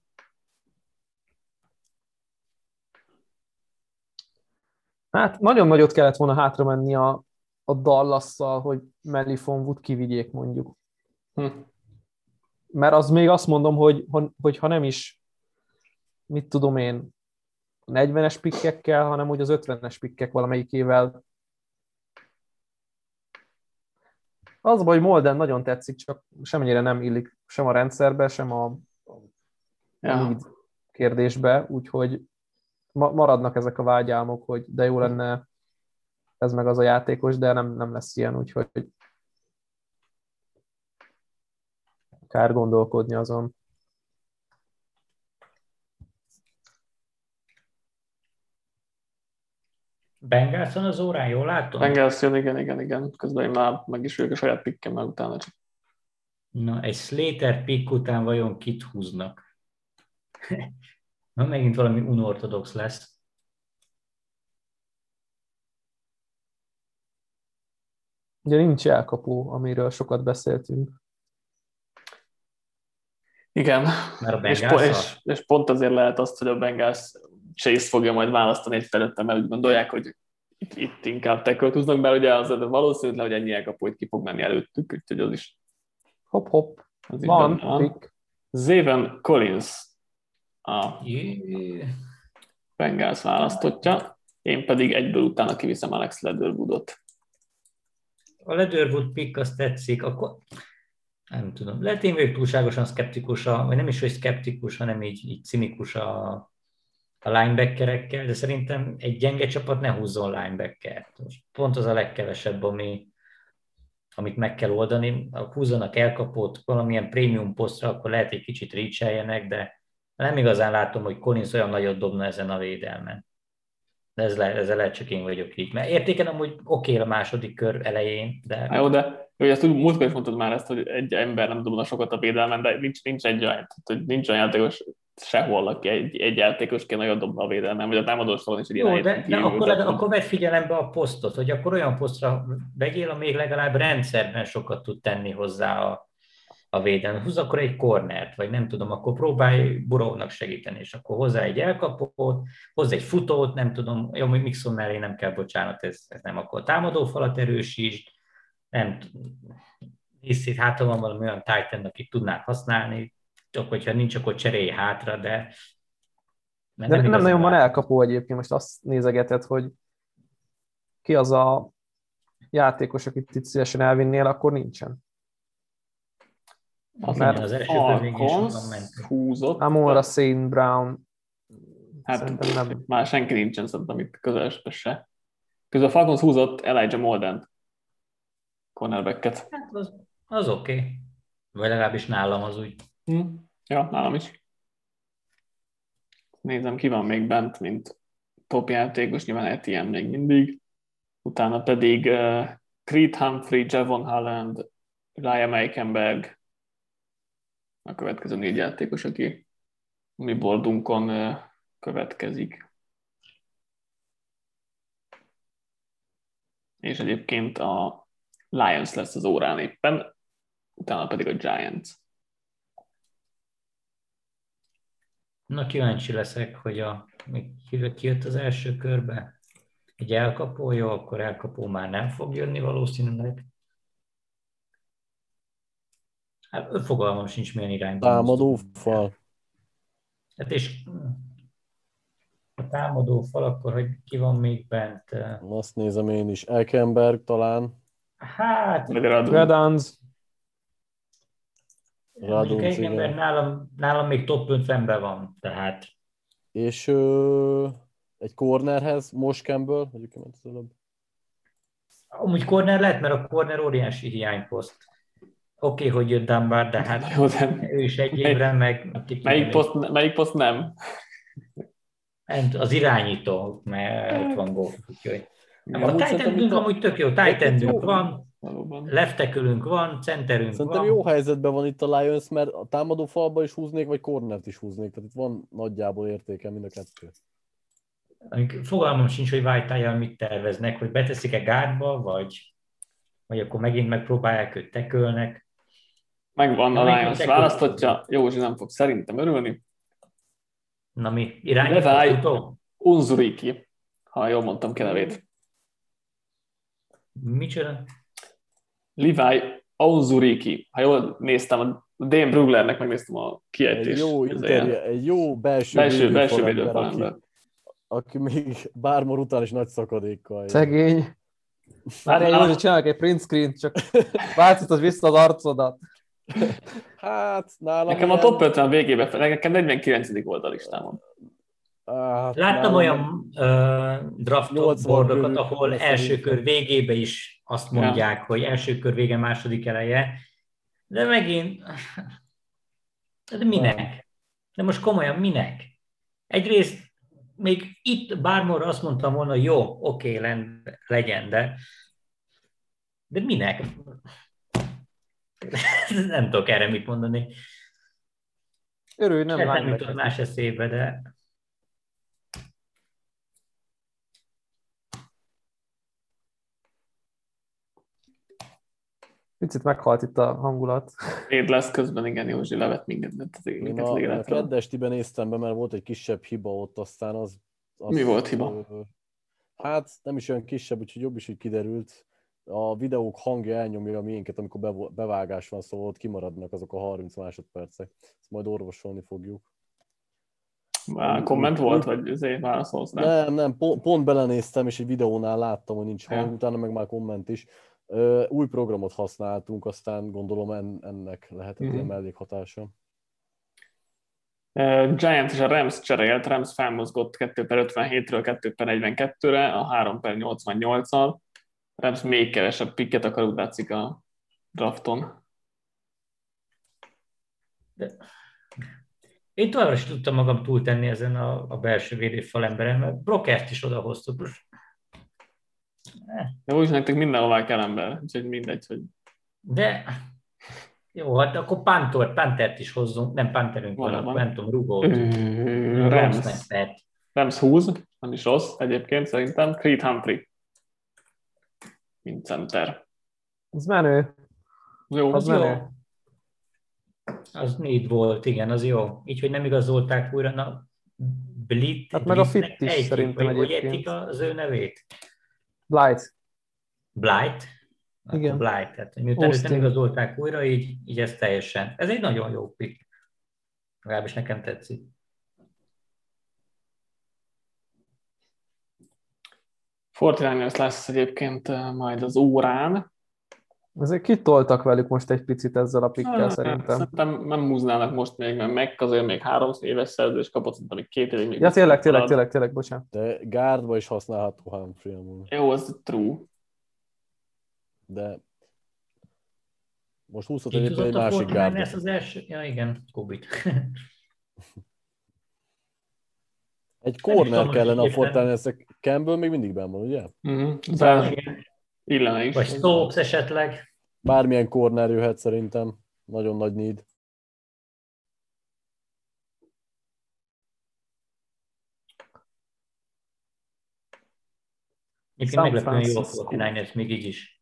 Hát nagyon nagyot kellett volna hátra menni a, a Dallasszal, hogy Mellifon Wood kivigyék mondjuk. Hm. Mert az még azt mondom, hogy, hogy ha nem is, mit tudom én, negyvenes pikkekkel, hanem úgy az ötvenes pikkek valamelyikével Az a baj, hogy Molden nagyon tetszik, csak semmennyire nem illik sem a rendszerbe, sem a, a
Ja.
need kérdésbe, úgyhogy ma- maradnak ezek a vágyálmok, hogy de jó lenne ez meg az a játékos, de nem, nem lesz ilyen, úgyhogy kár gondolkodni azon.
Bengals van az órán, jól látom?
Bengals jön, igen, igen, igen. Közben én már meg is vagyok a saját pikkemmel utána. Csak.
Na, egy Slater pick után vajon kit húznak? Na, megint valami unorthodox lesz.
Ugye nincs elkapó, amiről sokat beszéltünk.
Igen,
Mert a
és, po- és, és pont azért lehet azt, hogy a Bengals Chase fogja majd választani egy felette, mert úgy gondolják, hogy itt, itt inkább tackle-t húznak, mert ugye az valószínűleg, hogy ennyi elkapót ki fog menni előttük, úgyhogy az is
Hopp, hopp,
az is
van,
benne van.
pick.
Zayvon Collins a
Jé.
Bengals választottja, én pedig egyből utána kiviszem Alex Leatherwoodot.
A Leatherwood pick azt tetszik, akkor nem tudom, lehet én vagyok túlságosan szkeptikus, a, vagy nem is, hogy szkeptikus, hanem így, így cinikus a, a linebackerekkel, de szerintem egy gyenge csapat ne húzzon linebackert. Pont az a legkevesebb, ami, amit meg kell oldani. Ha húzzanak elkapott valamilyen prémium posztra, akkor lehet egy kicsit reacheljenek, de nem igazán látom, hogy Collins olyan nagyot dobna ezen a védelmen. De ez le, ezzel lehet csak én vagyok így. Mert értéken amúgy oké a második kör elején, de...
Há, jó, de hogy ezt úgy múltkor is mondtad már ezt, hogy egy ember nem dobna sokat a védelmen, de nincs, nincs egy olyan, hogy nincs olyan játékos sehol, aki egy, egy játékos kell nagyon dobna a védelmen, vagy a támadósról is egy
Jó,
irányítón
de, de
kívül.
akkor,
de,
akkor vedd figyelembe a posztot, hogy akkor olyan posztra vegyél, amíg legalább rendszerben sokat tud tenni hozzá a, a védelem. Húzz akkor egy cornert, vagy nem tudom, akkor próbálj Burrownak segíteni, és akkor hozzá egy elkapót, hozz egy futót, nem tudom, jó, még Mixon mellé nem kell, bocsánat, ez, ez nem, akkor támadófalat erősítsd, nem hisz, hát van valami olyan Titan, akit tudnák használni, csak hogyha nincs, akkor cserélj hátra, de
De nem, nem nagyon van elkapó egyébként, most azt nézegeted, hogy ki az a játékos, akit itt szívesen elvinnél, akkor nincsen.
Az,
mert
az első körvégén sokan mentek.
Húzott.
Amora Saint Brown.
Hát
szerintem nem.
Már senki nincsen szerintem itt közelesbe se. Közben a Falcons húzott Elijah Moldent, cornerbacket.
Hát az, az oké. Okay. Vagy legalábbis nálam az úgy.
Hm. Ja, nálam is. Nézem, ki van még bent, mint top játékos, nyilván Etienne még mindig. Utána pedig uh, Creed Humphrey, Javon Holland, Ryan Meikenberg, a következő négy játékos, aki mi bordunkon uh, következik. És egyébként a Lions lesz az órán éppen, utána pedig a Giants.
Na, kíváncsi leszek, hogy a, ki jött az első körbe. Egy elkapó, jó, akkor elkapó már nem fog jönni valószínűleg. Hát fogalmam sincs, milyen irányban.
Támadó fal.
Hát és a támadó fal, akkor hogy ki van még bent?
Azt nézem én is. Ekenberg talán.
Hát...
Redans.
Mondjuk egy ember nálam, nálam még top ötvenben van, tehát...
És ö, egy cornerhez, Mosh Campbell, vagy ki ment az előbb?
Amúgy corner lehet, mert a corner óriási hiányposzt. Oké, okay, hogy jött Dunbar, de hát jó, de... ő is egy évre, meg...
Melyik poszt, melyik poszt nem?
Az irányító, mert ott van gól, úgyhogy... Ja, a tight-endünk amúgy tök jó, tight-endünk van, left-tackle-ünk van, centerünk
Szerintem
van.
jó helyzetben van itt a Lions, mert a támadó falba is húznék, vagy cornert is húznék, tehát itt van nagyjából értéke mind a kettő.
Fogalmam sincs, hogy White-Tile mit terveznek, hogy beteszik-e gárdba, vagy, vagy akkor megint megpróbálják őt tekölnek.
Megvan, a Lions választotja, Józsi nem fog szerintem örülni.
Na mi, irányító?
Unzuriki, ha jól mondtam ki nevét.
Micsoda?
Levi Onwuzurike, ha jól néztem, a Dan Bruglernek megnéztem a kiejtést.
Egy jó, interje, egy jó belső,
belső,
belső védőfalember, aki, aki még bármor után is nagy szakadékkal.
Szegény. Várjál, Józsi, csinálok egy print screen, csak változtat vissza az arcodat.
Hát, nálam
Nekem
ilyen...
a top ötven végében, fel, nekem negyvenkilencedik volt a listámon.
Hát,
Láttam olyan uh, draft boardokat, ahol első kör végébe is azt mondják, ja. hogy első kör vége, második eleje, de megint, de minek? De most komolyan minek? Egyrészt még itt bármorra azt mondtam volna, jó, oké, okay, legyen, de, de minek? Nem tudok erre mit mondani.
Örülj, nem
nem jutott más eszébe, de...
Picit meghalt itt a hangulat.
Éd lesz közben, igen, Józsi levet minket.
Én a, a kedvestiben néztem be, mert volt egy kisebb hiba ott, aztán az... az
Mi volt hiba?
Hát nem is olyan kisebb, úgyhogy jobb is, hogy kiderült. A videók hangja elnyomja a miénket, amikor bevágás van, szóval ott kimaradnak azok a harminc másodpercek. Ezt majd orvosolni fogjuk.
Már komment volt, vagy ezért válaszolsz rá?
Nem, nem, pont, pont belenéztem, és egy videónál láttam, hogy nincs hang, ja. Utána meg már komment is. Új programot használtunk, aztán gondolom ennek lehetett mm-hmm. a mellékhatása.
Uh, Giants és a Rams cserélt, Rams felmozgott kettő per ötvenhétről kettő per negyvenkettőre, a három per nyolcvannyolccal. Rams még kevesebb pikket akar, úgy látszik a drafton.
De... Én továbbra is tudtam magam túltenni ezen a, a belső védőfal emberen, mert Brockert is odahoztuk.
De úgyis nektek mindenhová kell ember, úgyhogy mindegy, hogy...
De jó, hát akkor Panther, Panthert is hozzunk, nem Pantherünk van, van, nem tudom, Rugót.
Rams. Rams húsz, nem is rossz egyébként szerintem. Creed Humphrey, mint center.
Az menő.
Jó,
az, az menő. Jó. Az need volt, igen, az jó. Így, hogy nem igazolták újra, na, Blit,
hát meg a fit is
ejtik,
szerintem
vagy
egyébként.
hogy ejtik az ő nevét?
Blight.
Blight?
Igen.
Blight. Tehát, miután őt nem igazolták újra, így, így ez teljesen. Ez egy nagyon jó pick. Legalábbis nekem tetszik.
negyvenkilenc lesz egyébként majd az órán.
Ezért kitoltak velük most egy picit ezzel a pikkel szerintem.
Szerintem nem húznának most még, mert meg azért még három éves szerződés kapott, szerintem még két évig még...
Ja, tényleg, tényleg, tényleg, tényleg, bocsánat.
De gárdba is használható Humphrey amúgy.
Jó, az true.
De most húzhat egy, egy másik gárdba.
Ez az első... Ja, igen, Kubit.
Egy corner kellene a Fortnite-nek. Campbell még mindig benn van, ugye?
Uh-huh. Illene is.
Vagy Stokes esetleg.
Bármilyen corner jöhet szerintem. Nagyon nagy need.
Egyébként meglepően jó a Fortnite-es még így is.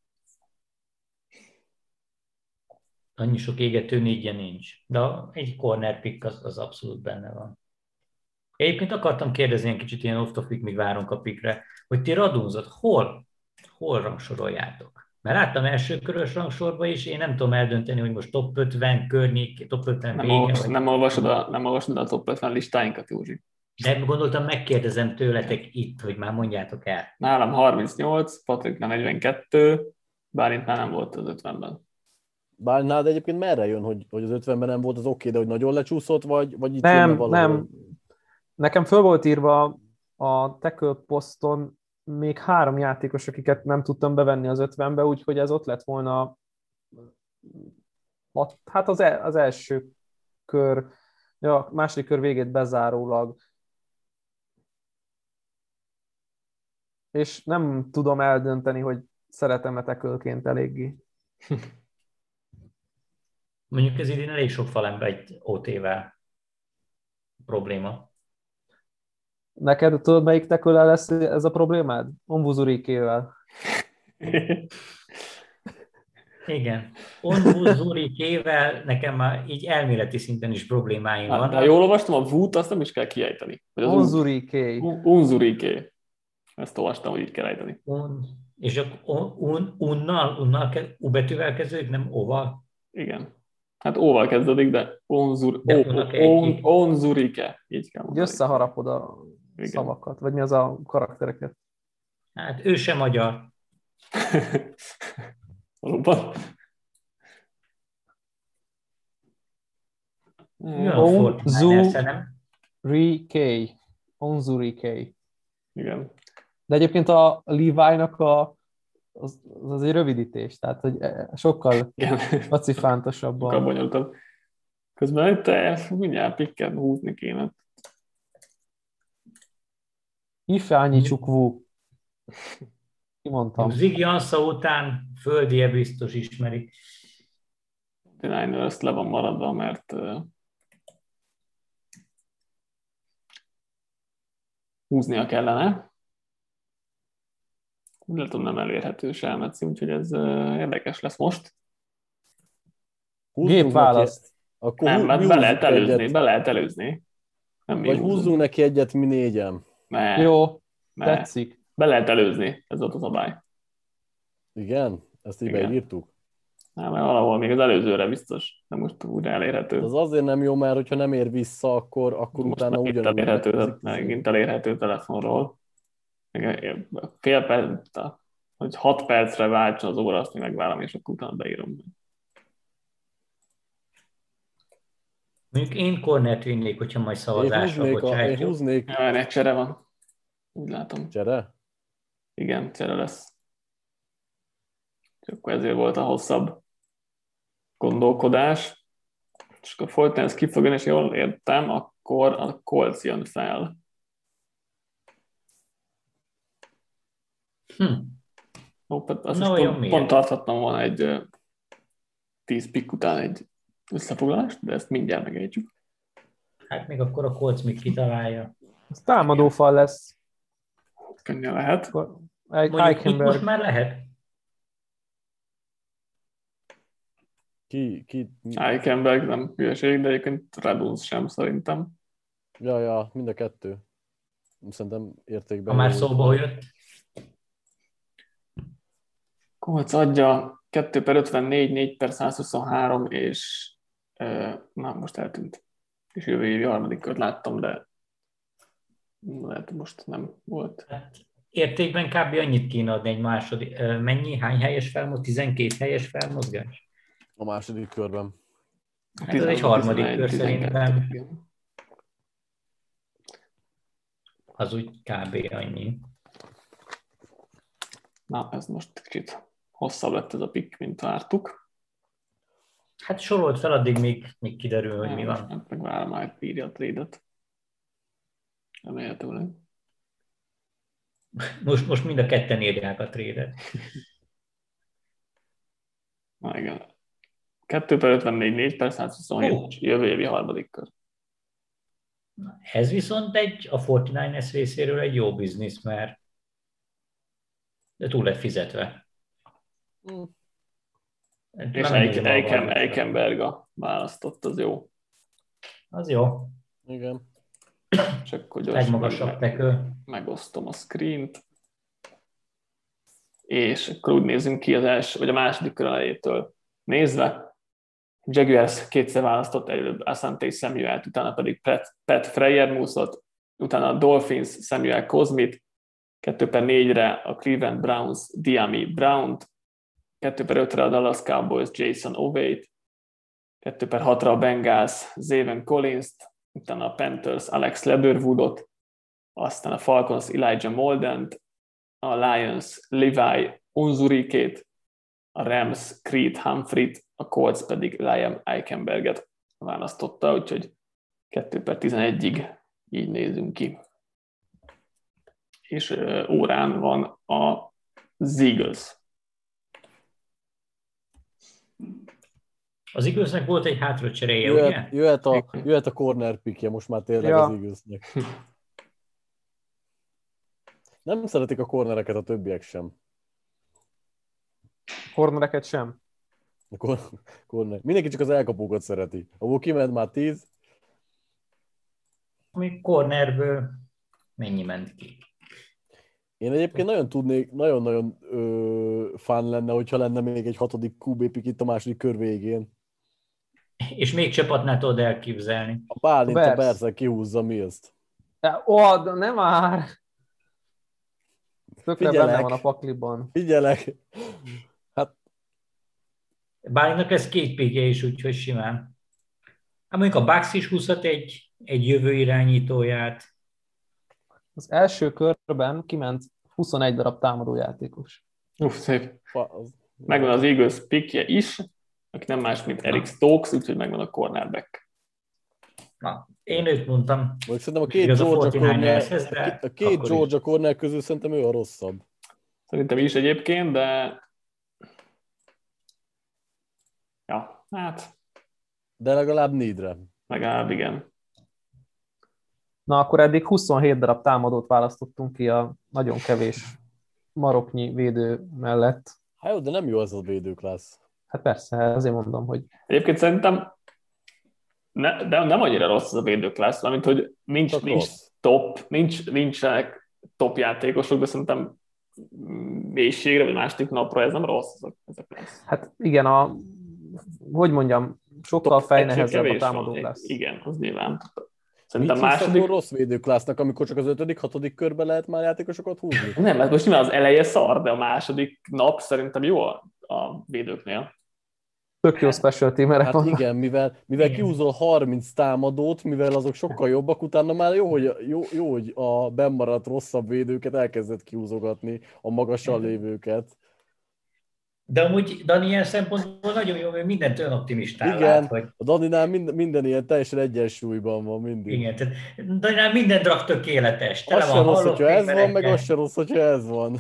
Annyi sok égető négyje nincs. De egy corner pick az, az abszolút benne van. Egyébként akartam kérdezni egy kicsit ilyen off-topic, míg várunk a pickre, hogy ti Radunzot hol, hol rangsoroljátok? Mert láttam első körös rangsorba is, én nem tudom eldönteni, hogy most top ötven környék, top ötven
nem
vége.
Olvas,
vagy...
nem, olvasod a, nem olvasod a top ötven listáinkat, Józsi.
De gondoltam, megkérdezem tőletek itt, hogy már mondjátok el.
Nálam harmincnyolc, Patriknál negyvenkettő, Bálintnál nem volt az ötvenben.
Bálintnál, de egyébként merre jön, hogy, hogy az ötvenben nem volt az oké, de hogy nagyon lecsúszott, vagy, vagy itt
nem, nem. Nekem föl volt írva a tackle poszton még három játékos, akiket nem tudtam bevenni az ötvenbe, úgyhogy ez ott lett volna hát az, el, az első kör, ja, a második kör végét bezárólag. És nem tudom eldönteni, hogy szeretem-e tackle-ként eléggé.
Mondjuk ez idén elég sok falembe egy ó té-vel probléma.
Neked tudod, melyik tackle lesz ez a problémád? Onwuzurike-vel.
Igen. Onwuzurike-vel nekem már így elméleti szinten is problémáim
hát,
vannak.
De jól olvastam, a Woot azt nem is kell kiejteni.
Onwuzurike.
Onwuzurike. Ezt olvastam, hogy így kell ejteni.
Un, és akkor un, unnal, unnal kell, U betűvel kezdődik, nem óval?
Igen. Hát óval kezdődik, de Onzur, de on, Onwuzurike. Így kell mondani.
Összeharapod a igen. szavakat, vagy mi az a karaktereket.
Hát ő sem magyar.
Valóban.
Jön a negyvenkilenc, nem?
Onzuri K. Onzuri K.
Igen.
De egyébként a Levi-nak a, az, az egy rövidítés, tehát hogy sokkal pacifántosabban.
Sokkal bonyolultabb. Közben itt te mindjárt pikket húzni kéne.
Ife annyi csukvú. Kimondtam.
Ziggy Ansah után földie biztos ismeri.
Niners le van maradva, mert uh, húznia kellene. Úgy látom, nem elérhető Selmeci, úgyhogy ez uh, érdekes lesz most.
Gép választ.
Akkor
nem,
hú,
mert be lehet előzni, egyet. be lehet előzni. Nem
Vagy húzzunk neki egyet mi négyen.
Ne,
Jó,
ne.
tetszik.
Be lehet előzni, ez volt a szabály.
Igen? Ezt így beírtuk?
Nem, mert valahol még az előzőre biztos, de most úgy elérhető.
Az azért nem jó, mert hogyha nem ér vissza, akkor, akkor
most
utána ugyanúgy...
elérhető, megint elérhető telefonról. Fél perc, hogy hat percre váltson az óra, azt még megvárom, és akkor utána beírom.
Mondjuk én cornert vinnék, hogyha majd szavazásra bocsátjuk.
Én húznék...
Ja, egy csere van. Úgy látom.
Csere?
Igen, csere lesz. És akkor ezért volt a hosszabb gondolkodás. És akkor folyton ezt kifogjon, és jól értem, akkor a Colts jön fel.
Hm.
Ó, azt
no,
is pont, pont tarthattam volna egy tíz pick után egy összefoglalást, de ezt mindjárt megejtjük.
Hát még akkor a Colts még kitalálja.
Ez támadófal lesz.
Könnyen lehet.
Mondjuk itt most már lehet.
Ki, ki...
Eichenberg nem hülyeség, de egyébként Redunz sem szerintem.
Ja, ja, mind a kettő. Szerintem értékben.
Ha már szóba jött.
Colts adja kettő per ötvennégy, négy per százhuszonhárom, és na, most eltűnt. És jövő évi harmadik kört láttam, de lehet, most nem volt.
Hát, értékben kb. Annyit kéne adni egy második. Mennyi? Hány helyes felmozgás? tizenkét helyes felmozgás?
A második körben.
Hát ez egy harmadik kör szerintem. Az úgy kb. Annyi.
Na, ez most kicsit hosszabb lett ez a pick, mint vártuk.
Hát sorolt fel, addig még, még kiderül, hogy
nem,
mi van.
Meg, meg várom már, írja a trade-et. Remélhetőleg.
Most, most mind a ketten írják a trade-et.
Na igen. kettő per ötvennégy, négy per százhuszonhét, oh. Jövő évi harmadik kör.
Ez viszont egy, a negyvenkilences részéről egy jó biznisz, mert de túl lett fizetve.
Mm.
És Eichenberg a választott, az jó.
Az jó.
Igen.
Csak hogy
legmagasabb tekő.
Megosztom a screent. És akkor úgy nézzünk ki az első, vagy a második kör elejétől nézve. Jaguars kétszer választott, előbb Asante Samuelt, utána pedig Pat, Pat Freiermuthot, utána a Dolphins Samuel Cosmit, kettő per négyre a Cleveland Browns Diami Brownt, kettő per ötre a Dallas Cowboys Jason Oveit, kettő per hatra a Bengals Zaven Collins-t, utána a Panthers Alex Leatherwoodot, aztán a Falcons Elijah Moldent, a Lions Levi Onzurikét, a Rams Creed Humphreyt, a Colts pedig Liam Eichenberget választotta, úgyhogy kettő per tizenegyig így nézünk ki. És órán van a Eagles.
Az Eaglesnek volt egy hátracseréje,
jöhet,
ugye?
Jöhet a, jöhet a corner pickje most már tényleg ja. Az Eaglesnek. Nem szeretik a cornereket a többiek sem.
Cornereket sem?
A cor- corner. Mindenki csak az elkapókat szereti. Ahol kiment már tíz.
Ami cornerből mennyi ment ki?
Én egyébként nagyon tudnék, nagyon-nagyon ö, fán lenne, hogyha lenne még egy hatodik kú bé pick itt a második kör végén.
És még csapatnál tudod elképzelni.
A Bálint persze kihúzza mi ezt.
Ó, de nem már! Tökre
Figyelek.
benne van a pakliban.
Figyelek! Hát
Bálintnak lesz két pikje is, úgyhogy simán. Hát mondjuk a Bucks is húzhat egy, egy jövő irányítóját.
Az első körben kiment huszonegy darab támadójátékos.
Uff, szép.
fa- az...
Megvan az Eagles pickje is, aki nem más, mint Eric Stokes, úgyhogy megvan a cornerback.
Na, én őt mondtam.
Mondjuk szerintem a két
Igaz a
Georgia corner,
negyvenkilenceshez,
a
de
két- a két
akkor
Georgia corner közül szerintem ő a rosszabb.
Szerintem is egyébként, de ja, hát
De legalább négyre.
legalább igen.
Na, akkor eddig huszonhét darab támadót választottunk ki a nagyon kevés maroknyi védő mellett.
Hát jó, de nem jó az a védőklassz.
Hát persze, ezért mondom, hogy
Egyébként szerintem ne, de nem annyira rossz az a védőklassz, mint hogy nincs,
Csak
nincs
rossz.
top, nincs, nincsenek top játékosok, de szerintem mélységre, vagy második napra ez nem rossz ez a, ez a klassz.
hát igen, a, hogy mondjam, sokkal
Top
fejnehezebb a
kevés
támadó
van.
lesz.
Igen, az nyilván.
Mit
Szerintem
hívsz
második...
akkor rossz védőklásznak, amikor csak az ötödik, hatodik körben lehet már játékosokat húzni?
Nem, hát most nyilván az eleje szar, de a második nap szerintem jó a, a védőknél.
Tök jó special teamerek
Hát
vannak.
igen, mivel, mivel
Igen.
kiúzol harminc támadót, mivel azok sokkal jobbak, utána már jó, hogy, jó, jó, hogy a bennmaradt rosszabb védőket elkezdett kiúzogatni, a magasan lévőket.
De amúgy Dani ilyen szempontból nagyon jó, mert mindent olyan optimistán
Igen,
lát, hogy
a Daninál minden, minden ilyen teljesen egyensúlyban van mindig.
igen, tehát Daninál minden draft tökéletes. Tele
Az
van
se rossz,
halott
hogyha ez van, meg
fegyverekkel.
az se rossz, hogyha ez van.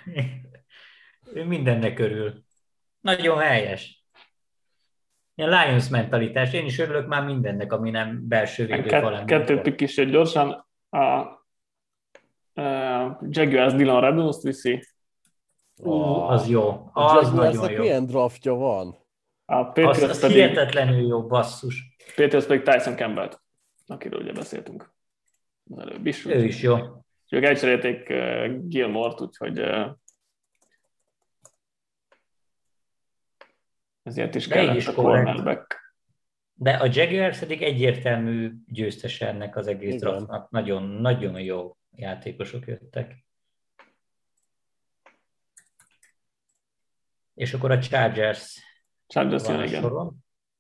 Ő mindennek örül. Nagyon helyes. Ilyen Lions mentalitás. Én is örülök már mindennek, ami nem belső védőfalem.
Kett, kettő pick is jött gyorsan. A, a Jaguars Dylan Radunust viszi.
Ú, az jó.
A
Az nagyon
Jaguarsnak
jó.
milyen draftja van?
A
Az,
Patriots
az
pedig,
hihetetlenül jó, basszus.
Patriots pedig Tyson Campbell-t, akiről ugye beszéltünk az előbb is.
Ő is jó.
Ők elcserélték uh, Gilmore-t, úgyhogy uh, ezért is
De így
kellett
is
a
korrekt.
cornerback.
De a Jaguars pedig egyértelmű győztes ennek az egész
Igen.
draftnak. Nagyon, nagyon jó játékosok jöttek. És akkor a Chargers
Chargers
van
jön,
a
igen.
soron.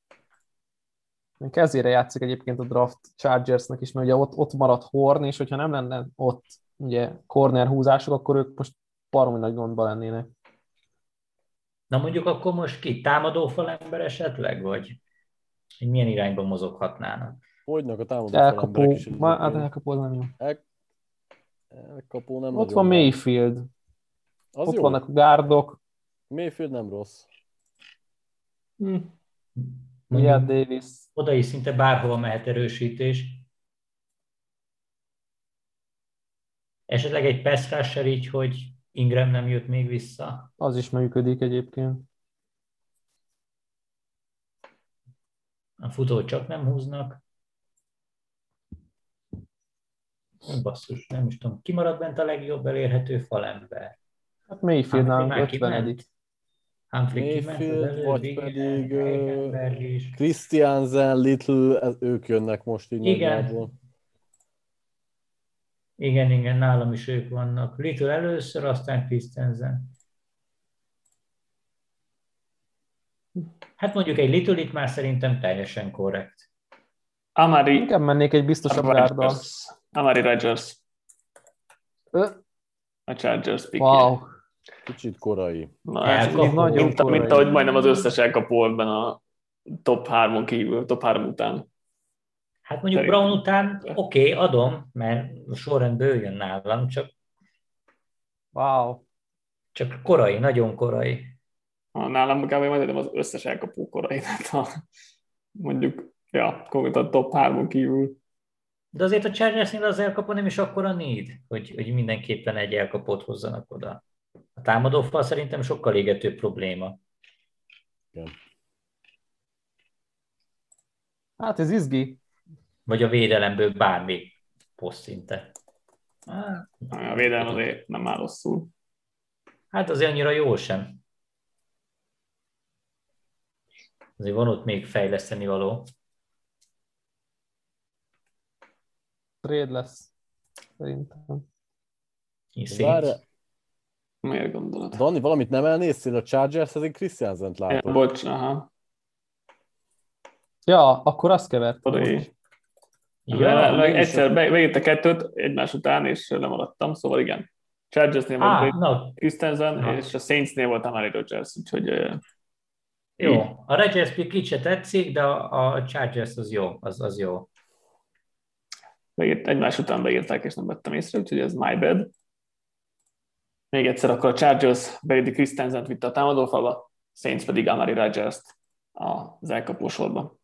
Kezére játszik egyébként a draft Chargersnek is, mert ugye ott, ott maradt Horn, és hogyha nem lenne ott ugye corner húzások, akkor ők most baromi nagy gondba lennének.
Na mondjuk akkor most ki? Támadó falember esetleg? Vagy hogy milyen irányba mozoghatnának?
Hogynak a támadó falemberek
Elkapó,
is.
már hát
egyébként.
elkapó az nem jó.
El, elkapó nem
Ott
nagyon
van Mayfield,
Az
ott
jó.
vannak a gárdok,
Mayfield nem rossz.
Hm.
Wyatt
Mondjuk
Davis.
oda is szinte bárhova mehet erősítés. Esetleg egy pass rusher így, hogy Ingram nem jött még vissza.
Az is működik egyébként.
A futót csak nem húznak. Basszus, nem is tudom. Ki maradt bent a legjobb elérhető falember?
Hát Mayfield nálunk
Humphrey már
ötvenedik.
kiment? Humphrey kiment az
Mayfield,
előbb,
vagy
igen,
pedig ö,
Heikenberg is.
Christiansen, Little, ez, ők jönnek most így
Igen.
nagyjából.
Igen, igen, nálam is ők vannak. Little először, aztán Christensen. Hát mondjuk egy Little itt már szerintem teljesen korrekt.
Amari
Inkább mennék egy biztosabb gárdal.
Rodgers. Amari Rodgers.
Ö,
A Chargers pick.
Wow.
Kicsit korai.
Na, ez
Elkapó.
mint,
Nagyon
mint, mint,
korai.
ahogy majdnem az összes elkapó ebben a top hármon kívül, top három után.
Hát mondjuk
Szerintem.
Brown után oké, okay, adom, mert a sorrendből jön nálam, csak,
Wow.
csak korai, nagyon korai.
Ha nálam kb. Majdnem az összes elkapó korai. Tehát a, mondjuk, ja, konkrétan top hármon kívül.
De azért a Chargersnél az elkapó nem is akkora need, hogy, hogy mindenképpen egy elkapót hozzanak oda. A támadófal szerintem sokkal égető probléma.
Igen.
Hát ez izgi.
Vagy a védelemből bármi poszt szinte. Hát,
A védelem azért nem áll rosszul.
hát azért annyira jó sem. Azért van ott még fejleszteni való.
Trade lesz. Szerintem.
Szép.
Várj,
Miért gondolod?
Dani, valamit nem elnéztél a Chargers, ezért Christiansent
Ja,
látom.
bocs, aha.
Ja, akkor azt kevertem.
Sorry.
Ja,
Meg
mégis
egyszer
a-
be- beírta kettőt egymás után, és lemaradtam, szóval igen. Chargersnél volt
Á,
Brady
na,
Christensen,
Na.
és a Saintsnél volt Amari Rodgers, úgyhogy eh,
jó. A Rodgers pick se tetszik, de a, a Chargers az jó, az, az jó.
beírt, egymás után beírták, és nem vettem észre, úgyhogy ez my bad. Még egyszer akkor a Chargers Brady Christensent vitte a támadófalba, Saints pedig Amari Rodgers-t az elkapó sorba.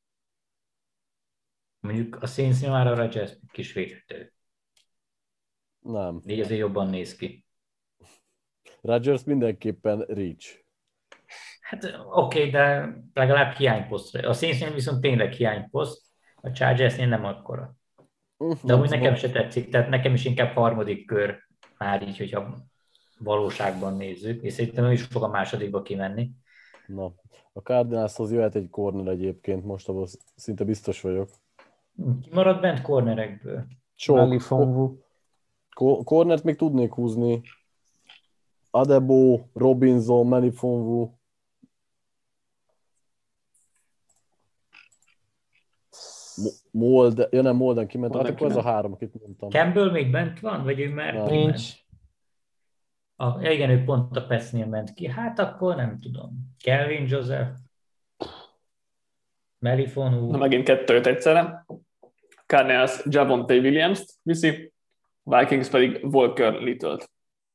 Mondjuk a Saintsnél már a Rodgers kis védhető.
Nem.
Így azért jobban néz ki.
Rodgers mindenképpen reach.
Hát oké, okay, de legalább hiányposztra. A Saintsnél viszont tényleg hiányposzt, a Chargersnél nem akkora. De amúgy nekem se tetszik, tehát nekem is inkább harmadik kör, már így, hogyha valóságban nézzük, és szerintem ő is fog a másodikba kimenni.
Na, a Cardinalshoz jöhet egy corner egyébként, most abban szinte biztos vagyok.
Ki maradt bent cornerekből?
Sok.
Melifonwu.
Ko- Cornert még tudnék húzni. Adebo, Robinson, Melifonwu. Molden, ja nem, Molden kiment, hát
Molden
akkor ez a
kiment.
három, akit mondtam.
Campbell még bent van, vagy ő már
Nem.
kiment?
Nincs.
A, ja, igen, ő pont a Petsnél ment ki. Hát akkor nem tudom. Kelvin Joseph, Melifonwu.
Na megint kettőt egyszerre. Cardinals Javonte Williams-t viszi, Vikings pedig Walker Little-t.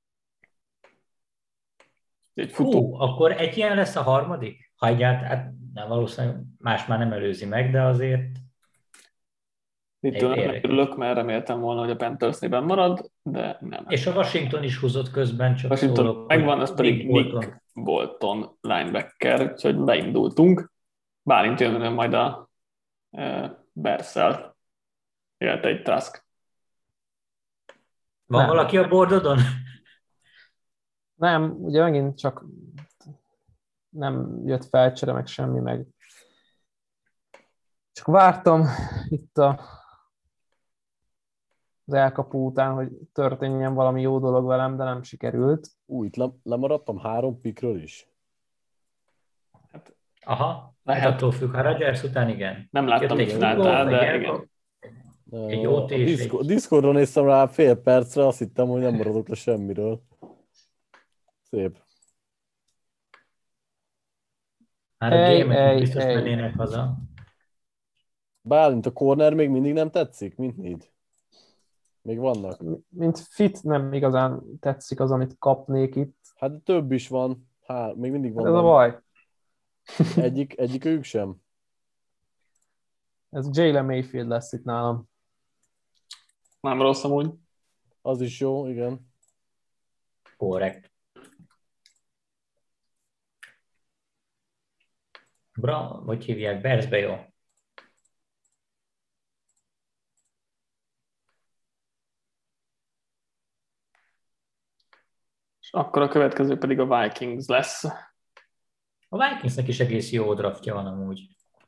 Egy futó.
Hú, akkor egy ilyen lesz a harmadik? Ha egyáltalán, hát nem, valószínűleg más már nem előzi meg, de azért
Little nem
érdekes.
örülök, mert reméltem volna, hogy a Panthers-nében marad, de nem.
és a Washington is húzott közben, csak
Washington
szólok,
megvan,
hogy
az pedig
Bolton.
Nick Bolton linebacker, úgyhogy beindultunk. Bálint jön majd a e, Berszel. Jöhet egy Trask.
Van
Nem.
valaki a bordodon?
Nem, ugye megint csak nem jött felcsere, meg semmi, meg csak vártam itt a, az elkapó után, hogy történjen valami jó dolog velem, de nem sikerült.
Új, itt le, lemaradtam három pikről is.
Aha,
Lehet.
hát attól függ, ha Rodgers után igen.
Nem láttam,
Jött
mit
egy
csináltál,
futball,
de
egy
igen.
elkap- Egy ó té
a
és
Discord,
egy-
Discordon néztem rá fél percre, azt hittem, hogy nem maradok le semmiről. Szép.
Már a
Ej,
gémek
ej,
biztos
ej.
mennének haza.
Bálint a corner még mindig nem tetszik, mint need. Még vannak.
Mint fit nem igazán tetszik az, amit kapnék itt.
Hát több is van. Há, még mindig van.
Ez a
benne.
baj.
Egyik, egyik ők sem.
Ez Jalen Mayfield lesz itt nálam.
Nem rossz amúgy.
Az is jó, igen.
Korrekt. Bra, hogy hívják? Bersbe jó.
És akkor a következő pedig a Vikings lesz.
A Vikingsnek is egész jó draftja van amúgy.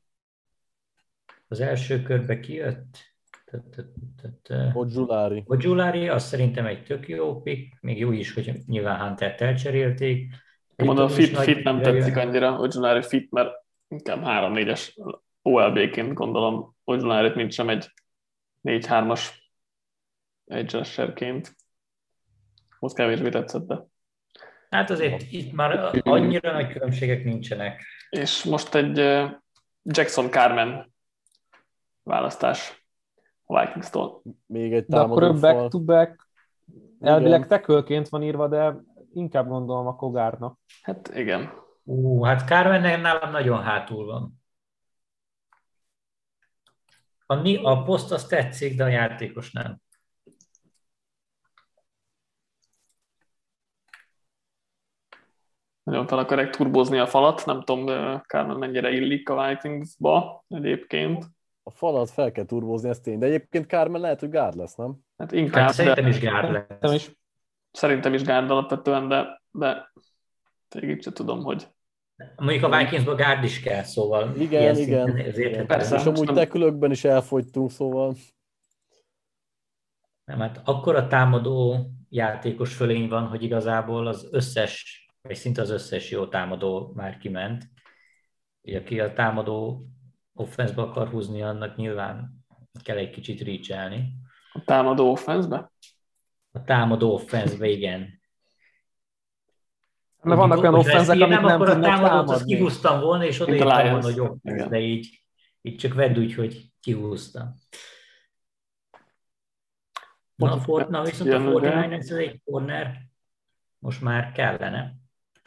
Az első körbe kijött.
Odzsulári.
Ojulari, az szerintem egy tök jó pick, még jó is, hogy nyilván Huntert elcserélték.
Én mondom,
Little is
fit,
nagy
fit nem
jön.
tetszik annyira, Ojulari fit, mert inkább három négyes o el bé-ként gondolom Ojularit, mint sem egy négy hármas edge rusherként. Most kevésbé tetszett, de.
Hát azért itt már annyira nagy különbségek nincsenek.
És most egy eh, Jackson Carmen választás a Vikings-tól.
Még egy
De akkor ő
támadó fal.
back-to-back elvileg
Igen.
tekölként van írva, de inkább gondolom a Kogárnak.
Hát igen.
Ú, hát Carmen nálam nagyon hátul van. A, ni- a poszt az tetszik, de a játékos nem.
Nagyon fel akarják turbozni a falat, nem tudom, Carmen mennyire illik a Vikingsba egyébként.
A falat fel kell turbózni, ez tény. De egyébként Carmen lehet, hogy gárd lesz, nem?
Hát inkább,
Hát szerintem
de
is gárd
Nem
lesz.
is.
szerintem is gárd alapvetően, de, de így sem tudom, hogy
Mondjuk a Vikingsban gárd is kell, szóval
Igen,
ilyen
igen,
szinten ez
igen.
érthető.
Persze.
És amúgy
nem-
tekülökben is elfogytunk, szóval
Nem, hát akkor a támadó játékos fölény van, hogy igazából az összes, vagy szinte az összes jó támadó már kiment. Ugye, aki a támadó offenszbe akar húzni, annak nyilván kell egy kicsit reach-elni.
A támadó offenszbe?
A támadó offenszbe, igen.
Mert vannak olyan offenzek, amik nem
akkor
tudnak
a támadót, azt
támadni.
kihúztam volna, és
Mint a
odaírtam
Lions.
volna, hogy offensz,
Igen.
de így, így csak vedd úgy, hogy kihúztam. Na, a Fort, na viszont a
Jön ugye.
negyvenkilenc ez egy corner, most már kellene.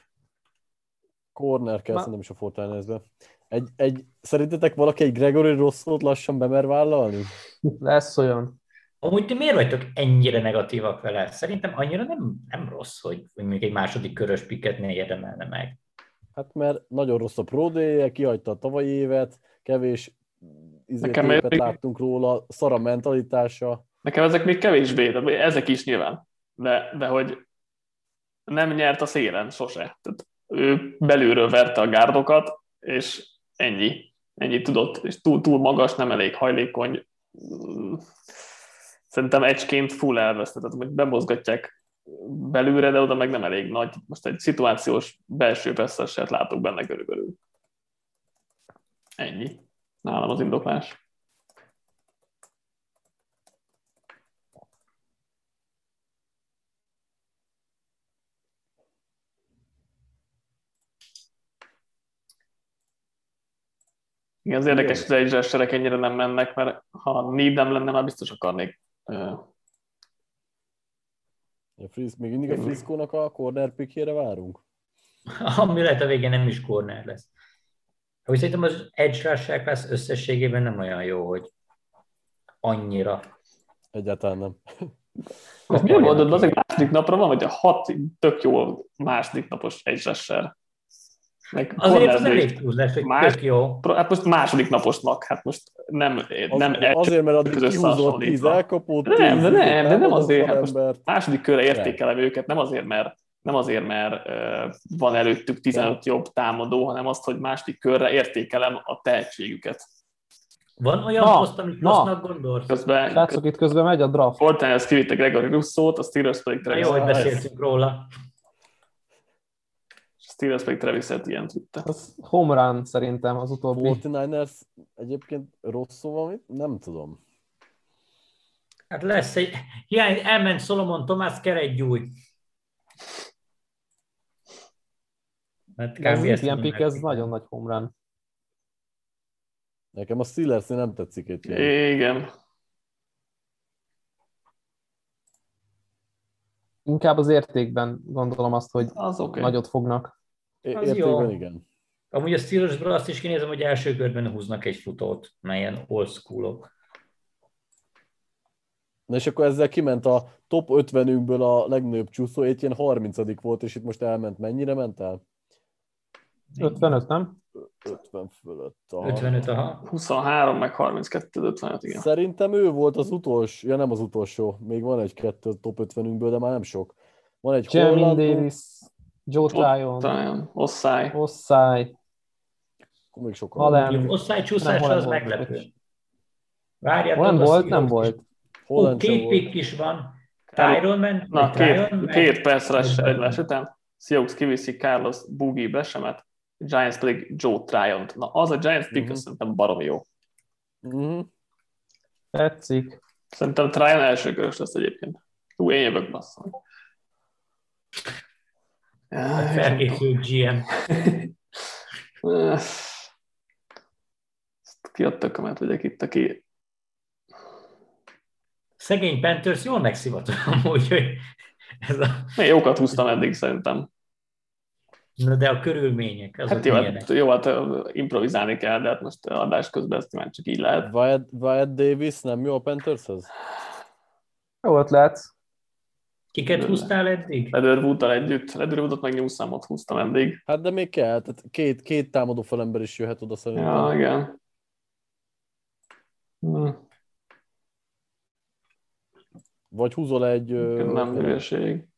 Corner kell,
Ma-
szerintem is a Fortnite-be. Egy, egy, szerintetek valaki egy Gregory Rosszót lassan bemer vállalni?
Lesz olyan.
Amúgy ti miért vagytok ennyire negatívak vele? Szerintem annyira nem, nem rossz, hogy, hogy még egy második körös piket ne érdemelne meg.
Hát mert nagyon rossz a Pro Day-je, kihagyta a tavalyi évet, kevés izét
Nekem
képet
még-
láttunk róla, szara mentalitása.
Nekem ezek még kevésbé, de ezek is nyilván. De, de hogy nem nyert a szélen sose. Tehát ő belülről verte a gárdokat, és ennyi. Ennyi tudott, és túl, túl magas, nem elég hajlékony. Szerintem edgeként full elvesztett, tehát hogy bemozgatják belülre, de oda meg nem elég nagy. Most egy szituációs belső passzert látok benne körülbelül. Ennyi. Nálam az indoklás. Igen, az érdekes, hogy az egyre serek ennyire nem mennek, mert ha need nem lenne, már biztos akarnék.
A Friz, még mindig a Frisco-nak a corner pickjére várunk?
Ami lehet a végén nem is corner lesz. Hogy szerintem az edge rusher class összességében nem olyan jó, hogy annyira.
Egyáltalán nem.
Ez miért mondod, az egy második napra van, vagy a hat tök jó második napos edge rusher? Meg
Azért az
cornerback.
elég túlzás, hogy
Más-
tök jó.
Hát most második naposnak, hát most nem,
Az,
nem
azért, mert addig
közös
kihúzott tíz
összehasonlítva.
elkapót,
Nem,
tíz
de nem, de nem
támadott
azért, hát most
embert.
második körre értékelem őket, nem azért, mert nem azért, mert uh, van előttük tizenöt jobb támadó, hanem azt, hogy második körre értékelem a tehetségüket.
Van olyan
Na,
poszt, amit
na.
rossznak gondolsz?
Közben
Srácok, itt közben megy a draft.
Fortnite kivitte Gregory Russo-t, a Steelers pedig
Na jó,
Travis,
hogy beszéltünk róla.
a Steelers pedig Travis Etienne-t vitte.
Az home run szerintem az utóbbi.
negyvenkilencesek egyébként rossz szóval, mit? Nem tudom.
Hát lesz egy... Hiány, elment Solomon Thomas, kell egy új. Hát
Ez
kb.
az
ezt
ilyen
tudom
pick, ez
elképzelni.
nagyon nagy home run.
Nekem a Steelersnél nem tetszik egy ilyen.
Igen.
Inkább az értékben gondolom azt, hogy
Az oké. Okay.
nagyot fognak.
É-
Az
Értékben
jó.
igen.
Amúgy a Steelersből azt is kinézem, hogy első körben húznak egy futót, melyen old schoolok.
Na és akkor ezzel kiment a top ötvenünkből a legnagyobb csúszó, egy ilyen harmincadik volt, és itt most elment. Mennyire ment el?
ötvenöt, nem?
ötven fölött. Aha.
ötvenöt, aha.
huszonhárom, meg harminckettő, ötvenöt, igen.
Szerintem ő volt az utolsó, ja nem az utolsó, még van egy-kettő top ötvenünkből, de már nem sok. Van egy
Jamin
hollandunk,
Davis, Joe Tryon,
Tryon, Ossai.
Ossai,
akkor még sokan.
Allen.
Mondjuk osztálycsúszás
Holland
az
volt.
meglepő. Várjátok,
Holland
a
volt, nem
Seahawks is-
volt.
Ó,
Holland sem
két
volt.
pick is van. Tyron Man,
Na,
vagy Tryon
két,
Man.
két percre egymás után. Seahawks kiviszi Carlos Boogie Besemet, Giants pedig Joe Tryon-t. Na, az a Giants pick,
Mhm.
az szerintem baromi jó.
Uh-huh.
Tetszik.
Szerintem Tryon első körös lesz egyébként. Hú, én jövök, basszom.
Felkészült gé em.
Ki a tökömet vegyek itt, aki...
Szegény Panthers jól megszivatott amúgy, hogy ez a...
Én jókat húztam eddig szerintem.
Na de a körülmények, azok
Hát jó,
milyenek?
hát, jó, hát improvizálni kell, de hát most adás közben ezt már csak így lehet.
Wyatt, Wyatt Davis nem jó a Panthershez?
Jó ötlet.
Kiket húztál eddig?
Leatherwood-tal együtt. Leatherwoodot meg Newsomot húztam eddig.
Hát de még kell, tehát két, két támadó falember is jöhet oda szerintem.
Ja, igen. Hm,
Vagy húzol egy... ö,
nem hülyeség.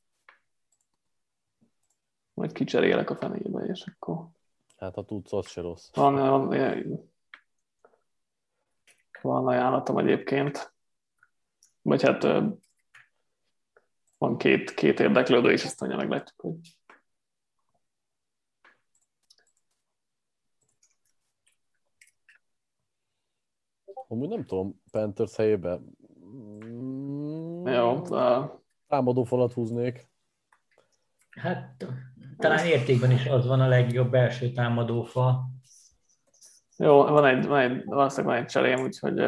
Majd kicserélek a fenébe, és akkor...
Hát ha tudsz, az se rossz.
Van, van, van ajánlatom egyébként. Vagy hát van két, két érdeklődő, és aztán meglátjuk, hogy...
Amúgy nem tudom, Panthers helyébe.
Jó, a...
támadó falat húznék.
Hát talán értékben is az van a legjobb belső támadófa.
Jó, van egy, van egy, valószínűleg van egy cserém, úgyhogy...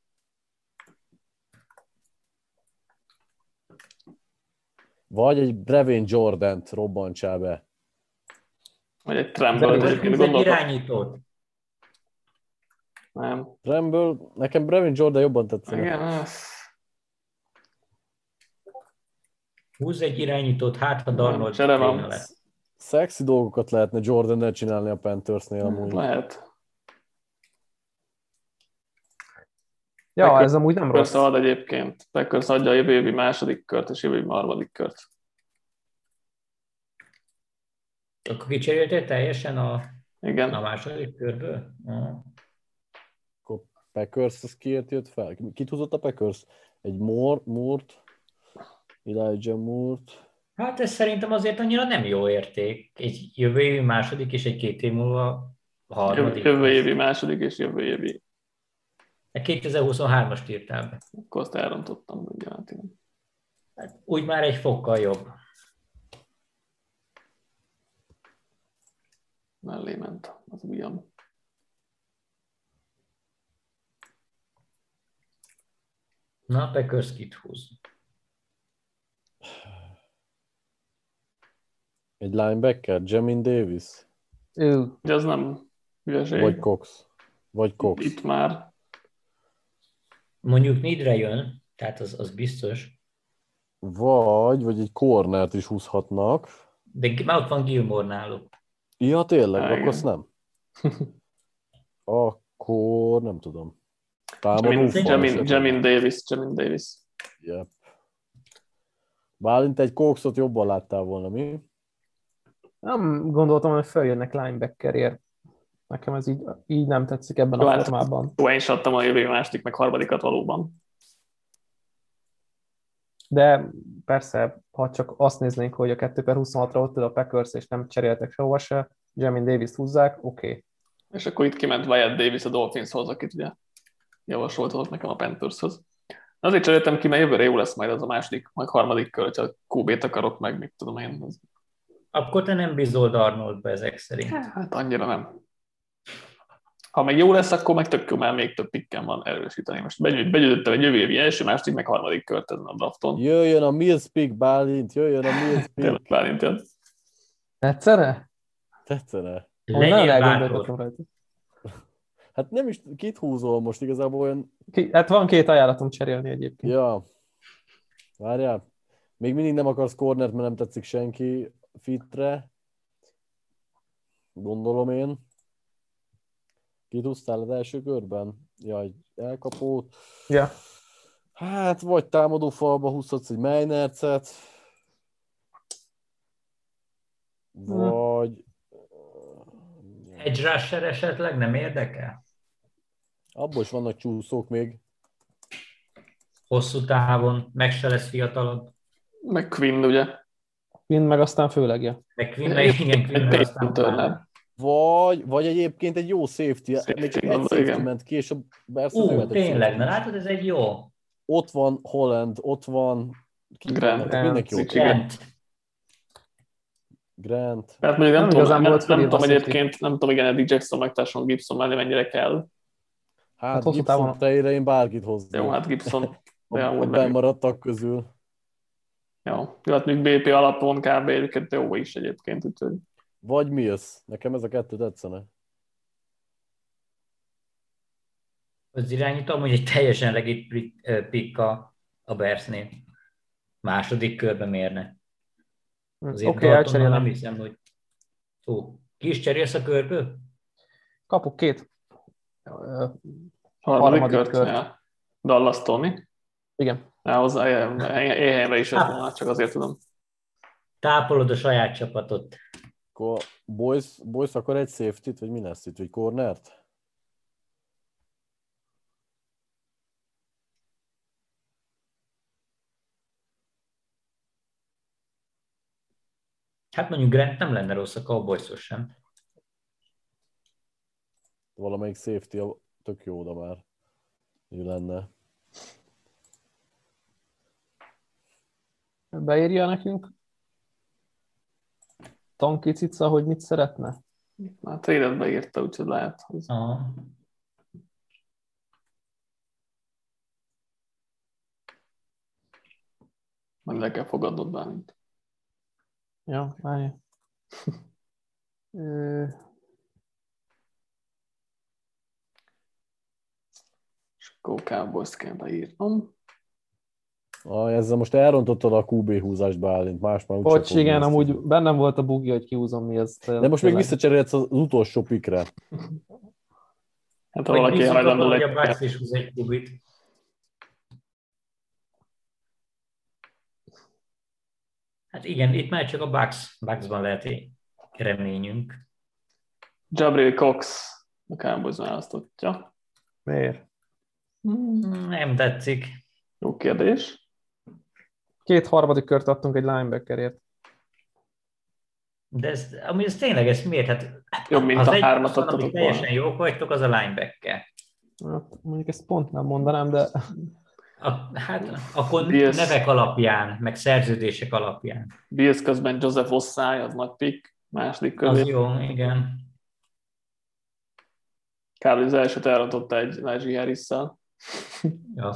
Vagy egy Brevin Jordant robbantsál be.
Vagy egy Tremble-t egyébként
egy
gondolkodom.
irányítót.
Nem.
Tremble, nekem Brevin Jordan jobban tetszene.
Igen,
Húzz egy irányítót, hát ha Darnold
csere van.
tréna lesz.
Szexi dolgokat lehetne Jordannel csinálni a Panthersnél amúgy.
Lehet.
Ja,
Packers-
ez amúgy nem rossz.
Packers ad egyébként. Packers adja a jövő évi második kört, és jövő évi harmadik kört.
Akkor kicseréltél teljesen a,
Igen.
a második körből? Aha.
Akkor Packers, az kiért jött fel? Kit húzott a Packers? Egy Moore, Moore-t, Elijah Moore-t.
Hát ez szerintem azért annyira nem jó érték. Egy jövő évi második és egy két év múlva harmadik.
Jövő évi második, és jövő évi.
kétezer-huszonhármast írtál be.
Akkor azt elrontottam. Ugye, hát igen.
Hát úgy már egy fokkal jobb.
Mellé ment az ujjam.
Na, Packers kit húz.
Egy linebacker, Jamin Davis.
Ő,
Ugye az nem hülyeség.
Vagy Cox. Vagy Cox.
Itt már.
Mondjuk midre jön, tehát az, az biztos.
Vagy, vagy egy cornert is húzhatnak.
De már ott van Gilmore náluk.
Ja, tényleg,
Á,
akkor
igen.
azt nem. Akkor nem tudom. Támadó
Jamin,
fal
Jamin,
esetleg.
Jamin Davis. Jamin Davis.
Yep. Bálint egy Coxot jobban láttál volna, mi?
nem gondoltam, hogy feljönnek linebackerért. Nekem ez így, így nem tetszik ebben
Jó,
a
hát-
formában.
Jó, én is adtam a jövő évi második, meg harmadikat valóban.
De persze, ha csak azt néznénk, hogy a kettő per huszonhatra ott ül a Packers, és nem cseréltek sehova se, Jamin Davis húzzák, oké. Okay.
És akkor itt kiment Wyatt Davis a Dolphinshoz, akit ugye javasoltatok nekem a Panthershoz. Azért cseréltem ki, mert jövőre jó lesz majd az a második, majd harmadik kör, hogyha kú bét akarok meg, mit tudom én. Az...
Akkor te nem bízol Darnoldba ezek szerint.
Hát annyira nem. Ha meg jó lesz, akkor meg tök jó, mert még több pikkem van erősíteni. Most begyűjt- begyűjtöttem egy jövő évi első, második, meg harmadik kört ezen a drafton.
Jöjjön a Mills pick, Bálint, jöjjön a Mills
Tényleg
pick.
Bálint jön.
Tetszene?
Tetszene.
Amúgy nagyon
Legyél
elgondolkodtam
bátor.
rajta.
Hát nem is, kit húzol most igazából olyan...
Ki, hát van két ajánlatom cserélni egyébként.
Ja. Várjál. Még mindig nem akarsz cornert, mert nem tetszik senki fitre. Gondolom én. Kit húztál az első körben? Jaj, elkapót.
Ja.
Hát, vagy támadó falba húzhatsz egy Meinercet, vagy...
Egy rusher esetleg nem érdekel?
Abból is vannak csúszók még.
Hosszú távon, meg se lesz fiatalabb.
Meg Quinn, ugye?
Mind meg aztán főleg, ja.
Meg Quinn, meg igen, Quinn, meg
Peyton
aztán
Turner.
utána.
Vagy, vagy egyébként egy jó safety.
Safety,
Még csak egy
gondolom,
safety
igen.
ment ki, és a Bears az
Ú,
jöhet egy
tényleg,
safety.
na látod, ez egy jó.
Ott van Holland, ott van... Ki
Grant.
vannak? Mindenki ott.
Igen.
Grant.
Grant.
Tehát mondjuk nem,
Nem
tudom,
igazán
nem,
volt
nem,
felírva
tudom
a safety.
egyébként, nem tudom, igen, Eddie Jackson meg Tashawn Gibson mellé mennyire kell.
Hát,
Hát hosszú
Gibson
távon-
tejére én bárkit hozni.
Jó, hát Gibson.
a,
Ja,
a
úgy meg,
bennmaradtak közül.
jó. Jó, hát még bé pé alapon kb. Őket jó is egyébként, úgyhogy
Vagy Mills. Nekem ez a kettő tetszene.
Az irányító hogy egy teljesen legit pick a, a Bearsnél. Második körbe mérne. Azért
Oké,
okay,
elcserélem.
nem hiszem, hogy... Ó, ki is cserélsz a körből?
Kapok két. Ö,
harmadik,
Harmadik
kört.
kört.
Ja. Dallas-tól mi?
Igen.
Ja, hozzá éhenre is jött volna, csak azért tudom.
Tápolod a saját csapatot.
Akkor Boys, Boys akar egy safety-t, vagy mi lesz itt? Vagy cornert?
Hát mondjuk Grant nem lenne rossz, a Cowboys-os sem.
Valamelyik safety tök jó oda már. Ő lenne.
Beírja nekünk Tanki cica, hogy mit szeretne?
Már trade-et beírta, úgyhogy lehet, hogy...
Aha.
Majd le kell fogadnod bármint.
Ja, várj.
És akkor Cowboys-t kell beírnom.
Ah, ezzel most elrontottad a kú bé húzást, Bálint, más már úgyse
Bocs,
fog
igen,
nézni.
amúgy bennem volt a bugja, hogy kihúzom mi ezt.
De most még visszacserélhetsz az utolsó pikre.
Hát ha
Vagy
valaki
bízunk
hajlandó
abban, hogy a
legyen.
Bucks is húz egy kubit. Hát igen, itt már csak a Bucks, Bucksban lehet reményünk.
Jabril Cox a Cowboys választottja.
Miért?
Nem tetszik.
Jó kérdés.
Két harmadik kört adtunk egy linebackerért.
De ez, amúgy ez tényleg, ez miért? Hát
Jobb, mint
az
a
egy
hármat
van,
adtatok
amit
volna.
teljesen jók vagytok, az a linebacker.
Hát, mondjuk ezt pont nem mondanám, de
A, hát akkor
Bills.
nevek alapján, meg szerződések alapján.
Bills közben Joseph Ossai, az nagy pick, második közé.
Az jó, igen.
Kár, hogy az elsőt elrontotta egy Najee Harris-szal.
Ja.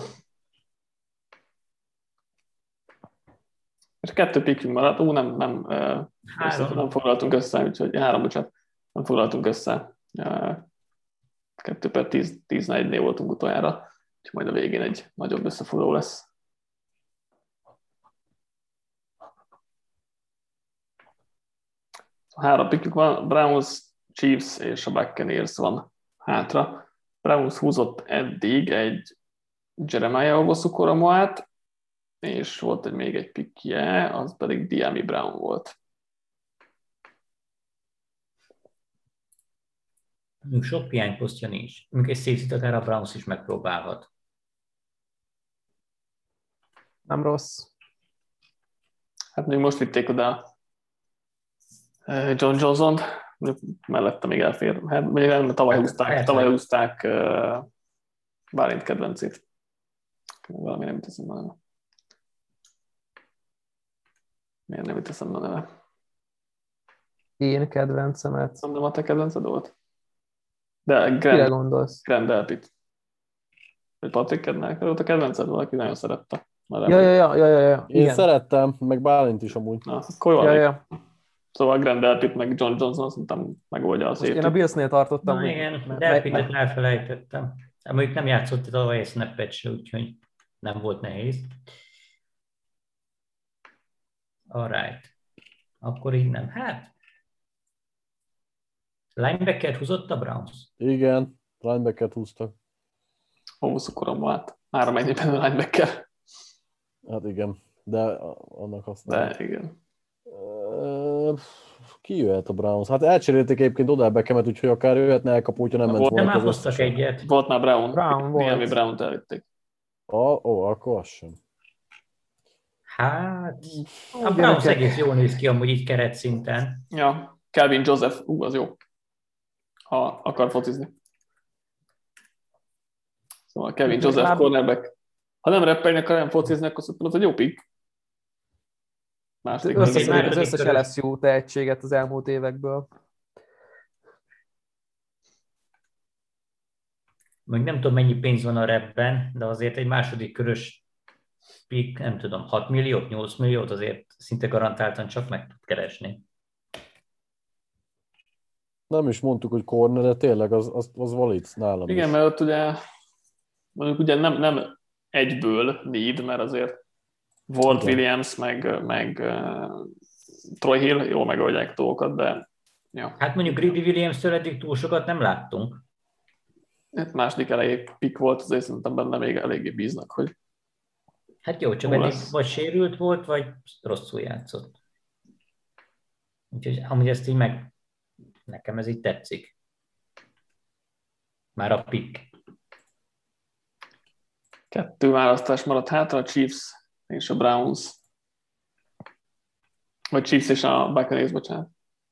És kettő pickünk maradt. Ú, nem, nem, uh,
Három.
nem foglaltunk össze, úgyhogy három, bocsánat, nem foglaltunk össze. Uh, kettő per tíz, tíz négynél voltunk utoljára, és majd a végén egy nagyobb összefoglaló lesz. Három pickünk van, Browns, Chiefs és a Buccaneers van hátra. Browns húzott eddig egy Jeremiah Owusu-Koramoát, és volt egy, még egy pickje, az pedig Dyami Brown volt.
Sok hiányposztja nincs. Mondjuk egy safety akár a Browns is megpróbálhat.
nem rossz.
Hát még most vitték oda John Johnson-t, mellette még elfér. Hát még nem, tavaly húzták, tavaly húzták uh, Bálint kedvencét. Valami nem teszem a neve. Miért nem teszem a neve?
Én kedvencemet.
Nem a te kedvenced volt? De
Kire
Grand,
gondolsz?
Grand Delpit. Vagy Patrick Kednek, volt a kedvenced, valaki nagyon szerette.
Ja, ja, ja, ja, ja, ja.
Én
Igen.
szerettem, meg Bálint is amúgy.
Na, akkor jó.
Ja, ja.
Szóval Grand Delpit meg John Johnson azt mondtam, megoldja az
Most én a
életét.
Billsnél tartottam.
Na
hogy-
igen,
me-
Delpitet
me-
elfelejtettem. Mondjuk nem játszott a tavaly snappet se, úgyhogy nem volt nehéz. Alright. Akkor így nem. Hát, linebacker húzott a Browns?
Igen, linebackert húztak.
Hosszú korom volt. Három ennyiben a linebacker.
Hát igen, de annak használ.
De igen.
Ö, Ki jöhet a Browns? Hát elcserélték egyébként oda Beckhamet, úgyhogy akár jöhetne elkapó, hogyha nem
Na,
ment
volt-
De
volna
már
az
hoztak
összesen.
egyet.
Volt már Brown.
Brown volt.
Miami Brown-t elvitték.
Ah, ó, akkor az sem.
Hát, a
Ó,
Browns
gyerekek.
egész jól néz ki amúgy így keret szinten.
Ja, Calvin Joseph, ú, az jó. Ha akar focizni. Szóval Kevin Joseph,
Már-
cornerback. Ha nem rappelni akar, nem focizni, akkor szerintem az egy jó pick. Második
Összeszedik
körben.
az összes el es u tehetséget az elmúlt évekből.
Még nem tudom, mennyi pénz van a repben, de azért egy második körös pick, nem tudom, hat milliót, nyolc milliót azért szinte garantáltan csak meg tud keresni.
Nem is mondtuk, hogy corner, de tényleg az, az, az valid nálam
Igen,
is.
mert ott ugye, mondjuk ugye nem, nem egyből need, mert azért Ward
Igen.
Williams, meg, meg uh, Troy Hill jól megoldják dolgokat, de ja.
Hát mondjuk Greedy Williams-től eddig túl sokat nem láttunk.
Hát második elejé pick volt, azért szerintem benne még eléggé bíznak, hogy
Hát jó, csak
Jó
eddig
lesz.
vagy sérült volt, vagy rosszul játszott. Úgyhogy amúgy ezt így meg, nekem ez így tetszik. Már a pick.
kettő választás maradt hátra, a Chiefs és a Browns. Vagy Chiefs és a Buccaneers, bocsánat.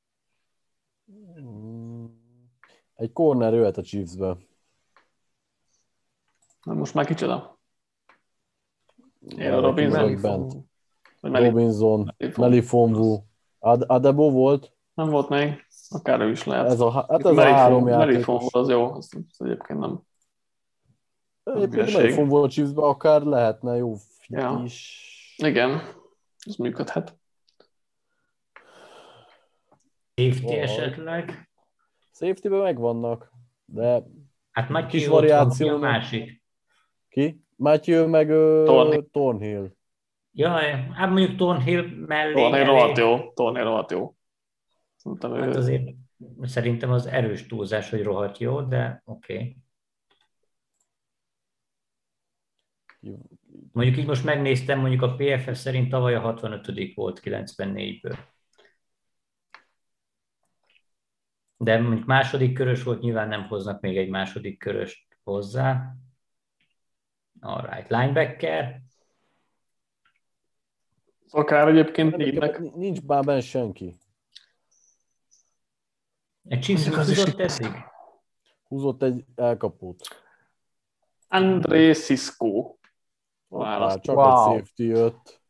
Egy corner jöhet a Chiefsbe.
Na most már kicsoda? Én a
Várj,
Robinson.
ki bent.
Vagy Meli-
Robinson,
Melifonwu.
Melifonwu, Ad- Adebo volt.
Nem volt még, akár ő is lehet.
Ez a, hát ez a
Melifonwu-
három
Melifonwu
játékos.
az jó, az, az egyébként nem.
Egyébként a
hülyeség.
Melifonwu a Chiefsbe akár lehetne jó fit
Ja.
is.
Igen, ez működhet.
Safety
Vaj.
esetleg.
Safety-ben megvannak, de
Hát Matyi
Kis
ott van,
variáció,
ki a
nem?
másik.
ki? Matthew meg ö,
Thornhill.
Thornhill.
Jaj, hát mondjuk Thornhill mellé
Tornél
elég.
rohadt jó, Tornél rohadt jó. Szerintem
Hát
ő...
azért szerintem az erős túlzás, hogy rohadt jó, de oké. Okay. Mondjuk így most megnéztem, mondjuk a pé ef ef szerint tavaly a hatvanötödik volt kilencvennégyből. De mondjuk második körös volt, nyilván nem hoznak még egy második köröst hozzá. Alright, linebacker.
Akár egyébként
Nekem
négynek.
nincs már benne senki.
Egy Chiefs
Mondjuk az is
húzott
itt-
eddig?
Húzott egy elkapót.
André Cisco.
Hoppá,
Választ.
csak
Wow.
egy safety jött.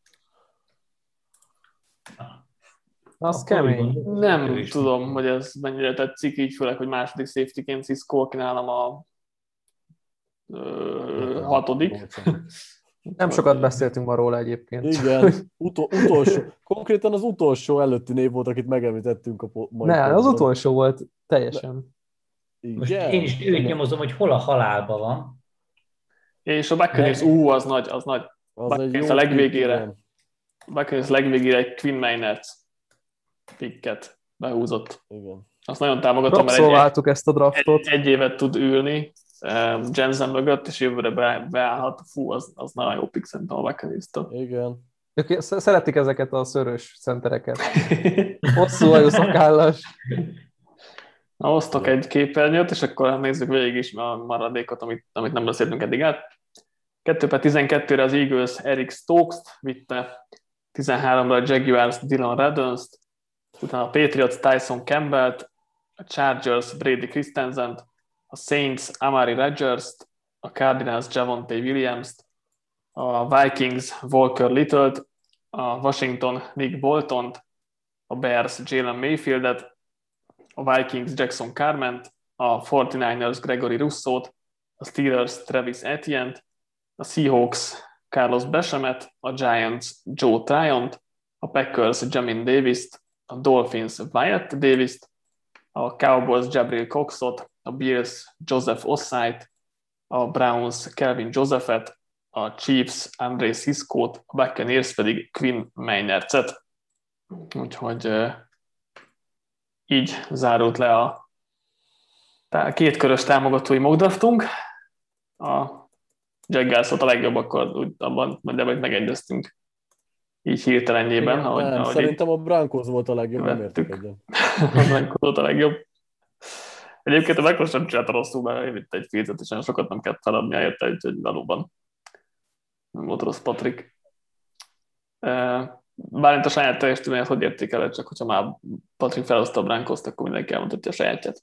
Az
Akkor úgy
kemény.
gondolom, ő
Nem
is
tudom,
mit-
hogy ez mennyire tetszik, így főleg, hogy második safety-ként Cisco, aki nálam a ö, hatodik.
Nem sokat beszéltünk ma róla egyébként.
Igen, Utol, utolsó, konkrétan az utolsó előtti név volt, akit megemlítettünk a po- mai
Ne, az
podcastban.
utolsó volt teljesen.
Most
Igen.
én is őt nyomozom, hogy hol a halálban van.
És a Buccaneers,
De-
ú, az nagy, az nagy.
Az egy
Buccaneers
jó
a legvégére.
pick, igen.
A Buccaneers legvégére egy Quinn Maynard picket behúzott.
Igen.
Azt nagyon támogatom, mert egy,
Rapszolváltuk ezt a draftot.
egy, egy évet tud ülni um, Jensen mögött, és jövőre be, beállhat. Fú, az, az nagyon jó pick szerintem a Buccaneers-től.
Igen.
Ők sz- szeretik ezeket a szörös centereket. Hosszú hajú szakállas.
Na, osztok egy képernyőt, és akkor nézzük végig is a maradékot, amit, amit nem beszéltünk eddig át. kettő per tizenkettőre az Eagles Eric Stokes-t vitte, tizenháromra a Jaguars Dylan Radunst, utána a Patriots Tyson Campbell-t, a Chargers Brady Christensen-t, a Saints Amari Rodgers-t, a Cardinals Javonte Williams-t, a Vikings Walker Little-t, a Washington Nick Bolton-t, a Bears Jalen Mayfield-et, a Vikings Jackson Carment, a negyvenkilencesek Gregory Russót, a Steelers Travis Etienne-t, a Seahawks Carlos Beshemet, a Giants Joe Tryont, a Packers Jamin Davis-t, a Dolphins Wyatt Davis-t, a Cowboys Jabril Coxot, a Bills Joseph Ossait, a Browns Kelvin Josephet, a Chiefs André Cisco-t, a Buccaneers pedig Quinn Meinertzet. Úgyhogy uh, így zárult le a tá- kétkörös támogatói mockdraftunk. A Jaguars volt a legjobb, akkor úgy abban nagyjából megegyeztünk így hirtelenjében. Ahogy,
Nem,
ahogy
szerintem a Broncos volt a legjobb, nem értek
Vettük.
egyen.
a Broncos volt a legjobb. Egyébként a Broncos sem csinálta rosszul, mert én itt egy filcet, és nagyon sokat nem kellett feladni érte, úgyhogy valóban nem volt rossz Patrik. Bármint a saját teljesítményet hogy értékeled, csak hogyha már Patrik felhozta a Broncos-t, akkor mindenki elmondhatja a sajátját.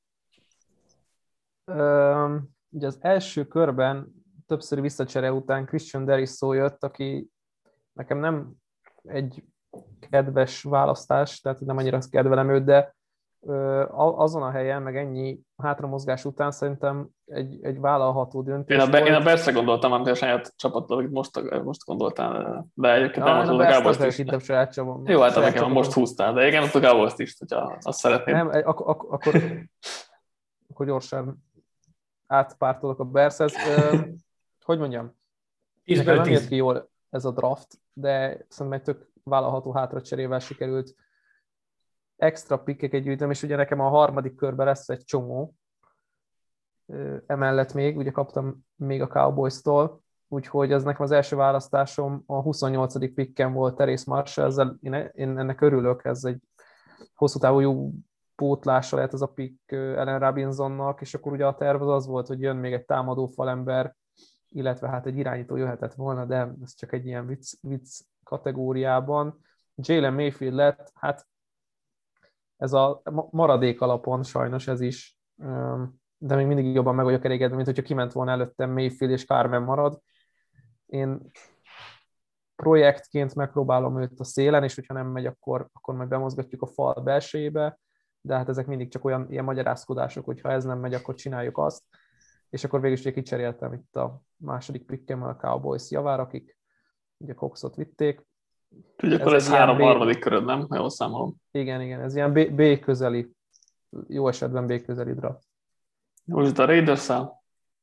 Üm, ugye az első körben többször visszacsere után Christian Derisso jött, aki nekem nem egy kedves választás, tehát nem annyira kedvelem őt, de ö, azon a helyen, meg ennyi hátramozgás után szerintem egy, egy vállalható döntés
Én a,
volt.
én a Bears-re gondoltam, amit a saját csapattal, amit most, most gondoltál, de egyébként
Ja,
nem
én
az
a
a
Bears-t
Cowboys-t
nem
is.
hittem saját csapatom.
Jó, hát
saját
nekem
csapatom.
most húztál, de igen, ott a Cowboys-t is, hogyha azt szeretném.
Nem, ak- ak- akkor, akkor gyorsan átpártolok a Bearshez. Üm, Hogy mondjam? Nekem nem jött ki jól ez a draft, de szerintem egy tök vállalható hátracserével sikerült extra pikkeket gyűjtöm, és ugye nekem a harmadik körben lesz egy csomó. Emellett még, ugye kaptam még a Cowboys-tól, úgyhogy ez nekem az első választásom a huszonnyolcadik pikken volt Terrace Marshall, ezzel én, én ennek örülök, ez egy hosszú távú jó pótlása lehet ez a pick Allen Robinsonnak, és akkor ugye a terv az az volt, hogy jön még egy támadó falember, illetve hát egy irányító jöhetett volna, de ez csak egy ilyen vicc, vicc kategóriában. Jalen Mayfield lett, hát ez a maradék alapon sajnos ez is, de még mindig jobban meg vagyok elégedve, mint hogyha kiment volna előttem Mayfield és Carmen marad. Én projektként megpróbálom őt a szélen, és hogyha nem megy, akkor, akkor majd bemozgatjuk a fal belsejébe, de hát ezek mindig csak olyan ilyen magyarázkodások, hogy ha ez nem megy, akkor csináljuk azt. És akkor végül is kicseréltem itt a második pikkemmel a Cowboys javára, akik ugye Coxot vitték.
Ugye akkor ez, ez három B... harmadik köröd, nem? Ha jól számolom.
Igen, igen, ez ilyen B, B közeli, jó esetben B közeli draft.
Most a Raiders-szel?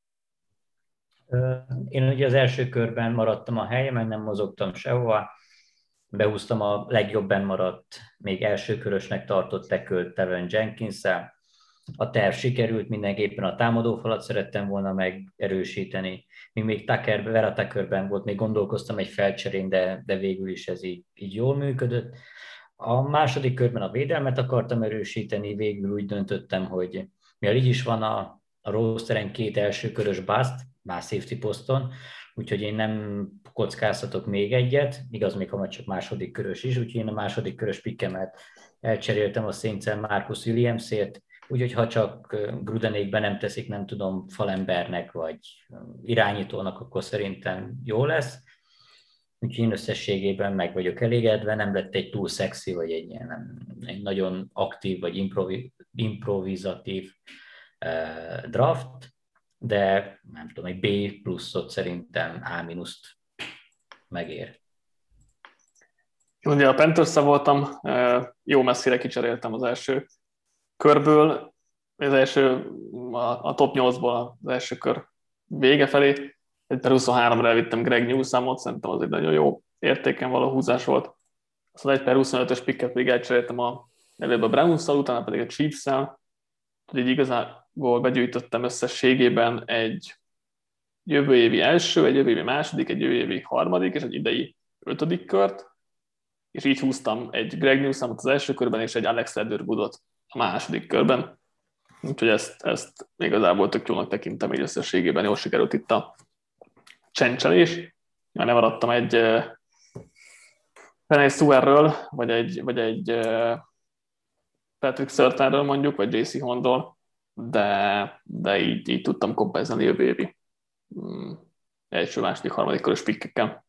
Én ugye az első körben maradtam a helyemen, nem mozogtam sehova. Behúztam a legjobban maradt, még elsőkörösnek tartott tackle Tevin Jenkins-szel. A terv sikerült, mindenképpen a támadófalat szerettem volna megerősíteni. Még, még Tucker, Vera Tuckerben volt, még gondolkoztam egy felcserén, de, de végül is ez így, így jól működött. A második körben a védelmet akartam erősíteni, végül úgy döntöttem, hogy mivel így is van a, a rosteren két elsőkörös bust, más safety poszton, úgyhogy én nem kockáztatok még egyet, igaz, még ha csak második körös is, úgyhogy én a második körös pikkemet elcseréltem a Saints-en Marcus Williamsért, úgyhogy ha csak Grudenékben nem teszik, nem tudom, falembernek vagy irányítónak, akkor szerintem jó lesz. Úgyhogy én összességében meg vagyok elégedve, nem lett egy túl szexi, vagy egy ilyen egy nagyon aktív, vagy improvi, improvizatív uh, draft, de nem tudom, egy B pluszot szerintem A mínuszt megér.
Ugye a Panthers-szel voltam, jó messzire kicseréltem az első körből, az első, a, a top nyolcból az első kör vége felé, egy per huszonháromra elvittem Greg Newsomot, szerintem az egy nagyon jó értéken való húzás volt. Aztán egy per huszonötös picket pedig elcseréltem a, előbb a Browns-szal, utána pedig a Chiefs-szel, hogy így igazából begyűjtöttem összességében egy jövő évi első, egy jövő évi második, egy jövő évi harmadik és egy idei ötödik kört, és így húztam egy Greg Newsomot az első körben, és egy Alex Leatherwoodot a második körben. Úgyhogy ezt, ezt igazából tök jónak tekintem, így összességében jól sikerült itt a csencselés. Már nem maradtam egy uh, Penny Sewellről, vagy egy, vagy egy uh, Patrick Surtainről mondjuk, vagy jé cé Hornról, de, de így, így tudtam kompenzálni jövő évi um, első, második, harmadik körös pikkekkel.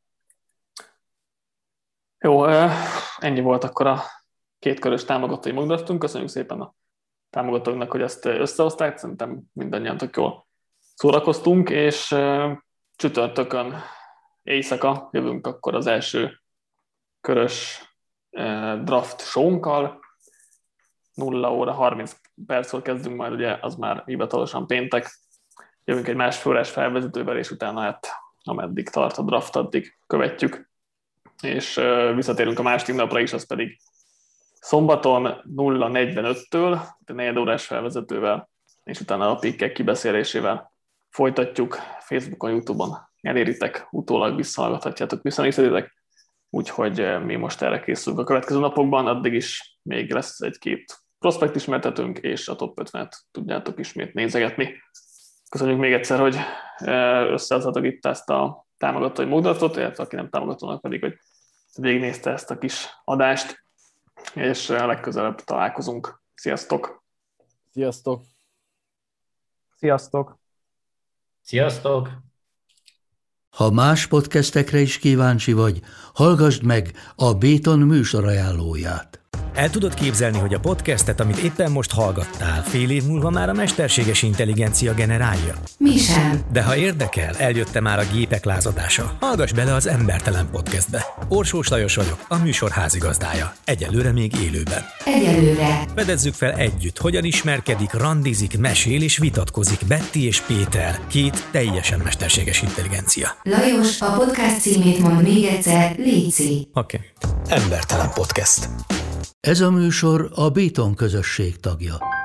Jó, uh, ennyi volt akkor a két körös támogatói mockdraftunk. Köszönjük szépen a támogatóknak, hogy ezt összehozták. Szerintem mindannyian tök jól szórakoztunk, és uh, csütörtökön éjszaka jövünk akkor az első körös uh, draft shownkkal. nulla óra harminc perckor kezdünk majd, ugye az már hivatalosan péntek. Jövünk egy másfél órás felvezetővel, és utána hát ameddig tart a draft, addig követjük. És uh, visszatérünk a második napra is, az pedig szombaton nulla negyvenöttől, a negyed órás felvezetővel, és utána a pikkek kibeszélésével folytatjuk. Facebookon, YouTube-on eléritek, utólag visszahallgathatjátok, visszanézhetitek. Úgyhogy mi most erre készülünk a következő napokban, addig is még lesz egy-két prospekt ismertetünk, és a top ötvenet tudjátok ismét nézegetni. Köszönjük még egyszer, hogy összehozhatok itt ezt a támogatói mockdraftot, illetve aki nem támogatónak pedig, hogy végignézte ezt a kis adást, és legközelebb találkozunk. Sziasztok!
Sziasztok!
Sziasztok!
Sziasztok!
Ha más podcastekre is kíváncsi vagy, hallgassd meg a Béton műsor ajánlóját.
El tudod képzelni, hogy a podcastet, amit éppen most hallgattál, fél év múlva már a mesterséges intelligencia generálja?
Mi sem.
De ha érdekel, eljött már a gépek lázadása. Hallgass bele az Embertelen Podcastbe. Orsós Lajos vagyok, a műsor házigazdája. Egyelőre még élőben.
Egyelőre.
Fedezzük fel együtt, hogyan ismerkedik, randizik, mesél és vitatkozik Betty és Péter, két teljesen mesterséges intelligencia.
Lajos, a podcast címét mond még egyszer, léci.
Oké. Okay. Embertelen Podcast.
Ez a műsor a Béton közösség tagja.